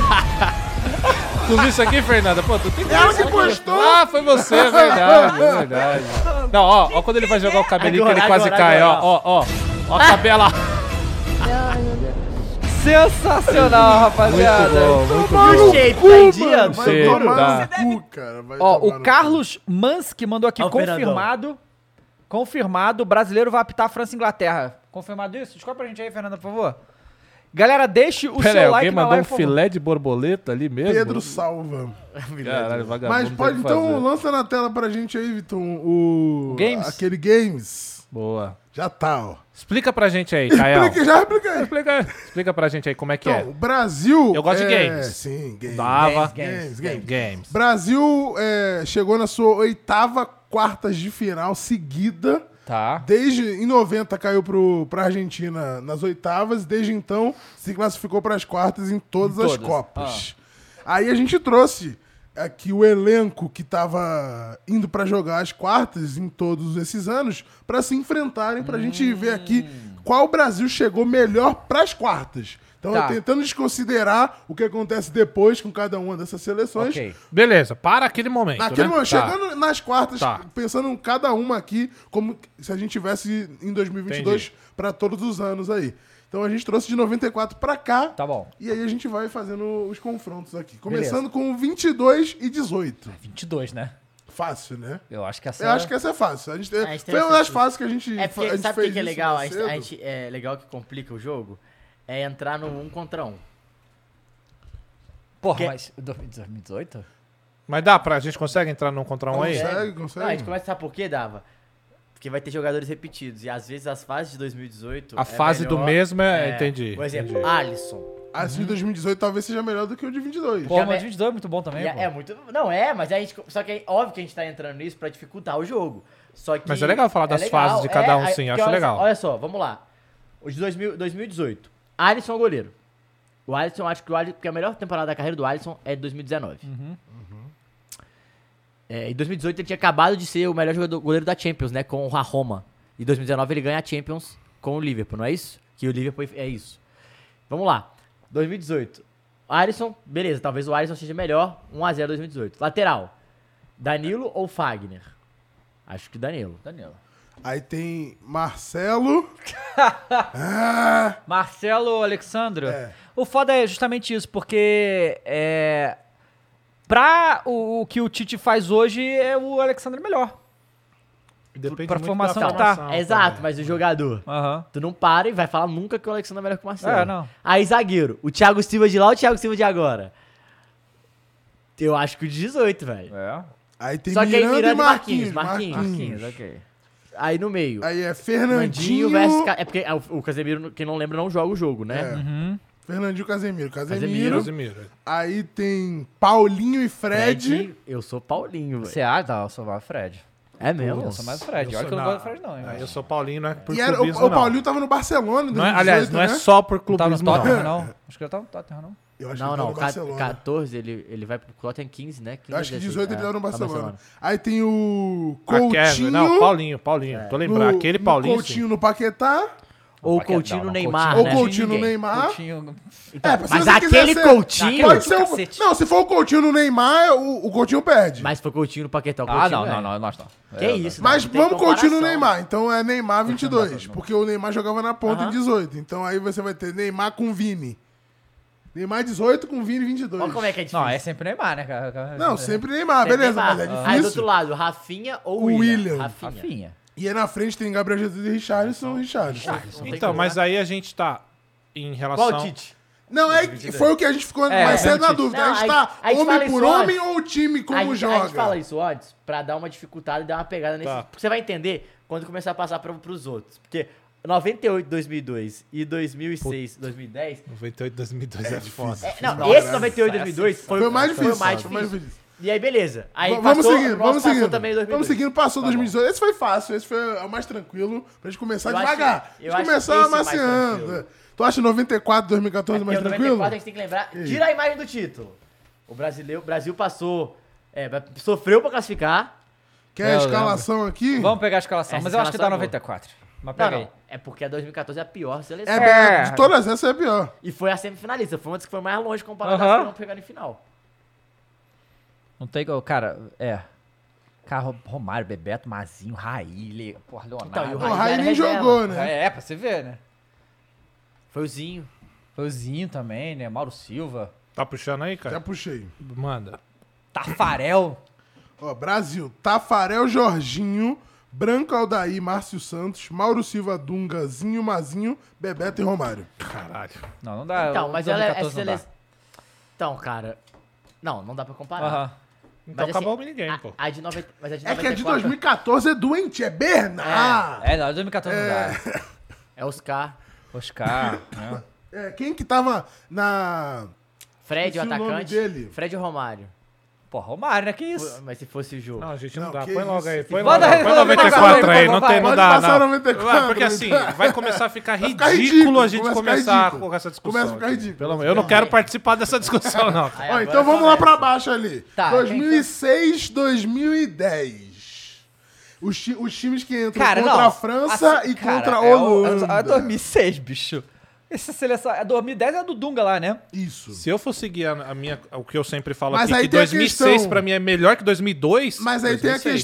Tu viu isso aqui, Fernanda? Pô, tu tem que... Ela que postou. Ah, foi você, é verdade, é verdade. Não, ó, ó quando ele vai jogar o cabelinho que ele Agora, quase agora, cai, agora. ó, ó, ó. Ó a tabela. Sensacional, rapaziada. Muito bom. O shape tá em dia? Vai Sim, tomar tá. no cu, cara. Vai Ó, tomar o no Carlos Mansky mandou aqui, Ó o Fernandão. confirmado. Confirmado, o brasileiro vai apitar França e Inglaterra. Confirmado isso? Descobre pra gente aí, Fernanda, por favor. Galera, deixe o Pera aí, seu alguém like na mandou um live, por favor. filé de borboleta ali cu. mesmo? Pedro salva. Caralho, vagabundo. Mas tem pode que então, fazer. lança na tela pra gente aí, Vitor. O. O Games? Aquele Games. Boa. Já tá, ó. Explica pra gente aí, Caio. Explica, já expliquei. Explica, explica pra gente aí como é que Então, é. o Brasil. Eu gosto de é, games. Sim, games. Dava. Games, games. Games. Brasil é, chegou na sua oitava quartas de final seguida. Tá. Desde em noventa caiu pro, pra Argentina nas oitavas, desde então se classificou para as quartas em todas Em as todas. Copas. Aí a gente trouxe aqui o elenco que tava indo para jogar as quartas em todos esses anos para se enfrentarem, pra gente ver aqui qual Brasil chegou melhor para as quartas. Então, Tá. tentando desconsiderar o que acontece depois com cada uma dessas seleções. Ok. Beleza, para aquele momento, Naquele né? momento, Tá. chegando nas quartas, Tá. pensando em cada uma aqui, como se a gente tivesse em dois mil e vinte e dois Entendi. para todos os anos aí. Então a gente trouxe de noventa e quatro pra cá. Tá bom. E aí a gente vai fazendo os confrontos aqui. Começando com vinte e dois e dezoito. vinte e dois, né? Fácil, né? Eu acho que essa... Eu acho que essa é fácil. A gente, A gente tem foi uma das essa- fáceis que a gente É a porque, gente sabe o que fez que é isso legal? A mais gente, a cedo. gente- é legal que complica o jogo? É entrar no um contra um. Porra, que- mas dois mil e dezoito? Mas dá pra... A gente consegue entrar num contra um aí? Consegue, consegue. Não, a gente começa, sabe por quê, Dava? Porque vai ter jogadores repetidos. E às vezes as fases de dois mil e dezoito. A é fase do melhor- mesmo é... Entendi. Por exemplo, entendi. Alisson. A de dois mil e dezoito talvez seja melhor do que o de vinte e dois. Pô, Já mas é- vinte e dois é muito bom também, E é, pô. é muito. Não, é, mas a gente. Só que é óbvio que a gente tá entrando nisso pra dificultar o jogo. Só que. Mas é legal falar das fases de cada um, aí- sim, porque acho olha legal. Só, olha só, vamos lá. O de dois mil, dois mil e dezoito. Alisson é o goleiro. O Alisson, acho que o Alisson. Porque a melhor temporada da carreira do Alisson é de dois mil e dezenove. Uhum. É, em dois mil e dezoito ele tinha acabado de ser o melhor jogador, goleiro da Champions, né? Com a Roma. Em dois mil e dezenove ele ganha a Champions com o Liverpool, não é isso? Que o Liverpool é isso. Vamos lá. dois mil e dezoito. Alisson, beleza, talvez o Alisson seja melhor. um a zero dois mil e dezoito. Lateral. Danilo ou Fagner? Acho que Danilo. Danilo. Aí tem Marcelo. ah, Marcelo Alexandre. É. O foda é justamente isso, porque é, pra o, o que o Tite faz hoje, é o Alexandre melhor. Depende pra muito formação da que tá. formação É exato, também. mas o jogador. Aham. Tu não para e vai falar nunca que o Alexandre é melhor que o Marcelo. É, não. Aí, zagueiro. O Thiago Silva de lá ou o Thiago Silva de agora? Eu acho que o de dezoito, velho. É. aí tem Só que aí Miranda, Miranda e e Marquinhos. Marquinhos, Marquinhos, ok. Aí no meio. Aí é Nandinho Fernandinho. versus... Ca- É porque é, o o Casemiro, quem não lembra, não joga o jogo, né? É. Uhum. Fernandinho Casemiro. Casemiro. Casemiro. Casemiro. Aí tem Paulinho e Fred. Eu sou Paulinho, velho. Você acha? Não, eu sou mais Fred. É mesmo? Eu sou mais Fred. Eu Olha sou- que eu não não. gosto do Fred, não. Hein? Ah, eu sou Paulinho, não é por E era, o, clubismo, o não. Paulinho tava no Barcelona em Não é- dois mil e aliás, dezoito, não é né? só por Não tava no clubismo, Tottenham, não. não. Acho que ele tava no Tottenham, não. Eu acho Não, que não. ele tava no Barcelona. quatorze, ele, ele vai pro Tottenham quinze, né? quinze Eu acho que a dezesseis. dezoito ele É, tava no tá Barcelona. Aí tem o A Kevin, Coutinho. não, Paulinho, Paulinho. Tô lembrando, no- aquele no Paulinho, Coutinho no Paquetá. Ou o Paquetá, Coutinho não, no não, Neymar, Ou né? Coutinho no ninguém. Neymar. Coutinho... É, se Mas você quiser aquele ser- Coutinho... Pode ser o... Cacete. Não, se for o Coutinho no Neymar, o, o Coutinho perde. Mas, Mas foi Coutinho no Paquetá, o Ah, Coutinho não, ganha. não, não, nós não. Que É, isso, não, não tem vamos Coutinho no comparação. Neymar. Então é Neymar vinte e dois. não. Porque o Neymar jogava na ponta Aham. em dezoito. Então aí você vai ter Neymar com Vini. Neymar dezoito com Vini vinte e dois. Olha como é que é difícil. Não, é sempre Neymar, né, cara? Não, sempre Neymar, Sempre beleza, Neymar. mas é Aí do outro difícil. lado, Rafinha ou O William? William. Rafinha. Rafinha. E aí na frente tem Gabriel Jesus e Richarlison, Richarlison. Não tem Então, como, mas né? aí a gente tá em relação... Qual o Tite? Não, é, que foi o que a gente ficou É, mais é, cedo na Tite. dúvida. Não, a gente aí- tá aí a gente fala homem por isso homem antes. ou o time como a, gente, joga? a gente fala isso antes pra dar uma dificuldade e dar uma pegada nesse... Tá. Porque você vai entender quando começar a passar pra, pros outros. Porque noventa e oito, dois mil e dois e dois mil e seis, dois mil e dez... noventa e oito, dois mil e dois é, foda. É, não, Não, esse né? noventa e oito, dois mil e dois foi, Foi o mais difícil. Foi o mais foi o mais difícil. difícil. E aí, beleza. Aí V- vamos passou, seguindo, o nosso vamos passou seguindo. também em dois mil e dois. Vamos seguindo, passou Tá dois mil e dezoito. Esse foi fácil, esse foi o mais tranquilo pra gente começar Eu acho- devagar. eu a gente acho começar esse mais amaciando. tranquilo. Tu acha noventa e quatro, dois mil e É quatorze porque mais o noventa e tranquilo? quatro a gente tem que lembrar. Tira a imagem do título. O brasileiro, o Brasil passou. É, sofreu pra classificar. Quer a Eu escalação aqui? Vamos pegar a escalação, Essa mas eu acho que dá escalação é noventa e quatro. Mas Não, pega aí. não. É porque a dois mil e quatorze é a pior seleção. É, bem, de todas essas é a pior. E foi a semifinalista. Foi uma das que foi mais longe comparado Aham. às que não pegaram em final. Não tem como. Cara, é. Cara, Romário, Bebeto, Mazinho, Raí, Le... porra, Leonardo. Então, e o O Raí Raí era nem reserva. jogou, né? É, pra você ver, né? Foi o Zinho. Foi o Zinho também, né? Mauro Silva. Tá puxando aí, Já cara? puxei. Manda. Tafarel. Ó, Brasil, Tafarel, Jorginho, Branco Aldair, Márcio Santos, Mauro Silva, Dunga, Zinho, Mazinho, Bebeto e Romário. Caralho. Não, não dá. Então, o mas ela é dois mil e quatorze não dá. seleção. Então, cara. Não, não dá pra comparar. Aham. Então Mas, acabou assim, o minigame, a, pô. a de noventa, mas a de É que a de noventa e quatro dois mil e quatorze é doente, é Bernard. É, não, dois mil e quatorze não dá. é Oscar. Oscar, né? É, quem que tava na... Fred, o Esqueci o nome atacante. dele. Fred e Romário. Porra, Romário, né? Que isso? Mas se fosse o jogo. Não, a gente não, Não, dá. que Põe logo isso. aí. Põe Manda logo. aí, Põe manda noventa e aí, quatro vai, aí. vai, Não vai, tem, não pode dá, passar não. noventa e quatro, Vai, porque assim, então. vai começar a ficar Vai ficar ridículo ridículo, a gente começa a ficar começar ridículo. com essa discussão. Começa a ficar aqui. ridículo. Pelo amor- Eu não quero participar dessa discussão, não. Aí Ó, agora então vamos lá começa. pra baixo ali. Tá, dois mil e seis, dois mil e dez. Os, ti- os times que entram Cara, contra não. a França Assim, e cara, contra a é o- Holanda. É dois mil e seis, bicho. Essa seleção. É dois mil e dez é a do Dunga lá, né? Isso. Se eu for seguir a, a minha, o que eu sempre falo Mas aqui, aí que tem a dois mil e seis questão- pra mim é melhor que dois mil e dois. Mas aí tem a dois mil e seis. questão,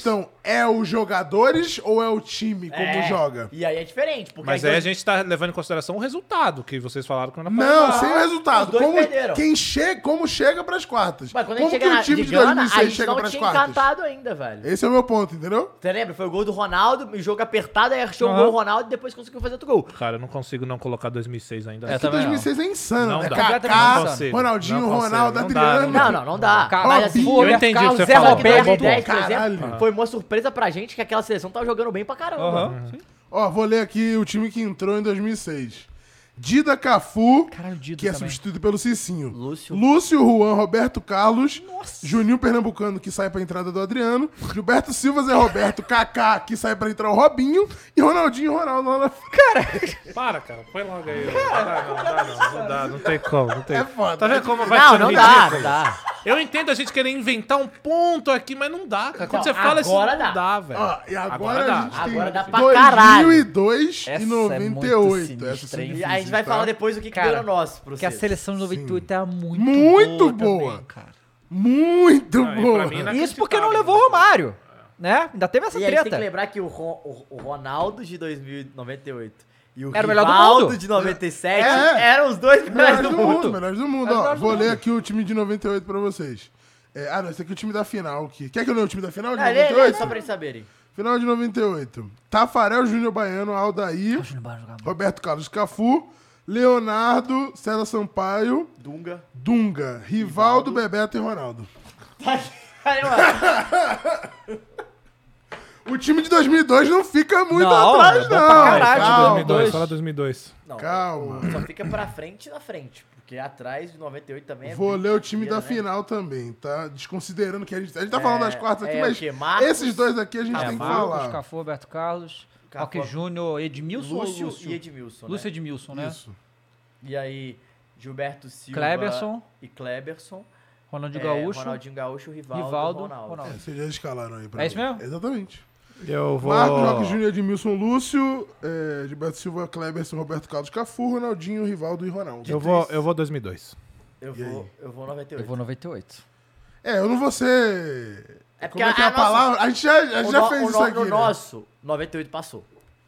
é os jogadores ou é o time como É, joga? E aí é diferente. Porque Mas aí aí a dois- gente tá levando em consideração o resultado que vocês falaram que não era Não, pra- sem o resultado. Os dois Como, perderam. quem chega, como chega pras quartas? Mas quando a Como gente que chega o na, time de de Gana, dois mil e a seis gente chega não pras tinha quartas? encantado ainda, velho. Esse é o meu ponto, entendeu? Você lembra? Foi o gol do Ronaldo, e jogo apertado, aí achou o Aham. gol do Ronaldo e depois conseguiu fazer outro gol. Cara, eu não consigo não colocar dois mil e seis ainda. É, Que também dois mil e seis é insano, Não né? dá. Completamente Kaká, insano. Ronaldinho, Não consigo, Ronaldo, não dá, Adriano. Não, não, não dá. Ca- Mas assim, Robinho, eu entendi o que você Zé falou. só que dois mil e Roberto. dez, por Caralho. exemplo, foi uma surpresa pra gente que aquela seleção tava jogando bem pra caramba. Aham. Ó, vou ler aqui o time que entrou em dois mil e seis. Dida Cafu, Caralho, Dida que é também. substituído pelo Cicinho. Lúcio. Lúcio, Juan, Roberto Carlos. Nossa. Juninho Pernambucano, que sai pra entrada do Adriano. Gilberto Silva, Zé Roberto, Kaká, que sai pra entrar o Robinho. E Ronaldinho e Ronaldo lá na Para, cara. Põe logo aí. Não dá, não, dá, não. Não dá, não tem como. Não tem. É foda. Tá vendo como vai Não, ficando não dá, ridículo? não dá. Eu entendo a gente querer inventar um ponto aqui, mas não dá, cara. Quando Não, você fala isso, agora não dá. dá, velho. Ó, e agora, Agora a dá. gente tem Agora dá pra dois caralho. mil e dois Essa e é noventa e muito oito. sinistra, Essas são hein? E difíceis, a gente vai tá? falar depois o que, que Cara, deu no nosso pro Porque a vocês. seleção de noventa e oito é muito, Muito boa. boa. também, cara. Muito Não, e boa. pra mim, não- Isso porque não Inacreditável. levou o Romário, né? Ainda teve essa E a gente tem treta. que lembrar que o, Ron- o- o Ronaldo de dois mil e noventa e oito e o Era o melhor do Rivaldo mundo. de noventa e sete É. eram os dois melhores Melhores do do mundo. mundo, melhores do mundo. Melhores Ó, do vou mundo. ler aqui o time de noventa e oito pra vocês. É, ah, não, esse aqui é o time da final. Aqui. Quer que eu leia o time da final de Não, lê, noventa e lê, oito? só pra eles saberem. Final de noventa e oito. Tafarel, Júnior Baiano, Aldair, Roberto Carlos Cafu, Leonardo, César Sampaio, Dunga. Dunga, Rivaldo, Bebeto e Ronaldo. Aí, mano. O time de dois mil e dois não fica muito Não, atrás, é bom não. pra caralho, Calma. dois mil e dois, fala dois mil e dois. Não, Calma. o- Só fica pra frente e na frente. Porque atrás de noventa e oito também é Vou ler o time brincadeira, da né? final também, tá? Desconsiderando que a gente, a gente tá falando das quartas aqui, é o mas quê? Marcos, esses dois aqui a gente É, tem que Marcos, falar. Cafu, Roberto Carlos, Cafu, Roque Júnior, Edmilson ou Lúcio, Lúcio? e Edmilson. Lúcio né? Edmilson, né? Isso. E aí, Gilberto Silva Kleberson. e Kleberson. Ronaldinho É, Gaúcho. Ronaldinho Gaúcho, Rivaldo, Rivaldo, Ronaldo. Ronaldo. É, vocês já escalaram aí pra É isso mim. mesmo? Exatamente. Eu vou... Marcos, Roque Júnior, Edmilson, Lúcio, é, Gilberto Silva, Kleberson, Roberto Carlos Cafu, Ronaldinho, Rivaldo e Ronaldo. Eu vou, eu vou dois mil e dois. Eu E aí? vou, eu vou noventa e Eu oito. vou noventa e oito. É, eu não vou ser... É porque Como é que é a, nossa- palavra? A gente já, a gente o já no- fez o isso no- aqui, No né? nosso, noventa e oito passou.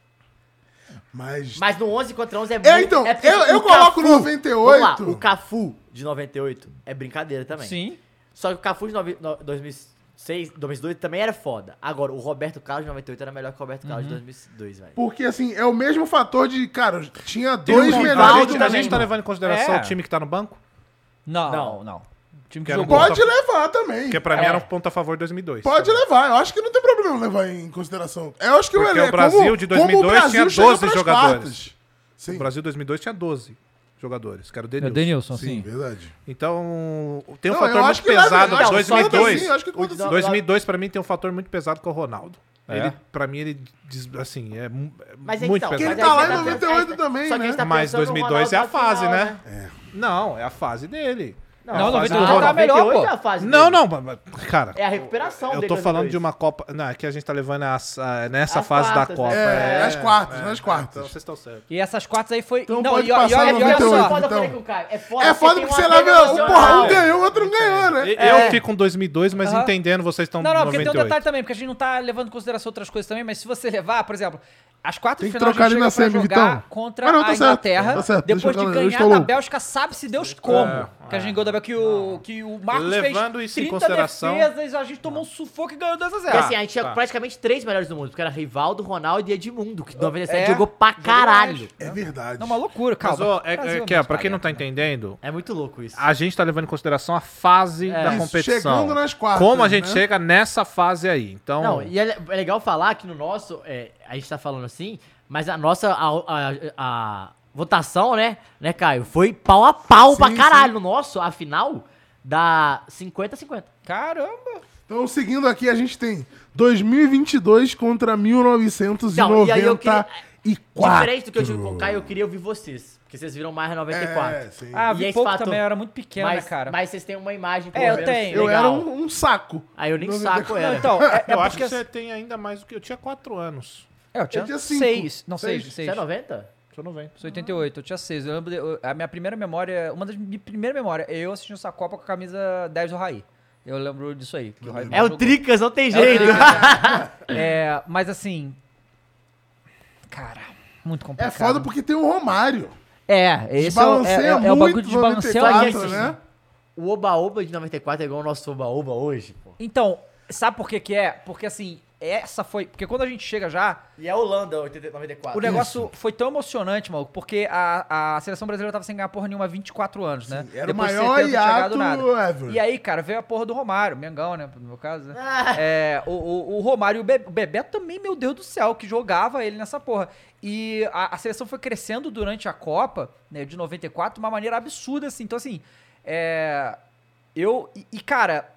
Mas... Mas no onze contra onze é muito... É, então, porque eu- eu o coloco Cafu- noventa e oito. Vamos lá, o Cafu de noventa e oito é brincadeira também. Sim. Só que o Cafu de nove- no- dois mil e seis, dois mil e dois também era foda. Agora, o Roberto Carlos de noventa e oito era melhor que o Roberto Carlos de dois mil e dois, velho. Porque, assim, é o mesmo fator de... Cara, tinha Tem dois um- melhores... a, Rivaldo gente, a também. gente tá levando em consideração É. o time que tá no banco? Não, Não. não. não. O time que Quero jogou. Pode levar também. Porque pra mim É. era um ponto a favor de dois mil e dois. Pode levar. Eu acho que não tem problema levar em consideração. Eu acho que Porque o elenco... o Brasil como- de dois mil e como o dois Brasil tinha chega doze pras jogadores. quartas. Sim. O Brasil dois mil e dois tinha doze jogadores, que era o É o Denilson. Denilson, Sim, sim. verdade. Então, tem um Não, fator eu muito acho que leva- pesado. não, dois só mil e dois. assim, eu acho que conta assim. dois mil e dois, pra mim, tem um fator muito pesado que é o Ronaldo. É? Ele, pra mim, ele, diz, assim, é mu- é Mas muito então, Porque pesado. ele mas tá aí lá em você noventa e oito é, também, só que a né? gente tá Mas pensando no dois mil e dois é a Ronaldo na fase, final, né? Não, é a fase dele. Não, É a fase noventa e do oito Ronaldo. tá melhor, noventa e oito pô. é a fase Não, dele. não, mas, cara. É a recuperação Eu dele tô dois mil e falando dois. de uma Copa. Não, é que a gente tá levando as- a- nessa As fase quartas, da Copa. né? É, nas quartas, nas Então quartas. vocês estão certos. E essas quartas aí foi. Então não, pode e, e passar olha, e olha noventa e oito. só. É foda, eu então. falei com o Caio. É foda, É foda tem porque um você apego leva... Um emocional. porra, um ganhou, o outro não ganhou, né? Eu É. fico com dois mil e dois, mas Aham. entendendo, vocês estão Não, não, porque noventa tem e um detalhe oito. também, porque a gente não tá levando em consideração outras coisas também, mas se você levar, por exemplo, as quartas Tem de que final a trocar gente ali chega na pra semi, jogar Vitão. contra Ah, não, tá a certo, Inglaterra, tá certo, depois deixa eu de falar, eu ganhar estou da louco. Bélgica, sabe-se Deus como. É, que a gente ganhou da Bélgica, que o, que o Marcos Levando fez isso em trinta consideração- defesas, a gente tomou um sufoco e ganhou dois a Porque zero. assim, a gente tinha tá. praticamente três melhores do mundo, porque era Rivaldo, Ronaldo e Edmundo, que em noventa e sete É, jogou pra jogou caralho. mais. É verdade. Não, uma loucura, Mas, calma. ó, é, Brasil é, é que, ó, muito pra quem não tá cagado, né? entendendo, É muito louco isso. a gente tá levando em consideração a fase É. da Isso, competição. chegando nas quartas, Como a gente né? chega nessa fase aí. Então, Não, e é, le- é legal falar que no nosso, é, a gente tá falando assim, mas a nossa a, a- a votação, né, né, Caio, foi pau a pau Sim, pra caralho. sim. No nosso, a final, dá cinquenta a cinquenta. Caramba. Então, seguindo aqui, a gente tem dois mil e vinte e dois contra mil novecentos e Não, e aí eu noventa e queria- quatro. Diferente do que eu tive com o Caio, eu queria ouvir vocês, porque vocês viram mais noventa e quatro. É, sim. Ah, E vi esse pouco fator- também, eu era muito pequeno, mas, né, cara? mas vocês têm uma imagem, É, eu menos, tenho. Eu legal. era um, um saco. Aí eu nem noventa e saco Não, era. então, é, é eu acho porque... que você tem ainda mais do que eu. tinha quatro anos. É, eu tinha, Eu tinha cinco. seis. Não, Seis. seis, Você seis. é noventa? Sou noventa. Sou oitenta e oito, eu tinha seis. Eu lembro de- eu- a minha primeira memória, uma das minhas primeiras memórias, é eu assistindo essa Copa com a camisa dez do Raí. Eu lembro disso aí. Que o Roy É o jogou. Tricas, não tem É o jeito. Tricas, né? É, mas assim... Cara, muito É complicado. foda porque tem o Romário. É, esse é, o- é, Desbalanceia é, é o bagulho muito de balancear noventa e muito, quatro, assim. né? O Oba-Oba de noventa e quatro é igual o nosso Oba-Oba hoje, pô. Então, sabe por que que é? Porque assim, essa foi... Porque quando a gente chega já, E a Holanda, oitenta noventa e quatro. o negócio foi tão emocionante, maluco, porque a, a seleção brasileira tava sem ganhar porra nenhuma há vinte e quatro anos, né? Era Depois o de maior setenta tinha hiato ganhado nada. ever. E aí, cara, veio a porra do Romário, Mengão, né, no meu caso, né? É, o, o, o Romário e o, Be o Bebeto também, meu Deus do céu, que jogava ele nessa porra. E a, a seleção foi crescendo durante a Copa, né, de noventa e quatro, de uma maneira absurda, assim. Então, assim, é... Eu... E, e, cara...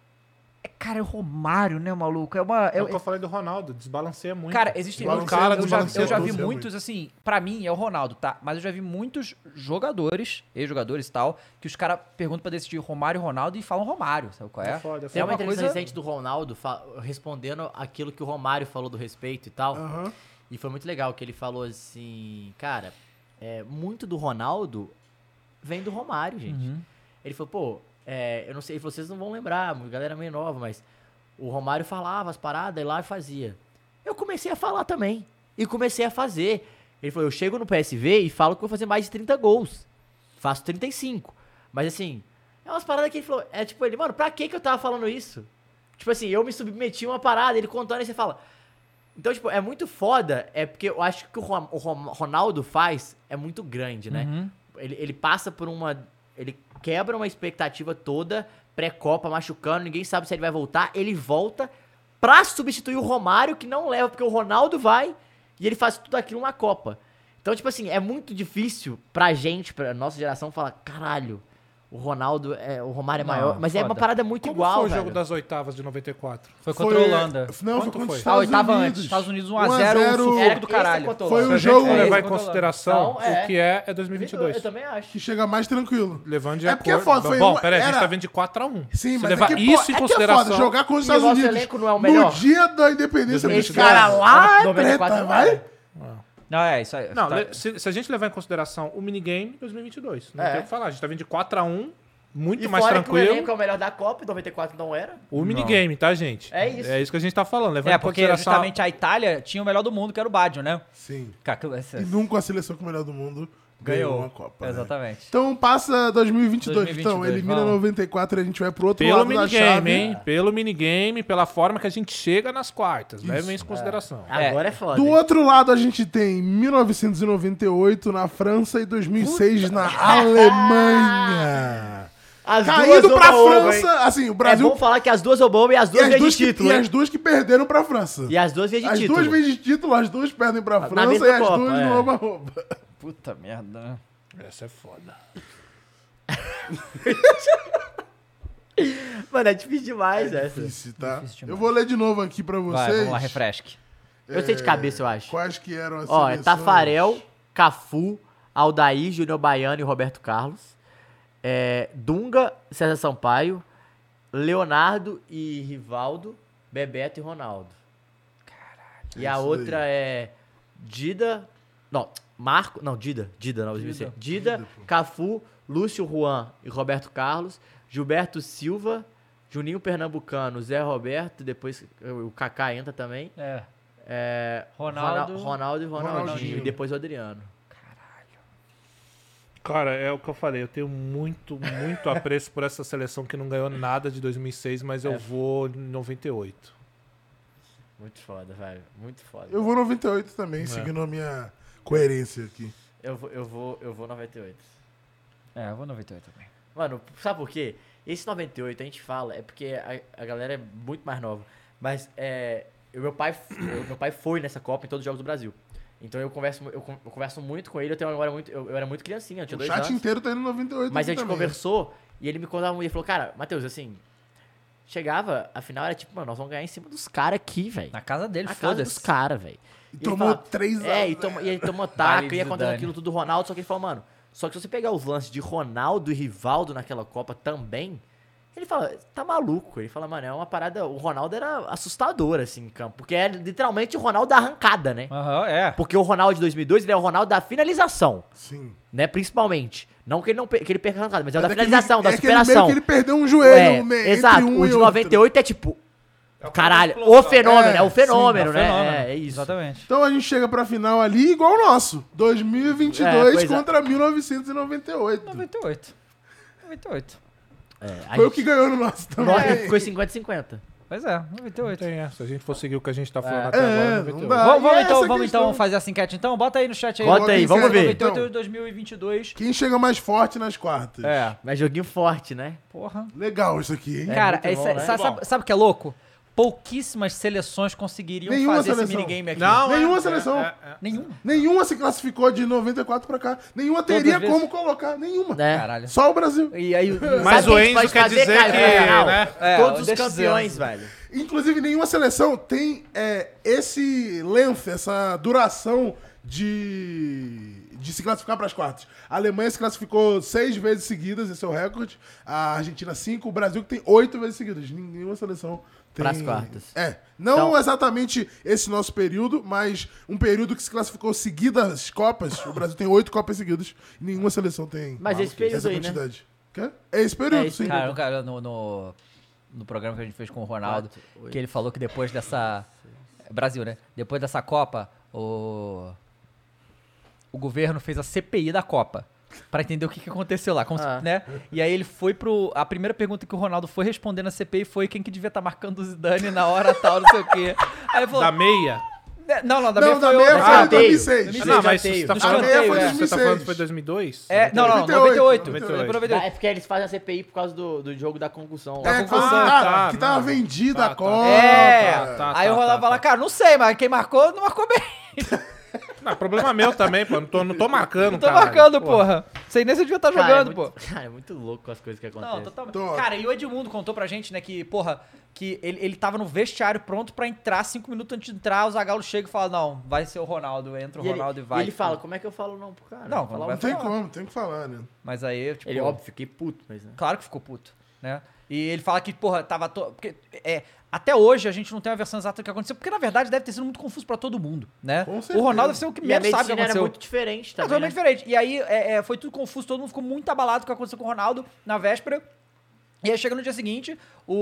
É, cara, é o Romário, né, maluco? É uma... É, É, o que eu falei do Ronaldo, desbalanceia muito. Cara, existem Desbalanceia, muitos cara, eu já, eu desbalanceia já vi tudo. muitos, assim, pra mim é o Ronaldo, tá? Mas eu já vi muitos jogadores, ex-jogadores e tal, que os caras perguntam pra decidir Romário e Ronaldo e falam Romário, sabe qual é? É foda, é Tem foda. uma uma entrevista coisa- recente do Ronaldo fa- respondendo aquilo que o Romário falou do respeito e tal. Aham. E foi muito legal que ele falou assim, cara, é, muito do Ronaldo vem do Romário, gente. Uhum. Ele falou, pô, é, eu não sei, vocês não vão lembrar, a galera é meio nova, mas o Romário falava as paradas e lá e fazia. Eu comecei a falar também. E comecei a fazer. Ele falou, eu chego no P S V e falo que vou fazer mais de trinta gols. Faço trinta e cinco. Mas assim, é umas paradas que ele falou, é tipo, ele, mano, pra que que eu tava falando isso? Tipo assim, eu me submeti a uma parada, ele contando e você fala... Então, tipo, é muito foda, é porque eu acho que o que o Ron- o Ron- Ronaldo faz é muito grande, né? Uhum. Ele, ele passa por uma... Ele quebra uma expectativa toda, pré-copa, machucando, ninguém sabe se ele vai voltar. Ele volta pra substituir o Romário, que não leva, porque o Ronaldo vai, e ele faz tudo aquilo numa Copa. Então, tipo assim, é muito difícil pra gente, pra nossa geração, falar, caralho, o Ronaldo, é, o Romário é Não, maior. Mas é foda. uma parada muito Como igual, foi o velho. jogo das oitavas de noventa e quatro? Foi contra a Holanda. Não, Quanto foi contra foi? os A Estados oitava Unidos. antes, Estados Unidos um a zero, um a um zero. sufoco Era do esse caralho. contra a Foi Holanda. o Se a jogo gente levar em Holanda. consideração, Então, é. o que é, é dois mil e vinte e dois. Eu também acho. Que chega mais tranquilo. Levando de É porque acordo. é foda, foi Bom, uma- peraí, a gente era- tá vendo de quatro a um. Sim, Se mas levar é que, isso pô, em é que é consideração... foda, jogar com os E o Estados nosso Unidos elenco não é o melhor? no dia da independência dos dois mil e vinte e dois. caras lá, é noventa e quatro treta, não vai? era. Não, é, isso aí. Não, tá- le- se, se a gente levar em consideração o minigame, dois mil e vinte e dois. Não É. tem o que falar. A gente tá vindo de quatro a um, muito E mais fora que o elenco tranquilo. é o melhor da Copa, em noventa e quatro não era. O minigame, tá, gente? É isso. É isso que a gente tá falando. Levando É, em porque consideração... justamente a Itália tinha o melhor do mundo, que era o Baggio, né? Sim. Cara, que- essa- E nunca a seleção com o melhor do mundo ganhou uma Copa. né? Exatamente. Então passa dois mil e vinte e dois. dois mil e vinte e Então, dois, elimina vamos. noventa e quatro e a gente vai pro outro Pelo lado da minigame, chave. hein? Pelo minigame, pela forma que a gente chega nas quartas. Levem isso em consideração. É. Agora é foda. Do hein? outro lado, a gente tem mil novecentos e noventa e oito na França e dois mil e seis na Alemanha. As Caindo duas pra oba-oba, França, hein? assim, o É Brasil... bom falar que as duas Obama e as e, duas as vezes duas de que, título, e hein? as duas que perderam pra França. E as duas vezes de As título. duas vezes de título, as duas perdem pra Na França mesma e as Copa, duas é. no oba-oba. Puta merda, né? Essa é foda. Mano, é difícil demais essa. Difícil, tá? Difícil demais. Eu vou ler de novo aqui pra vocês. Vai, vamos lá, refresque. Eu sei de cabeça, eu acho. Quais que eram as Ó, é seleções? Tafarel, Cafu, Aldair, Júnior Baiano e Roberto Carlos. É, Dunga, César Sampaio, Leonardo e Rivaldo, Bebeto e Ronaldo. Caralho. E a Isso outra é Dida. Não, Marco. Não, Dida. Dida, não, Dida. Dida, Dida, pô. Cafu, Lúcio Juan e Roberto Carlos, Gilberto Silva, Juninho Pernambucano, Zé Roberto, depois o Kaká entra também. É. É, Ronaldo- Ronal- Ronaldo e Ronaldinho, Ronaldinho. e depois o Adriano. Cara, é o que eu falei. Eu tenho muito, muito apreço por essa seleção que não ganhou nada de dois mil e seis, mas eu É. vou em noventa e oito. Muito foda, velho. Muito foda. Eu vou noventa e oito também, seguindo a minha coerência aqui. Eu vou, eu vou, eu vou noventa e oito. É, eu vou noventa e oito também. Mano, sabe por quê? Esse noventa e oito a gente fala, é porque a, a galera é muito mais nova. Mas é, o meu pai, o meu pai foi nessa Copa em todos os jogos do Brasil. Então eu converso, eu, con- eu converso muito com ele, eu tenho uma memória muito. Eu, eu era muito criancinha, eu tinha O dois chat anos. inteiro tá indo noventa e oito Mas a aqui gente também. conversou e ele me contava muito. Ele falou, cara, Matheus, assim. Chegava, afinal era tipo, mano, nós vamos ganhar em cima dos caras aqui, velho. Na casa dele, Na casa dos foda-se. caras, velho. E ele tomou falava- três É, a e, toma, zero. e ele tomou Vale taco, ia de contando Zidane. aquilo tudo do Ronaldo, só que ele falou, mano, só que se você pegar os lances de Ronaldo e Rivaldo naquela Copa também, Ele fala, tá maluco. Ele fala, mano, é uma parada... O Ronaldo era assustador, assim, em campo. Porque é literalmente o Ronaldo da arrancada, né? Aham, é. Porque o Ronaldo de dois mil e dois, ele é o Ronaldo da finalização. Sim. Né, principalmente. Não que ele, não, que ele perca a arrancada, mas é o da É daquele- finalização, da é aquele meio superação. que ele perdeu um joelho É, né, entre exato. um O e de outro. noventa e oito é tipo... É o Caralho, fenômeno. o fenômeno, É, é, o fenômeno, sim, é o né? fenômeno. É, é isso. Exatamente. Então a gente chega pra final ali igual o nosso. dois mil e vinte e dois É, pois é. contra mil novecentos e noventa e oito. noventa e oito. noventa e oito. É, a Foi o gente- que ganhou no nosso também. Nós- Ficou cinquenta a cinquenta. Pois é, noventa e oito. Tem essa. Se a gente for seguir o que a gente tá falando até É, agora, não noventa e oito. dá. Vamos, e vamos essa então, vamos questão? então fazer essa enquete então? Bota aí no chat aí. Bota aí, vamos ver. noventa e oito Então. e dois mil e vinte e dois. Quem chega mais forte nas quartas? É, Mas joguinho forte, né? porra. Legal isso aqui, hein? É Cara, muito é, bom, sa- né? sa- sabe, sabe o que é louco? Pouquíssimas seleções conseguiriam Nenhuma fazer seleção. esse minigame aqui. Não, Nenhuma é, seleção. é, é. Nenhuma. Nenhuma se classificou de noventa e quatro pra cá. Nenhuma teria as vezes? como colocar. Nenhuma. É. Caralho. Só o Brasil. E aí, Mas Sabe o o que a gente Enzo pode quer fazer, dizer cara, que, pra final? né? É, Todos os deixa eu campeões, dizer. velho. Inclusive, nenhuma seleção tem é, esse length, essa duração de, de se classificar para as quartas. A Alemanha se classificou seis vezes seguidas, esse é o recorde. A Argentina, cinco. O Brasil que tem oito vezes seguidas. Nenhuma seleção tem... Pras quartas. É. Não Então- exatamente esse nosso período, mas um período que se classificou seguidas Copas. O Brasil tem oito Copas seguidas. E nenhuma seleção tem Mas esse período essa aí, né? quantidade. Quê? É esse período, É esse sim. Cara, cara no, no, no programa que a gente fez com o Ronaldo, Quatro, oito. que ele falou que depois dessa... Brasil, né? Depois dessa Copa, o... O governo fez a C P I da Copa. Pra entender o que, que aconteceu lá, como se- Ah. né? E aí ele foi pro... A primeira pergunta que o Ronaldo foi responder na C P I foi quem que devia estar marcando o Zidane na hora tal, não sei o quê. Aí ele falou... Da meia? Não, não, da Não, meia da foi meia outra. foi em Ah, dois mil e seis. Escanteio. Não, mas Escanteio. você tá Do falando, escanteio, é. é. Você tá dois mil e seis. falando que foi dois mil e dois? É, não, não, noventa e oito. noventa e oito. noventa e Foi oito. noventa e Ah, oito. é porque eles fazem a C P I por causa do, do jogo da concussão. É, lá. que, foi- Ah, ah, tá, que tava não. vendida Tá, a tá. Copa. É, tá, aí tá, o Ronaldo tá, fala, tá. cara, não sei, mas quem marcou, não marcou bem. Não, problema meu também, pô. Não tô, não tô marcando, Não tô caralho. marcando, Pô. porra. Sei nem se eu devia estar Cara, jogando, é pô. muito, Cara, é muito louco as coisas que acontecem. Não, totalmente. Tô. Cara, e o Edmundo contou pra gente, né, que, porra, que ele, ele tava no vestiário pronto pra entrar, cinco minutos antes de entrar, o Zagallo chega e fala, não, vai ser o Ronaldo, entra o E ele, Ronaldo e e vai. ele fala, como é que eu falo não pro cara? Não, Falar não um- vai Não tem falar. como, tem que falar, né? Mas aí, tipo... Ele, óbvio, fiquei puto, mas... Né? Claro que ficou puto, né? E ele fala que, porra, tava... To... Porque, é, até hoje a gente não tem uma versão exata do que aconteceu, porque na verdade deve ter sido muito confuso pra todo mundo, né? Com O certeza. Ronaldo deve ser o que E a menos sabe o que medicina era aconteceu. muito diferente É também, totalmente né? diferente. E aí é, é, foi tudo confuso, todo mundo ficou muito abalado com o que aconteceu com o Ronaldo na véspera. E aí chega no dia seguinte,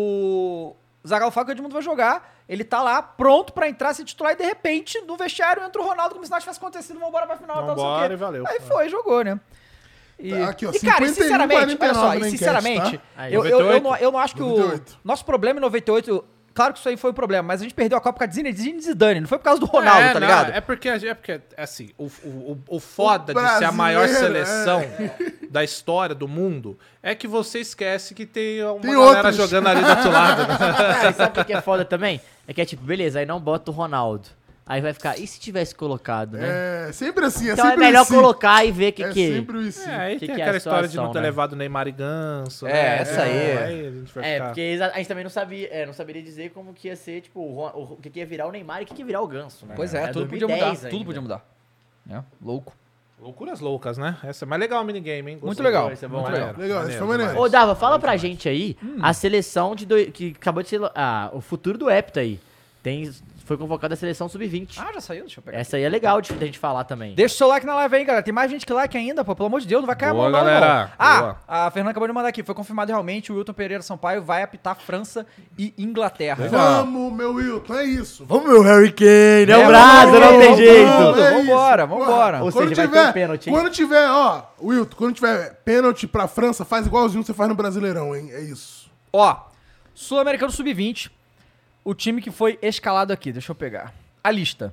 o Zagallo fala que o Edmundo vai jogar, ele tá lá pronto pra entrar, se titular, e de repente, no vestiário, entra o Ronaldo como se nada tivesse acontecido, vambora pra final, tal, não sei o Vambora quê. e valeu. Aí foi, jogou, né? E, Tá, aqui, ó, e cara, e cinquenta e um, sinceramente, olha quarenta e só, nove e na enquete, sinceramente, tá? Aí, eu, eu, eu, noventa e oito. não, eu não acho que noventa e o oito. nosso problema em noventa e oito, claro que isso aí foi o problema, mas a gente perdeu a Copa por causa de Zinedine e Zidane, não foi por causa do Ronaldo, É, tá não, ligado? É porque, é porque assim, o, o, o- o foda O de ser a maior brasileiro, seleção da história do mundo é que você esquece que tem uma Tem galera outros. jogando ali do outro lado. Né? Cara, e sabe o que é foda também? É que é tipo, beleza, aí não bota o Ronaldo. Aí vai ficar, e se tivesse colocado, né? É sempre assim, é Então é sempre melhor assim. colocar e ver o que É que... sempre o e si. É, aí Que tem que é aquela a história de não situação, ter né? levado Neymar e Ganso. É, né? essa aí. aí a gente vai É, ficar... porque exa- a gente também não sabia, é, não saberia dizer como que ia ser, tipo, o, Ron- o, o que que ia virar o Neymar e o que que ia virar o Ganso, né? Pois é, tudo podia dois mil e mudar, dez tudo ainda. podia mudar. É, louco. Loucuras loucas, né? Essa é mais legal o minigame, hein? Muito Gostei. legal, Isso é bom, muito né? legal. Legal, isso foi maneiro. Ô, Dava, fala pra gente aí Hum. a seleção de doi- que acabou de ser. Ah, o futuro do Hepta aí. Tem, foi convocada a seleção sub vinte. Ah, já saiu? Deixa eu pegar. Essa aí é legal de, da gente falar também. Deixa o seu like na live aí, galera. Tem mais gente que like ainda, pô. Pelo amor de Deus, não vai cair Boa, a mão, não, galera. irmão. Ah, Boa. a Fernanda acabou de mandar aqui. Foi confirmado realmente, o Wilton Pereira Sampaio vai apitar França e Inglaterra. Vamos, meu Wilton, é isso. Vamos, meu Harry Kane, é o É, Brasa, vamos, não tem vamos, jeito. vamos. É vambora, isso. vambora. Ou Quando seja, vai tiver, ter um pênalti, hein? quando tiver, ó, Wilton, quando tiver pênalti pra França, faz igualzinho que você faz no Brasileirão, hein? É isso. Ó, Sul-Americano sub vinte, o time que foi escalado aqui. Deixa eu pegar. A lista.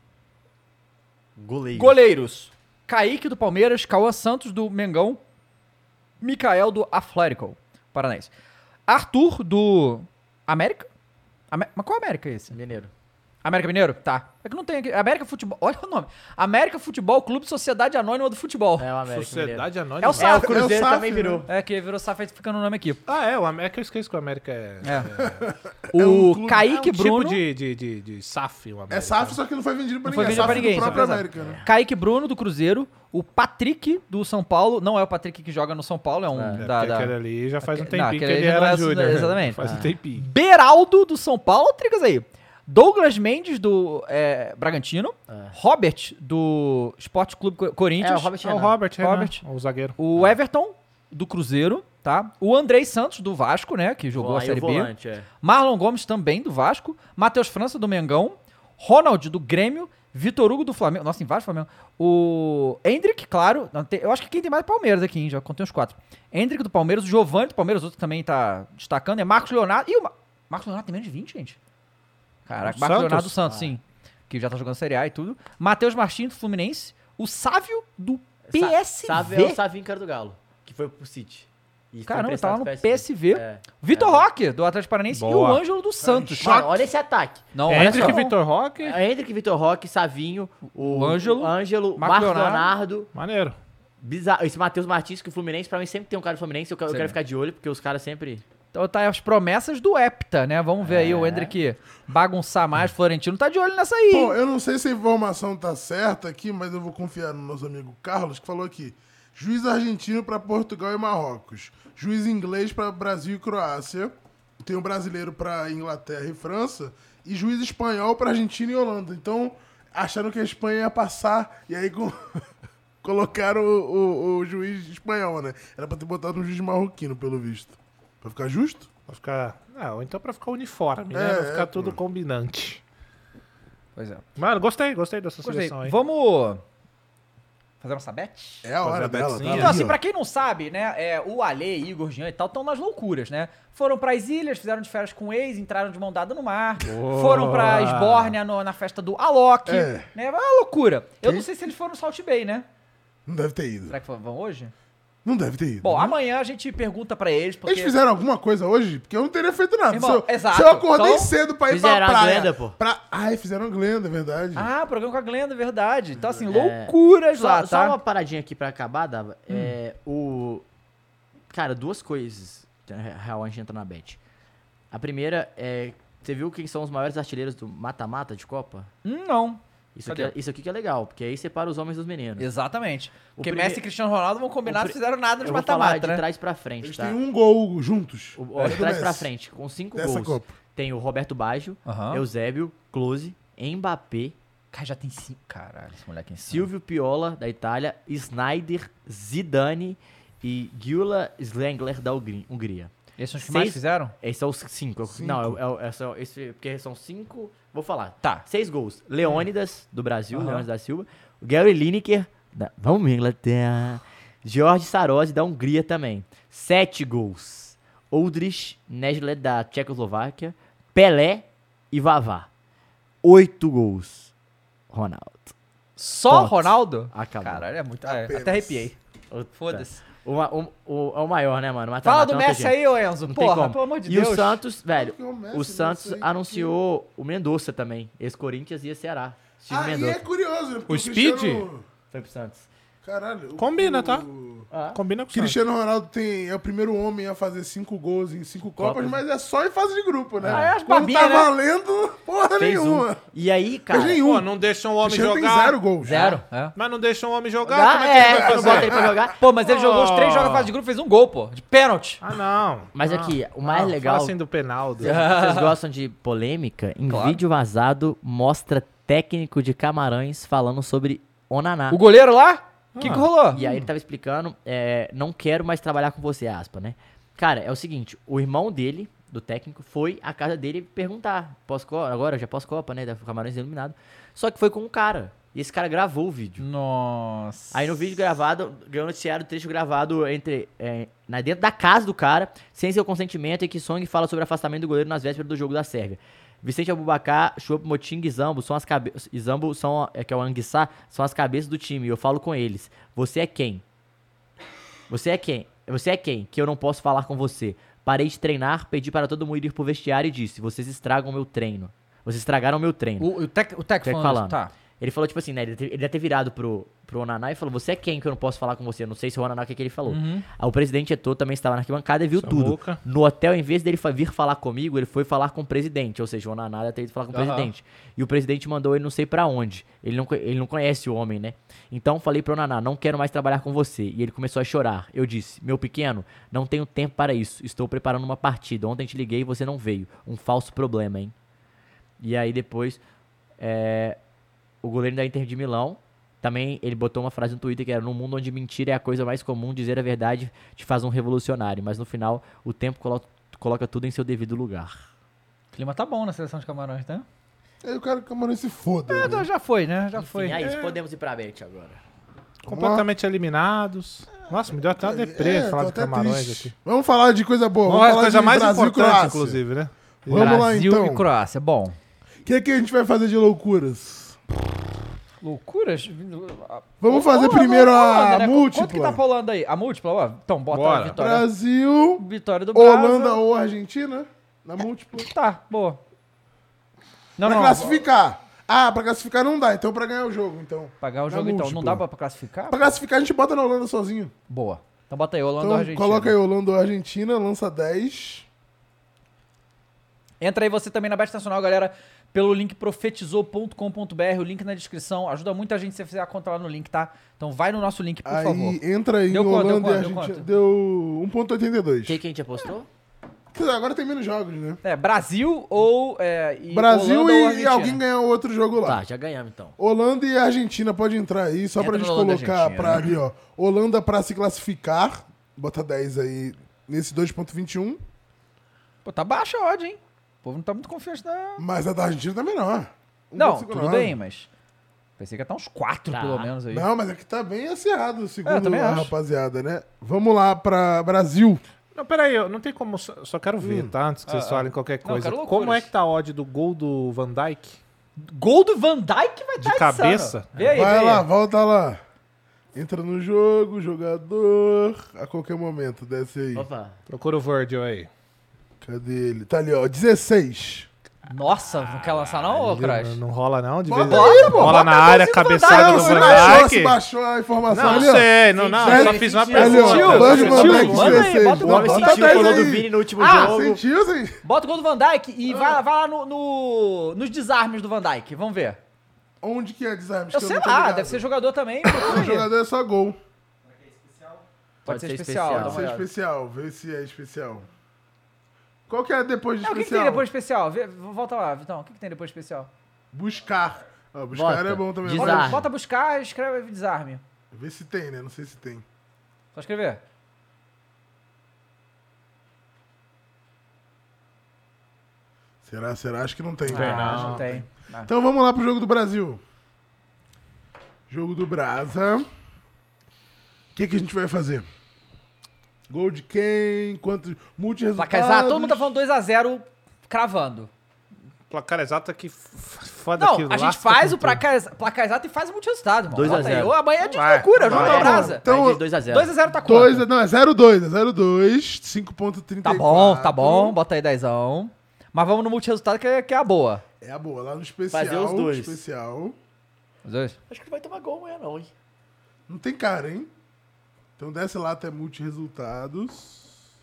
Goleiro. Goleiros. Kaique do Palmeiras, Cauã Santos do Mengão, Mikael do Atlético Paranaense. Arthur do América? Amé- Mas qual América é esse? Mineiro. América Mineiro? Tá. É que não tem aqui. América Futebol. Olha o nome. América Futebol Clube Sociedade Anônima do Futebol. É o América Sociedade Anônima. É o É, o SAF. Cruzeiro É o SAF, também virou. É que virou SAF, aí fica no nome aqui. Ah, é, o América, eu esqueço que o América é... É. É um O clube- Kaique é um Bruno. tipo de, de, de, de S A F, o América. É S A F, só que não foi vendido pra Não foi ninguém. vendido pra é ninguém, S A F só do pra próprio América, né? Kaique Bruno do Cruzeiro. O Patrick do São Paulo. Não é o Patrick que joga no São Paulo, é um É, da. porque da- aquele ali já faz um Aque- tempinho não, que aquele ele já não era é- júnior. exatamente. Faz um Ah. tempinho. Beraldo do São Paulo. Tricas aí. Douglas Mendes do é, Bragantino. Robert do Esporte Clube Co- Corinthians. É, o Robert É o Renan. Robert, Renan, Robert. o zagueiro. O Everton do Cruzeiro, tá? O Andrei Santos do Vasco, né? Que jogou a Aí o Série B. volante, é. Marlon Gomes também do Vasco. Matheus França do Mengão. Ronald do Grêmio. Vitor Hugo do Flamengo. Nossa, tem vários Flamengo. O Hendrick, claro. Não, tem- eu acho que quem tem mais é o Palmeiras aqui, hein? Já contei uns quatro. Hendrick do Palmeiras. O Giovani do Palmeiras, outro que também tá destacando. É Marcos Leonardo. Ih, o Ma- Marcos Leonardo tem menos de vinte, gente. Caraca, Do Marcos Santos? Leonardo do Santos, Ah. sim. Que já tá jogando Série A e tudo. Matheus Martins do Fluminense. O Sávio do P S V. Sabe, é o Savinho, cara do Galo, que foi pro City. E foi Caramba, emprestado tá lá no pro P S V. É. Vitor É. Roque, do Atlético Paranaense. E o Boa. Ângelo do Santos. Mano, olha esse ataque. Não, olha Hendrick, só. Vitor Roque. É Hendrick, Vitor Roque, Savinho, o, O Ângelo, o Ângelo, Marco Marcos Leonardo. Leonardo. Maneiro. Bizarro. Esse Matheus Martins, que o Fluminense, pra mim, sempre tem um cara do Fluminense. Eu, quero- eu Sim. quero ficar de olho, porque os caras sempre... Então tá as promessas do Hepta, né? Vamos ver aí o É. Hendrick bagunçar mais. Florentino tá de olho nessa aí. Bom, hein? eu não sei se a informação tá certa aqui, mas eu vou confiar no nosso amigo Carlos, que falou aqui. Juiz argentino para Portugal e Marrocos. Juiz inglês para Brasil e Croácia. Tem um brasileiro para Inglaterra e França. E juiz espanhol para Argentina e Holanda. Então, acharam que a Espanha ia passar. E aí com- colocaram o, o- o juiz espanhol, né? Era pra ter botado um juiz marroquino, pelo visto. Pra ficar justo? Pra ficar... Não, ou então pra ficar uniforme, né? É, Pra ficar é, tudo pô. combinante. Pois é. Mano, gostei, gostei dessa Gostei. seleção aí. Vamos fazer nossa bet? É a hora Fazer a dela. betezinha. Tá Então, ali, assim, ó. pra quem não sabe, né, é, o Ale, Igor, Jean e tal estão nas loucuras, né? Foram pras ilhas, fizeram de férias com o ex, entraram de mão dada no mar, Boa. foram pra Esbórnia no- na festa do Alok, É. né? É uma loucura. Eu Quem? não sei se eles foram no Salt Bay, né? Não deve ter ido. Será que vão hoje? Não deve ter ido. Bom, né? amanhã a gente pergunta pra eles, porque... Eles fizeram alguma coisa hoje? Porque eu não teria feito nada. Irmão, se, eu, exato. se eu acordei Então, cedo pra ir fizeram pra a praia... Glenda, pô. Pra... Ai, fizeram a Glenda, é verdade. Ah, programa com a Glenda, verdade. Então, assim, É. loucuras Só, lá, só tá? uma paradinha aqui pra acabar, Dava. É, o... Cara, duas coisas. Real, a gente entra na bet. A primeira é... Você viu quem são os maiores artilheiros do mata-mata de Copa? Hum, não. Isso aqui, Cadê? é, isso aqui que é legal, porque aí separa os homens dos meninos. Exatamente. Porque prime- Messi e Cristiano Ronaldo vão combinar, o não pri- fizeram nada de Eu vou falar mata-mata, de né? trás pra frente, Eles tá? têm um gol juntos. O, ó, É de do trás Messi. pra frente, com cinco Dessa gols. Copa. Tem o Roberto Baggio, Aham. Eusébio, Close, Mbappé, Cara, já tem cinco. Caralho, esse moleque é insano. Silvio Piola, da Itália, Snyder, Zidane e Gyula Slengler, da Hungri- Hungria. Esses são os que Seis- mais fizeram? Esses são os cinco. Cinco. Não, é, é, é, são, esse, porque são cinco... Vou falar. Tá. Seis gols. Leônidas, do Brasil, Aham. Leônidas da Silva. O Gary Lineker, da... Vamos, Inglaterra. Jorge Sarozzi, da Hungria também. Sete gols. Oldrich Neslet, da Tchecoslováquia. Pelé e Vavá. Oito gols. Ronaldo. Só Ponto. Ronaldo? Acabou. Caralho, é muito... é, Apenas. até arrepiei. Puta. Foda-se. O, o, o, é o maior, né, mano? Mata, Fala mata, do não tem Messi jeito. aí, ô Enzo. Não tem Porra, como. pelo amor de e Deus. o Santos, velho, Porque o Messi, o não Santos sei anunciou o Mendonça também. Ex-Corinthians e Ceará. Steve Ah, e Mendonça. é curioso, né? porque O Speed? Cristiano- Foi pro Santos. Caralho. o- Combina, o- tá? Ah. Combina com o Santos. Cristiano Ronaldo tem, é o primeiro homem a fazer cinco gols em cinco Copas, Copas. mas é só em fase de grupo, né? Ah, é as Quando babinhas, tá né? valendo, porra Fez um. nenhuma. E aí, cara... Fez nenhum. Pô, não deixam o homem Cristiano tem jogar. zero gols. Zero. É. Mas não deixam o homem jogar, Jogar, como é que ele é, vai não fazer? bota ele pra jogar. Pô, mas ele jogou os três Oh. jogos na fase de grupo e fez um gol, pô. De pênalti. Ah, não. Mas não. aqui, o mais Não, legal... Fala assim do Penaldo. Vocês gostam de polêmica? Em Claro. vídeo vazado, mostra técnico de Camarões falando sobre Onaná. O goleiro lá? O que Ah. que rolou? E aí ele tava explicando, é, não quero mais trabalhar com você, aspa, né? Cara, é o seguinte, o irmão dele, do técnico, foi à casa dele perguntar, pós-copa, agora já pós-copa, né, da Camarões eliminado, só que foi com um cara, e esse cara gravou o vídeo. Nossa. Aí no vídeo gravado, ganhou noticiário, trecho gravado entre, é, na, dentro da casa do cara, sem seu consentimento, e que Song fala sobre afastamento do goleiro nas vésperas do jogo da Sérvia. Vicente Abubacar, Choupo Moting e Zambo são as cabeças. E Zambo são, é, que é o Anguissá, são as cabeças do time. E eu falo com eles. Você é quem? Você é quem? Você é quem? Que eu não posso falar com você. Parei de treinar, pedi para todo mundo ir pro vestiário e disse: vocês estragam meu treino. Vocês estragaram o meu treino. O, o Tec, o Tec Tec falando, falando. tá. Ele falou, tipo assim, né? Ele deve ter, ele deve ter virado pro, pro Onaná e falou: você é quem que eu não posso falar com você? Eu não sei se o Onaná, o que, que ele falou. Uhum. Aí o presidente Eto'o também estava na arquibancada e viu tudo. Samuca. No hotel, em vez dele fa- vir falar comigo, ele foi falar com o presidente. Ou seja, o Onaná deve ter ido falar com o Aham. presidente. E o presidente mandou ele não sei pra onde. Ele não, co- ele não conhece o homem, né? Então falei pro Onaná: não quero mais trabalhar com você. E ele começou a chorar. Eu disse: meu pequeno, não tenho tempo para isso. Estou preparando uma partida. Ontem te liguei e você não veio. Um falso problema, hein? E aí depois, é, o goleiro da Inter de Milão, também ele botou uma frase no Twitter que era: num mundo onde mentira é a coisa mais comum, dizer a verdade te faz um revolucionário. Mas no final, o tempo colo- coloca tudo em seu devido lugar. O clima tá bom na seleção de Camarões, né? Aí o cara que o Camarões se foda. É, né? já foi, né? Já foi. Enfim, é isso. Podemos ir pra bet agora. Completamente eliminados. Nossa, me deu até uma deprê É, falar tô de até Camarões triste. aqui. Vamos falar de coisa boa. Vamos Vamos falar a falar coisa de mais Brasil e importante, Croácia. inclusive, né? Vamos lá, Brasil então. e Croácia. Bom. O que, que a gente vai fazer de loucuras? Loucuras? Vamos Ô, fazer ô, primeiro ô, a Holanda, né? múltipla. Quanto que tá pra Holanda aí? A múltipla, ó. Então, bota Bora. a vitória. Brasil, Vitória do Brasil. Holanda ou Argentina? Na múltipla. Tá, boa. Não, Pra não. classificar. Ah, pra classificar não dá, então pra ganhar o jogo, então. Pra ganhar o Na jogo, então. múltipla. Não dá pra classificar? Pra classificar a gente bota na Holanda sozinho. Boa. Então bota aí, Holanda ou Então Argentina. coloca aí Holanda ou Argentina, lança dez. Entra aí você também na Bet Nacional, galera, pelo link profetizou ponto com ponto b r, o link na descrição. Ajuda muita gente se você fizer a conta lá no link, tá? Então vai no nosso link, por Aí favor. entra aí Deu em quanto, deu Holanda e quanto, deu Argentina. quanto? Deu um ponto oitenta e dois. O que, que a gente apostou? Quer dizer, agora tem menos jogos, né? É, Brasil ou... É, e Brasil Holanda ou e, e Argentina. alguém ganhar outro jogo lá. Tá, já ganhamos então. Holanda e Argentina pode entrar aí, só Entra pra gente no Holanda e colocar Argentina. pra ali, ó. Holanda pra se classificar, bota dez aí nesse dois ponto vinte e um, Pô, tá baixa a odd, hein? O povo não tá muito confiante na... mas a da Argentina tá menor. um Não, ponto cinquenta e tudo nove. bem, mas... Pensei que ia estar uns quatro, Tá. pelo menos, aí. Não, mas aqui tá bem acirrado, É, eu segundo também a acho. rapaziada, né? Vamos lá pra Brasil. Não, peraí, eu não tem como. Só, só quero ver, Hum. tá? Antes que Ah, vocês ah. falem qualquer Não, eu coisa. quero loucuras. Como é que tá a odd do gol do Van Dijk? Gol do Van Dijk vai De estar cabeça? Vê aí, Vai vê lá, aí. volta lá. Entra no jogo, jogador, a qualquer momento, desce aí. Opa. Procura o Virgil aí. Cadê ele? Tá ali, ó, dezesseis. Nossa, não quer lançar não, ô, Não, Crash? não rola não, de Bota vez aí, em pô, rola bota na a área, torcida do cabeçada Não, do se Van baixou, se Dijk. baixou a informação Não, ali, não ó. sei, não, não, Sentiu, só fiz uma ali, ó, pergunta. Virgil van Sentiu, Dijk, manda aí, dezesseis. bota o O homem Bota sentiu o dez falou do aí. Vini no último Ah, jogo. Sentiu, sim? Bota o gol do Van Dijk e vai, vai lá no, no- nos desarmes do Van Dijk. Vamos ver. Onde que é desarme? Eu sei lá, deve ser jogador também. procura O aí. jogador é só gol. Pode ser especial. dá Pode uma ser olhada. especial, vê se é especial. Qual que é depois de É, o que, que especial? tem depois de especial? Vê- volta lá, Vitão. O que, que tem depois de especial? Buscar. Ó, buscar Bota. é bom também. Desarme. Bota, Bota- bota buscar e escreve desarme. Vê se tem, né? Não sei se tem. Só escrever. Será? Será? Acho que não tem. Ah, não tem. Ah. Então vamos lá pro jogo do Brasil. Jogo do Brasa. O que, que a gente vai fazer? Gol de quem? Quantos? Multi-resultados? Placar exato, todo mundo tá falando dois a zero cravando. Placar exato aqui, f- foda Não, que a gente lasca faz com o placar, exa- placar exato e faz o multi-resultado, irmão. dois a Bota aí. zero. Ô, amanhã é de Vai, loucura, jogo vai. da Brasa. Então, dois a zero. dois a zero tá dois, quanto? não, é zero dois, é zero dois, cinco ponto trinta e Tá quatro. bom, tá bom. Bota aí dezão. Mas vamos no multi-resultado que é, que é a boa. É a boa, lá no especial. Fazer os dois. Especial. Os dois? Acho que não vai tomar gol amanhã não, hein? Não tem cara, hein? Então desce lá até multi-resultados.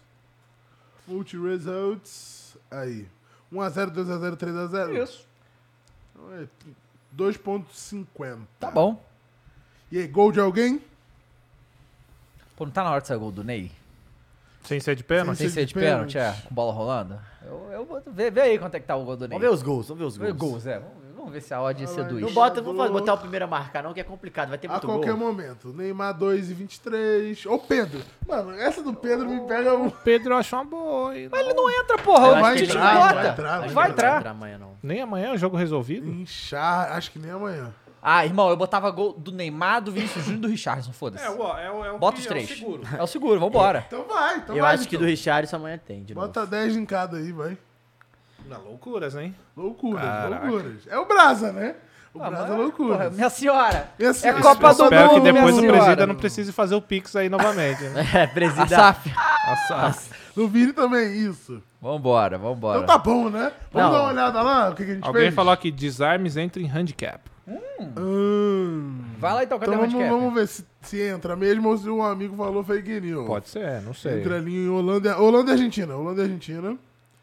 Multi-results. Aí. um a zero, dois a zero, três a zero. Isso. Então é dois ponto cinquenta. Tá bom. E aí, gol de alguém? Pô, não tá na hora de sair o gol do Ney? Sem ser de pênalti? Sem ser ser de de pênalti, pênalti. é, com bola rolando. Eu, eu vou ver, vê aí quanto é que tá o gol do Ney. Vamos ver os gols, vamos ver os Vê gols. gols, é. Vamos, vamos ver se a odd seduz. Não bota, não vou botar o primeiro a marcar não, que é complicado, vai ter A muito qualquer gol. momento. Neymar dois e vinte e três. Ô, Pedro. Mano, essa do Pedro me pega um... Pedro achou uma boa. hein? Mas ele não entra, porra. Eu O acho vai que Tite ele não entrar, bota. vai entrar, Não vai vai entrar. entrar. entrar amanhã não. Nem amanhã é um jogo resolvido. Inchar, acho que nem amanhã. Ah, irmão, eu botava gol do Neymar, do Vinícius Júnior e do Richardson, foda-se. É, o, é, o, é o Bota que- os é o três. seguro. É o seguro, vambora. Então vai, então Eu vai. acho que do então. Richarlison amanhã tem, de novo. Bota dez em cada aí, vai. Não, loucuras, hein? Loucuras, Caraca. loucuras. É o Brasa, né? O Ah, Brasa é mas- loucura. porra, minha senhora. Minha É senhora. Copa do Espero que Mundo, depois minha o presida senhora. não precise fazer o Pix aí novamente. Né? É, A presida. S A F. Nossa. No Vini também, isso. Vambora, vambora. Então tá bom, né? Vamos Não. dar uma olhada lá, o que, que a gente Alguém fez? falou aqui, desarmes entra em handicap. Hum. Vai lá então, cadê Então o vamos, handicap? vamos ver se, se entra mesmo ou se um amigo falou fake news. Pode ser, não sei. Entra ali em Holanda, Holanda e Argentina. Holanda e Argentina.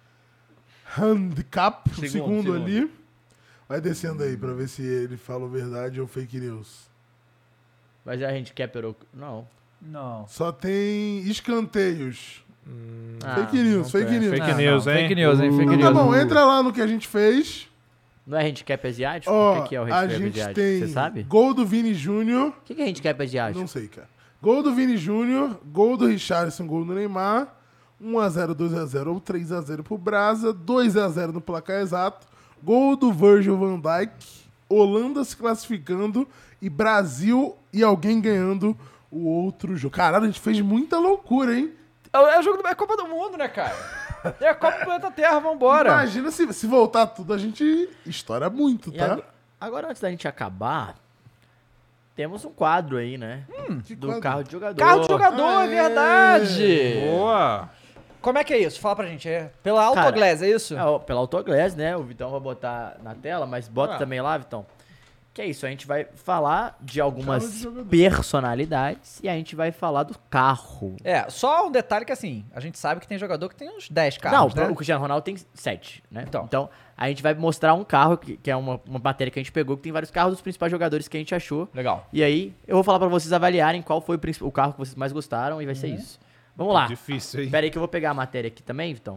Handicap, o Segundo, segundo, segundo. ali. Vai descendo aí pra ver se ele falou verdade ou fake news. Mas a handicap era o... Não. Não. Só tem escanteios. Ah, fake news, fake tem. news. Fake Não, news, não, hein? Fake news, hein? Fake Então news. tá bom, entra lá no que a gente fez. Não é handicap asiático? Ó, o que, que é o a handicap gente asiático? tem Você sabe? gol do Vini Júnior. O que, que é handicap asiático? Não sei, cara. Gol do Vini Júnior, gol do Richarlison, gol do Neymar. um a zero, dois a zero ou três a zero pro Brasa. dois a zero no placar exato. Gol do Virgil van Dijk. Holanda se classificando. E Brasil e alguém ganhando o outro jogo. Caralho, a gente fez muita loucura, hein? É o é o jogo do... É a Copa do Mundo, né, cara? É a Copa do Planeta Terra, vambora. Imagina se, se voltar tudo, a gente estoura muito, E tá? agora, agora, antes da gente acabar, temos um quadro aí, né? Que do quadro? carro de jogador. Carro de jogador, é Aê. verdade. Boa! Como é que é isso? Fala pra gente. É pela Autoglass, é isso? É, ó, pela Autoglass, né? O Vitão vai botar na tela, mas bota Ah. também lá, Vitão. Que é isso, a gente vai falar de algumas Carro de jogador. personalidades e a gente vai falar do carro. É, só um detalhe que assim, a gente sabe que tem jogador que tem uns dez Não, carros, né? o Cristiano Ronaldo tem sete, né? Então. Então, a gente vai mostrar um carro, que, que é uma, uma matéria que a gente pegou, que tem vários carros dos principais jogadores que a gente achou. Legal. E aí, eu vou falar pra vocês avaliarem qual foi o, princi- o carro que vocês mais gostaram e vai ser isso. Vamos lá. Difícil, hein? Pera aí que eu vou pegar a matéria aqui também, Vitão.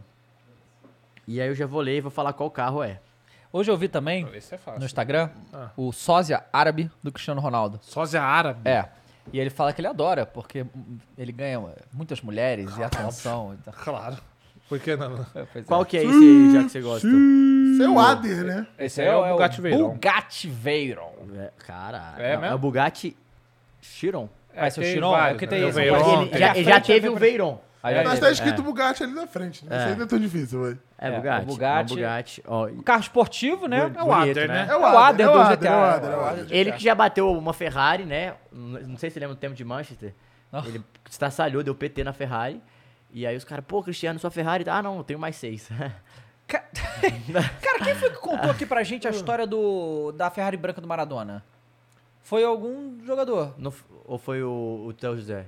E aí eu já vou ler e vou falar qual carro é. Hoje eu vi também Esse é fácil. no Instagram Ah. o sósia árabe do Cristiano Ronaldo. Sósia árabe. É. E ele fala que ele adora, porque hum, ele ganha muitas mulheres e atenção. Então. Claro. Por que não? Pois é. Qual que é esse aí, já que você gosta? Seu Ader, né? Esse é o Bugatti Veyron. Bugatti Veyron. É, caralho. É Não, mesmo? o Bugatti Chiron. Vai ser o tem Chiron? vários, É o que né? tem Tem o esse. Veyron, Ele- Ele tem já, à ele já frente, teve à o frente. Veyron. Aí Mas ele- tá escrito Bugatti ali na frente. Né? Isso aí não é tão difícil, velho. É, É, Bugatti. o Bugatti. É um Bugatti. Ó, Um carro esportivo, né? É o bonito, Ader, né? né? É o É o Ader é o do Ader, G T A. é o Ader, é o É o Ader. Ader. ele que já bateu uma Ferrari, né? Não sei se você lembra do tempo de Manchester. Ah. Ele estraçalhou, deu P T na Ferrari. E aí os caras, pô, Cristiano, sua Ferrari. Ah, não, eu tenho mais seis. Ca- Cara, quem foi que contou aqui pra gente a história do, da Ferrari branca do Maradona? Foi algum jogador? Não f- ou foi o, o Teu José?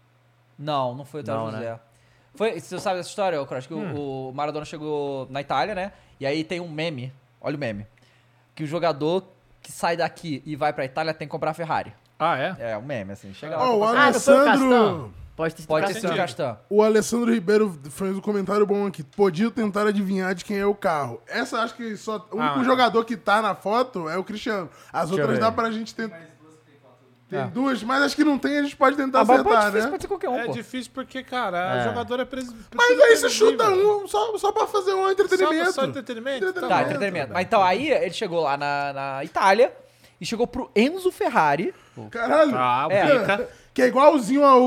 Não, não foi o Théo Não, José. né? Foi, você sabe dessa história, ô, Cross? Que o, o Maradona chegou na Itália, né? E aí tem um meme, olha o meme, que o jogador que sai daqui e vai pra Itália tem que comprar a Ferrari. Ah, é? É, um meme, assim. Chega lá. Ó, o compra- Ah, não foi o Alessandro... Castan? Pode ter sido Pode o ter sido o Castan. Castan. O Alessandro Ribeiro fez um comentário bom aqui. Podia tentar adivinhar de quem é o carro. Essa acho que só. O único Ah, jogador que tá na foto é o Cristiano. As eu outras ver. dá pra gente tentar. Tem É. duas, mas acho que não tem, a gente pode tentar Ah, mas pode, acertar, ser, né? pode ser qualquer um, É pô. difícil porque, cara, É. o jogador é preso. Mas aí você chuta um só, só pra fazer um entretenimento. Só, só entretenimento? Entretenimento. Tá, bom. entretenimento. Mas então aí ele chegou lá na, na Itália e chegou pro Enzo Ferrari. Caralho. Ah, o É. Pica. Que é igualzinho ao.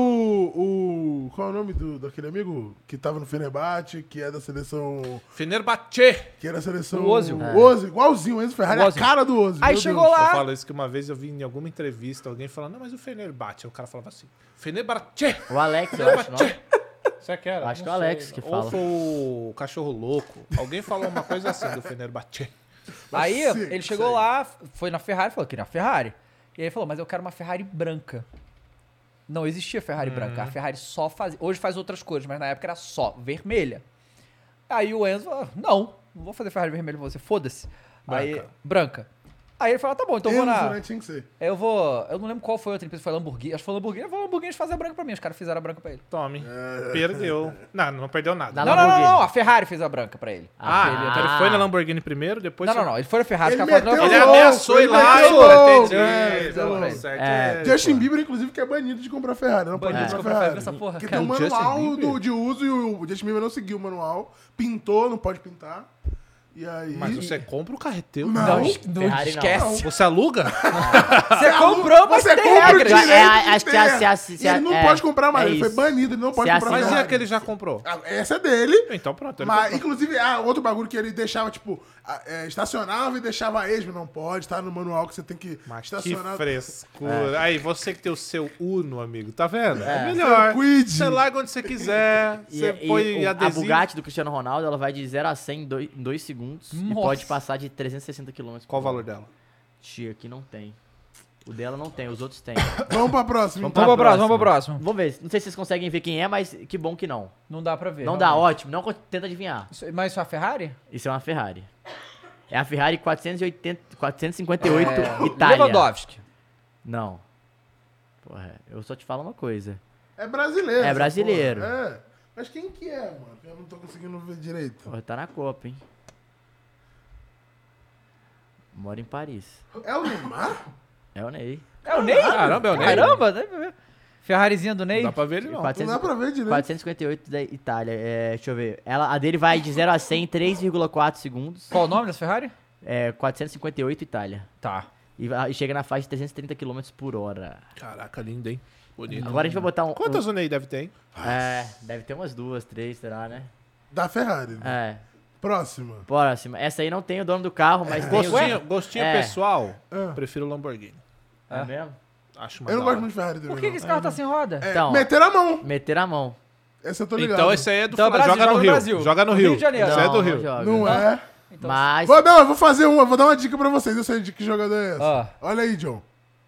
O, qual é o nome do, daquele amigo que tava no Fenerbahçe, que é da seleção. Fenerbahçe. Que é da seleção. O Ozil. O Ozil, igualzinho, o Enzo Ferrari, O é a Ozil. cara do Ozil. Aí meu chegou Deus. Eu lá. falo isso que uma vez eu vi em alguma entrevista alguém falando, não, mas o Fenerbahçe. Aí o cara falava assim, Fenerbahçe. O Alex, eu acho, não? Será que era? Acho que Não é o Alex sei. que Ou fala. foi o cachorro louco. Alguém falou uma coisa assim do Fenerbahçe. Aí Sim, ele chegou sei. lá, foi na Ferrari, falou que na Ferrari. E aí falou, mas eu quero uma Ferrari branca. Não existia Ferrari branca. A Ferrari só fazia. Hoje faz outras cores, mas na época era só vermelha. Aí o Enzo falou, não, não vou fazer Ferrari vermelha pra você, foda-se. Aí, Branca. branca. Aí ele falou, tá bom, então eu vou Enzo, na. né? Tinha que ser. Eu vou. Eu não lembro qual foi a outra empresa, foi Lamborghini. Acho que foi Lamborghini. Eu vou Lamborghini fazer a branca pra mim. Os caras fizeram a branca pra ele. Tome. Perdeu. Não, não perdeu nada. Da Não, não, não, Lamborghini. não. A Ferrari fez a branca pra ele. Ah, Ah. então ele foi na Lamborghini primeiro, depois... Não, não, não. Ele foi na Ferrari. Ele os caras falaram, meteu não, Ele louco, ameaçou ir ele lá, meteu eu louco, entendi. é, Tá é. certo, É. é, Justin pô. Bieber, inclusive, que é banido de comprar Ferrari. Não pode Banido de comprar comprar Ferrari. essa porra, Porque cara. tem um O Justin manual Bieber? do, de uso e o Justin Bieber não seguiu o manual. Pintou, não pode pintar. E aí... Mas você compra o carretel? Não. Não, Não, es- não Ferrari não. esquece. Você aluga? Você comprou, mas você tem compra o regras. direito É, de acho que ter. se a- se- se E ele a- não é, pode comprar mais. é Ele foi isso. banido, ele não pode Se comprar Mas e Ferrari. a que ele já comprou? Ah, essa é dele. Então pronto, ele Mas, comprou. inclusive, ah, outro bagulho que ele deixava, tipo, a- é, estacionava e deixava a esmo. Não pode, tá no manual que você tem que Mas que estacionar. frescura. Aí, você que tem o seu Uno, amigo, tá vendo? É, É. melhor. Seu Quid. Você larga onde você quiser, E, você e põe o- a adesivo. Bugatti do Cristiano Ronaldo, ela vai de zero a cem em dois, em dois segundos e Nossa. pode passar de trezentos e sessenta quilômetros. Qual o valor dela? Tia, aqui não tem. O dela não tem, os outros têm. Vamos pra próxima. Vamos então. Vamos pra próxima, vamos pra próxima. Vamos ver, não sei se vocês conseguem ver quem é, mas que bom que não. Não dá pra ver. Não dá, realmente. ótimo, não co- tenta adivinhar. Isso- Mas isso é a Ferrari? Isso é uma Ferrari. É a Ferrari quatrocentos e oitenta, quatrocentos e cinquenta e oito É, Itália. Lewandowski. Não. Porra, eu só te falo uma coisa. É brasileiro. É essa brasileiro. porra. É. Mas quem que é, mano? Eu não tô conseguindo ver direito. Porra, tá na Copa, hein? Mora em Paris. É o Neymar? É o Ney. É o Ney? Caramba, é o Ney. Caramba, dá pra ver. Ferrarizinha do Ney. Não dá pra ver ele, não. Não quatrocentos, dá pra ver direito. quatrocentos e cinquenta e oito da Itália. É, deixa eu ver. Ela, a dele vai de zero a cem em três vírgula quatro segundos. Qual o nome dessa Ferrari? É quatrocentos e cinquenta e oito Itália. Tá. E, vai- e chega na faixa de trezentos e trinta quilômetros por hora. Caraca, lindo, hein? Bonito. Agora a gente vai botar um... Quantas o Ney deve ter, hein? um- É, deve ter umas duas, três, será, né? Da Ferrari. né? É. Próxima. Próxima. Essa aí não tem o dono do carro, mas tem o... Gostinho, gostinho É. pessoal, Ah. prefiro o Lamborghini. É mesmo? Acho mais Eu não da gosto hora. muito de Ferrari também. Por que, que não. esse carro tá sem roda? É, Então, meteram a mão. Meter a mão. Essa eu tô ligado. Então esse aí é do Então, Fla- Brasil, joga no joga no Rio. Brasil. Joga no No Rio. Rio de Janeiro. Esse é do Não, Rio. não joga. Não é? Então, Mas... Vou, não, eu vou fazer uma, vou dar uma dica pra vocês. Eu sei de que jogador é essa. Ó. Olha aí, John.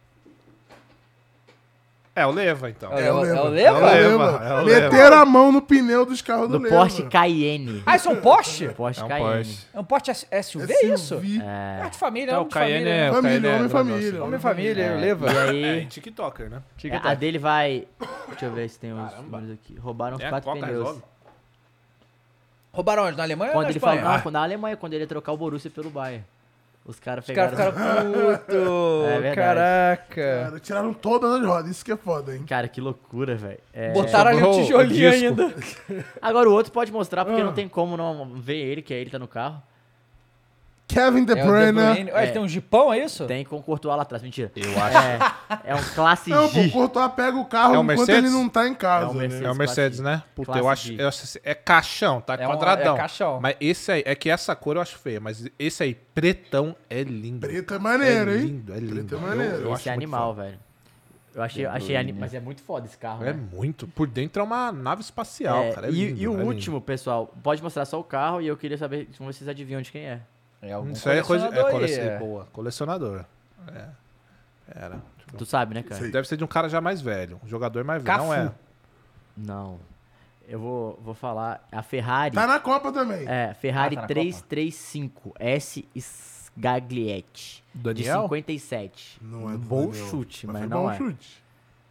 É o Leva, então. É o- é o É o Leva? Leva, é o Meteram a mão no pneu dos carros do, Do Leva. Porsche Cayenne. Ah, isso é um Porsche? Porsche É um Cayenne. Porsche. É um Porsche S- SUV, S U V. isso? É de família, é Então, um o de Cayenne família. é... o Família, Cayenne é homem do família. negócio. Homem família, eu levo. E É, aí... e TikToker, né? É, a dele vai... Deixa eu ver se tem os números aqui. Roubaram os É, a quatro Coca pneus. resolve. Roubaram onde? Na Alemanha ou Quando na ele Espanha? falou, não, quando na Alemanha, quando ele ia trocar o Borussia pelo Bayern. Os caras Os caras pegaram... ficaram puto. É verdade. Caraca. Cara, tiraram todas as rodas. Isso que é foda, hein? Cara, que loucura, velho. É... Botaram ali um sobrou o tijolinho disco. ainda. Agora o outro pode mostrar, porque Ah. não tem como não ver ele, que é ele tá no carro. Kevin De É o De Bruyne. Bruyne. Ué, É. tem um jipão, é isso? Tem com o Courtois lá atrás. Mentira. Eu acho. É, é um classe Não, pô, o G. Courtois pega o carro É o enquanto Mercedes? ele não tá em casa. É o né? Mercedes. É o Mercedes, né? Puta, eu Classe acho, G. eu acho- É caixão, tá? É um- Quadradão. é caixão. Mas esse aí, é que essa cor eu acho feia, mas esse aí, pretão, é lindo. Preto é maneiro, é hein? lindo, é lindo. Preto é maneiro. Eu, eu Esse acho é muito animal, foda. velho. Eu achei, achei ani... Mas é muito foda esse carro, É né? muito. Por dentro é uma nave espacial, É, cara. É e, lindo, e o é lindo. último, pessoal, pode mostrar só o carro e eu queria saber se vocês adivinham de quem é. É algum Isso aí é coisa. É colecionador aí, colecion... é. Boa, colecionador. É. Era. Deixa eu Tu sabe, né, cara? Sei. Deve ser de um cara já mais velho. Um jogador mais velho. Cafu. Não é. Não. Eu vou, vou falar. A Ferrari. Tá na Copa também. É, Ferrari Ah, tá na trezentos e trinta e cinco S Scaglietti. Daniel? De cinquenta e sete. Não é do Bom Daniel. chute, mas, foi não bom é. chute.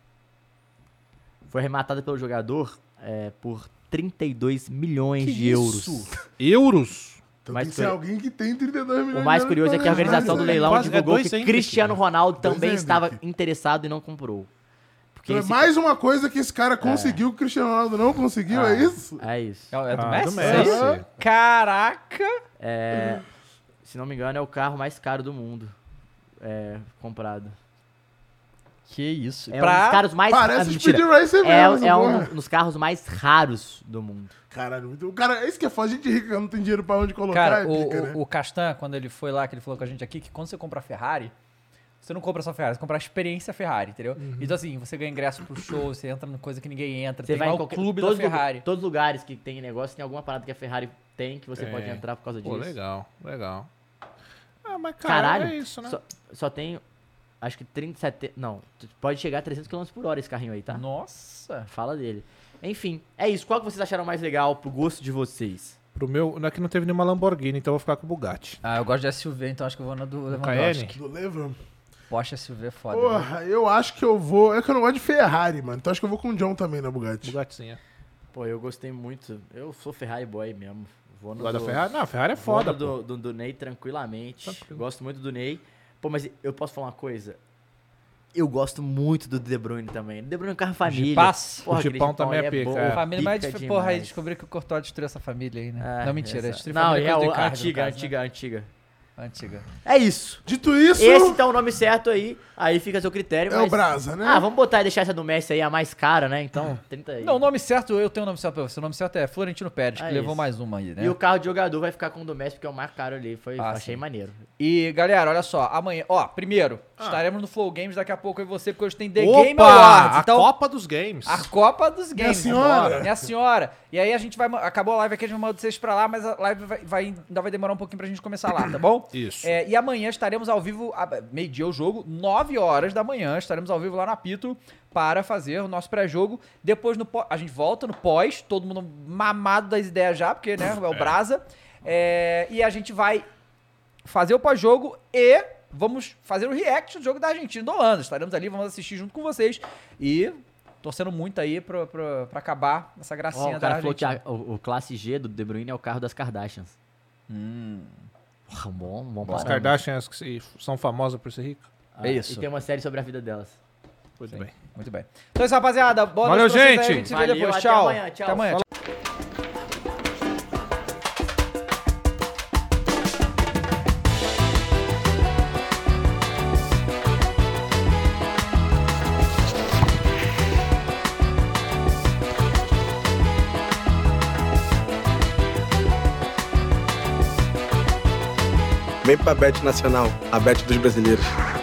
Foi arrematada pelo jogador é, por trinta e dois milhões Que de isso? euros. Euros? Então Mas tem que ser foi- alguém que tem trinta e dois milhões O mais de curioso é que a euros pra organização do ganhar, leilão quase- é divulgou dois que Hendrick, Cristiano né? Ronaldo Dois também Hendrick. estava interessado e não comprou. Porque Então é esse- mais uma coisa que esse cara conseguiu que o Cristiano Ronaldo não conseguiu, é, isso? É isso. É do Ah, Messi? do Messi. É isso? Caraca. É, se não me engano, é o carro mais caro do mundo. É, comprado. Que isso. É um pra... dos carros mais Parece ah, o mentira. Speed Racer mesmo. É, essa é porra. um dos carros mais raros do mundo. Caralho, muito... o cara, é isso que é foda, gente rica não tem dinheiro pra onde colocar, Cara, é o, pica, o, né? o Castan, quando ele foi lá, que ele falou com a gente aqui, que quando você compra a Ferrari, você não compra só a Ferrari, você compra a experiência Ferrari, entendeu? Então assim, você ganha ingresso pro show, você entra em coisa que ninguém entra, Você tem vai lá em o qualquer, clube todos, da lu- Ferrari. todos os lugares que tem negócio, tem alguma parada que a Ferrari tem que você Tem. pode entrar por causa disso. Pô, legal, legal. Ah, mas cara, Caralho, é isso, né? só, só tem, acho que trinta, setenta, não, pode chegar a trezentos quilômetros por hora esse carrinho aí, tá? Nossa. Fala dele. Enfim, é isso. Qual que vocês acharam mais legal pro gosto de vocês? Pro meu, não é que não teve nenhuma Lamborghini, então eu vou ficar com o Bugatti. Ah, eu gosto de S U V, então acho que eu vou na do Cayenne? Lewandowski. Do Levan. Porsche S U V é foda. né? Porra, eu acho que eu vou... É que eu não gosto de Ferrari, mano. Então acho que eu vou com o John também na Bugatti. Bugattinha. Pô, eu gostei muito. Eu sou Ferrari boy mesmo. Vou no Gosta da do- Ferrari? Não, a Ferrari é vou foda, no pô. do, do, do Ney tranquilamente. Tranquilo. Gosto muito do Ney. Pô, mas eu posso falar uma coisa? Eu gosto muito do De Bruyne também. De Bruyne é um carro família. Gipaço. Porra, O aquele Gipão também é aí pica, bom, é. Família, mas pica dif- porra, aí demais. descobri que o Courtois destruiu essa família aí, né? É, não, mentira, essa- destruiu Não, família é coisa do a Icardi, no antiga, caso, né? antiga, antiga. Antiga. É isso. Dito isso, Esse então é o nome certo aí. Aí fica a seu critério. é mas... o Brasa, né? Ah, vamos botar e deixar essa do Messi aí a mais cara, né? Então, trinta aí. Não, o nome certo, eu tenho o nome certo pra você. O nome certo é Florentino Pérez, que É levou isso. mais uma aí, né? E o carro de jogador vai ficar com o do Messi, porque é o mais caro ali. Foi, Ah, achei sim. maneiro. E, galera, olha só, amanhã, ó, primeiro, estaremos no Flow Games daqui a pouco eu e você, porque hoje tem The Game Opa! Awards. A Então, Copa dos Games. a Copa dos Games. senhora. Bora. Minha senhora. E aí a gente vai, acabou a live aqui, a gente manda vocês pra lá, mas a live vai, vai- ainda vai demorar um pouquinho pra gente começar lá, tá bom? Isso. É, e amanhã estaremos ao vivo, a- meio-dia o jogo, nove horas da manhã, estaremos ao vivo lá na Pito para fazer o nosso pré-jogo. Depois no pó- a gente volta no pós, todo mundo mamado das ideias já, porque, né, é o Brasa. É, e a gente vai fazer o pós-jogo e vamos fazer o react do jogo da Argentina e da Holanda. Estaremos ali, vamos assistir junto com vocês e torcendo muito aí pra, pra, pra acabar essa Ó, gracinha o da cara falou que Argentina. a- o, o Classe G do De Bruyne é o carro das Kardashians. Hum, Porra, bom, bom As parâmetro. Kardashians que se- são famosas por ser ricas. Ah, É isso. E tem uma série sobre a vida delas. Muito sim, bem. muito bem. Então é isso, rapaziada. Boa Valeu, noite pra vocês aí, gente. A gente se vê Valeu, depois. até Tchau. amanhã, tchau. Até amanhã. Vem pra Bet Nacional, a Bet dos brasileiros.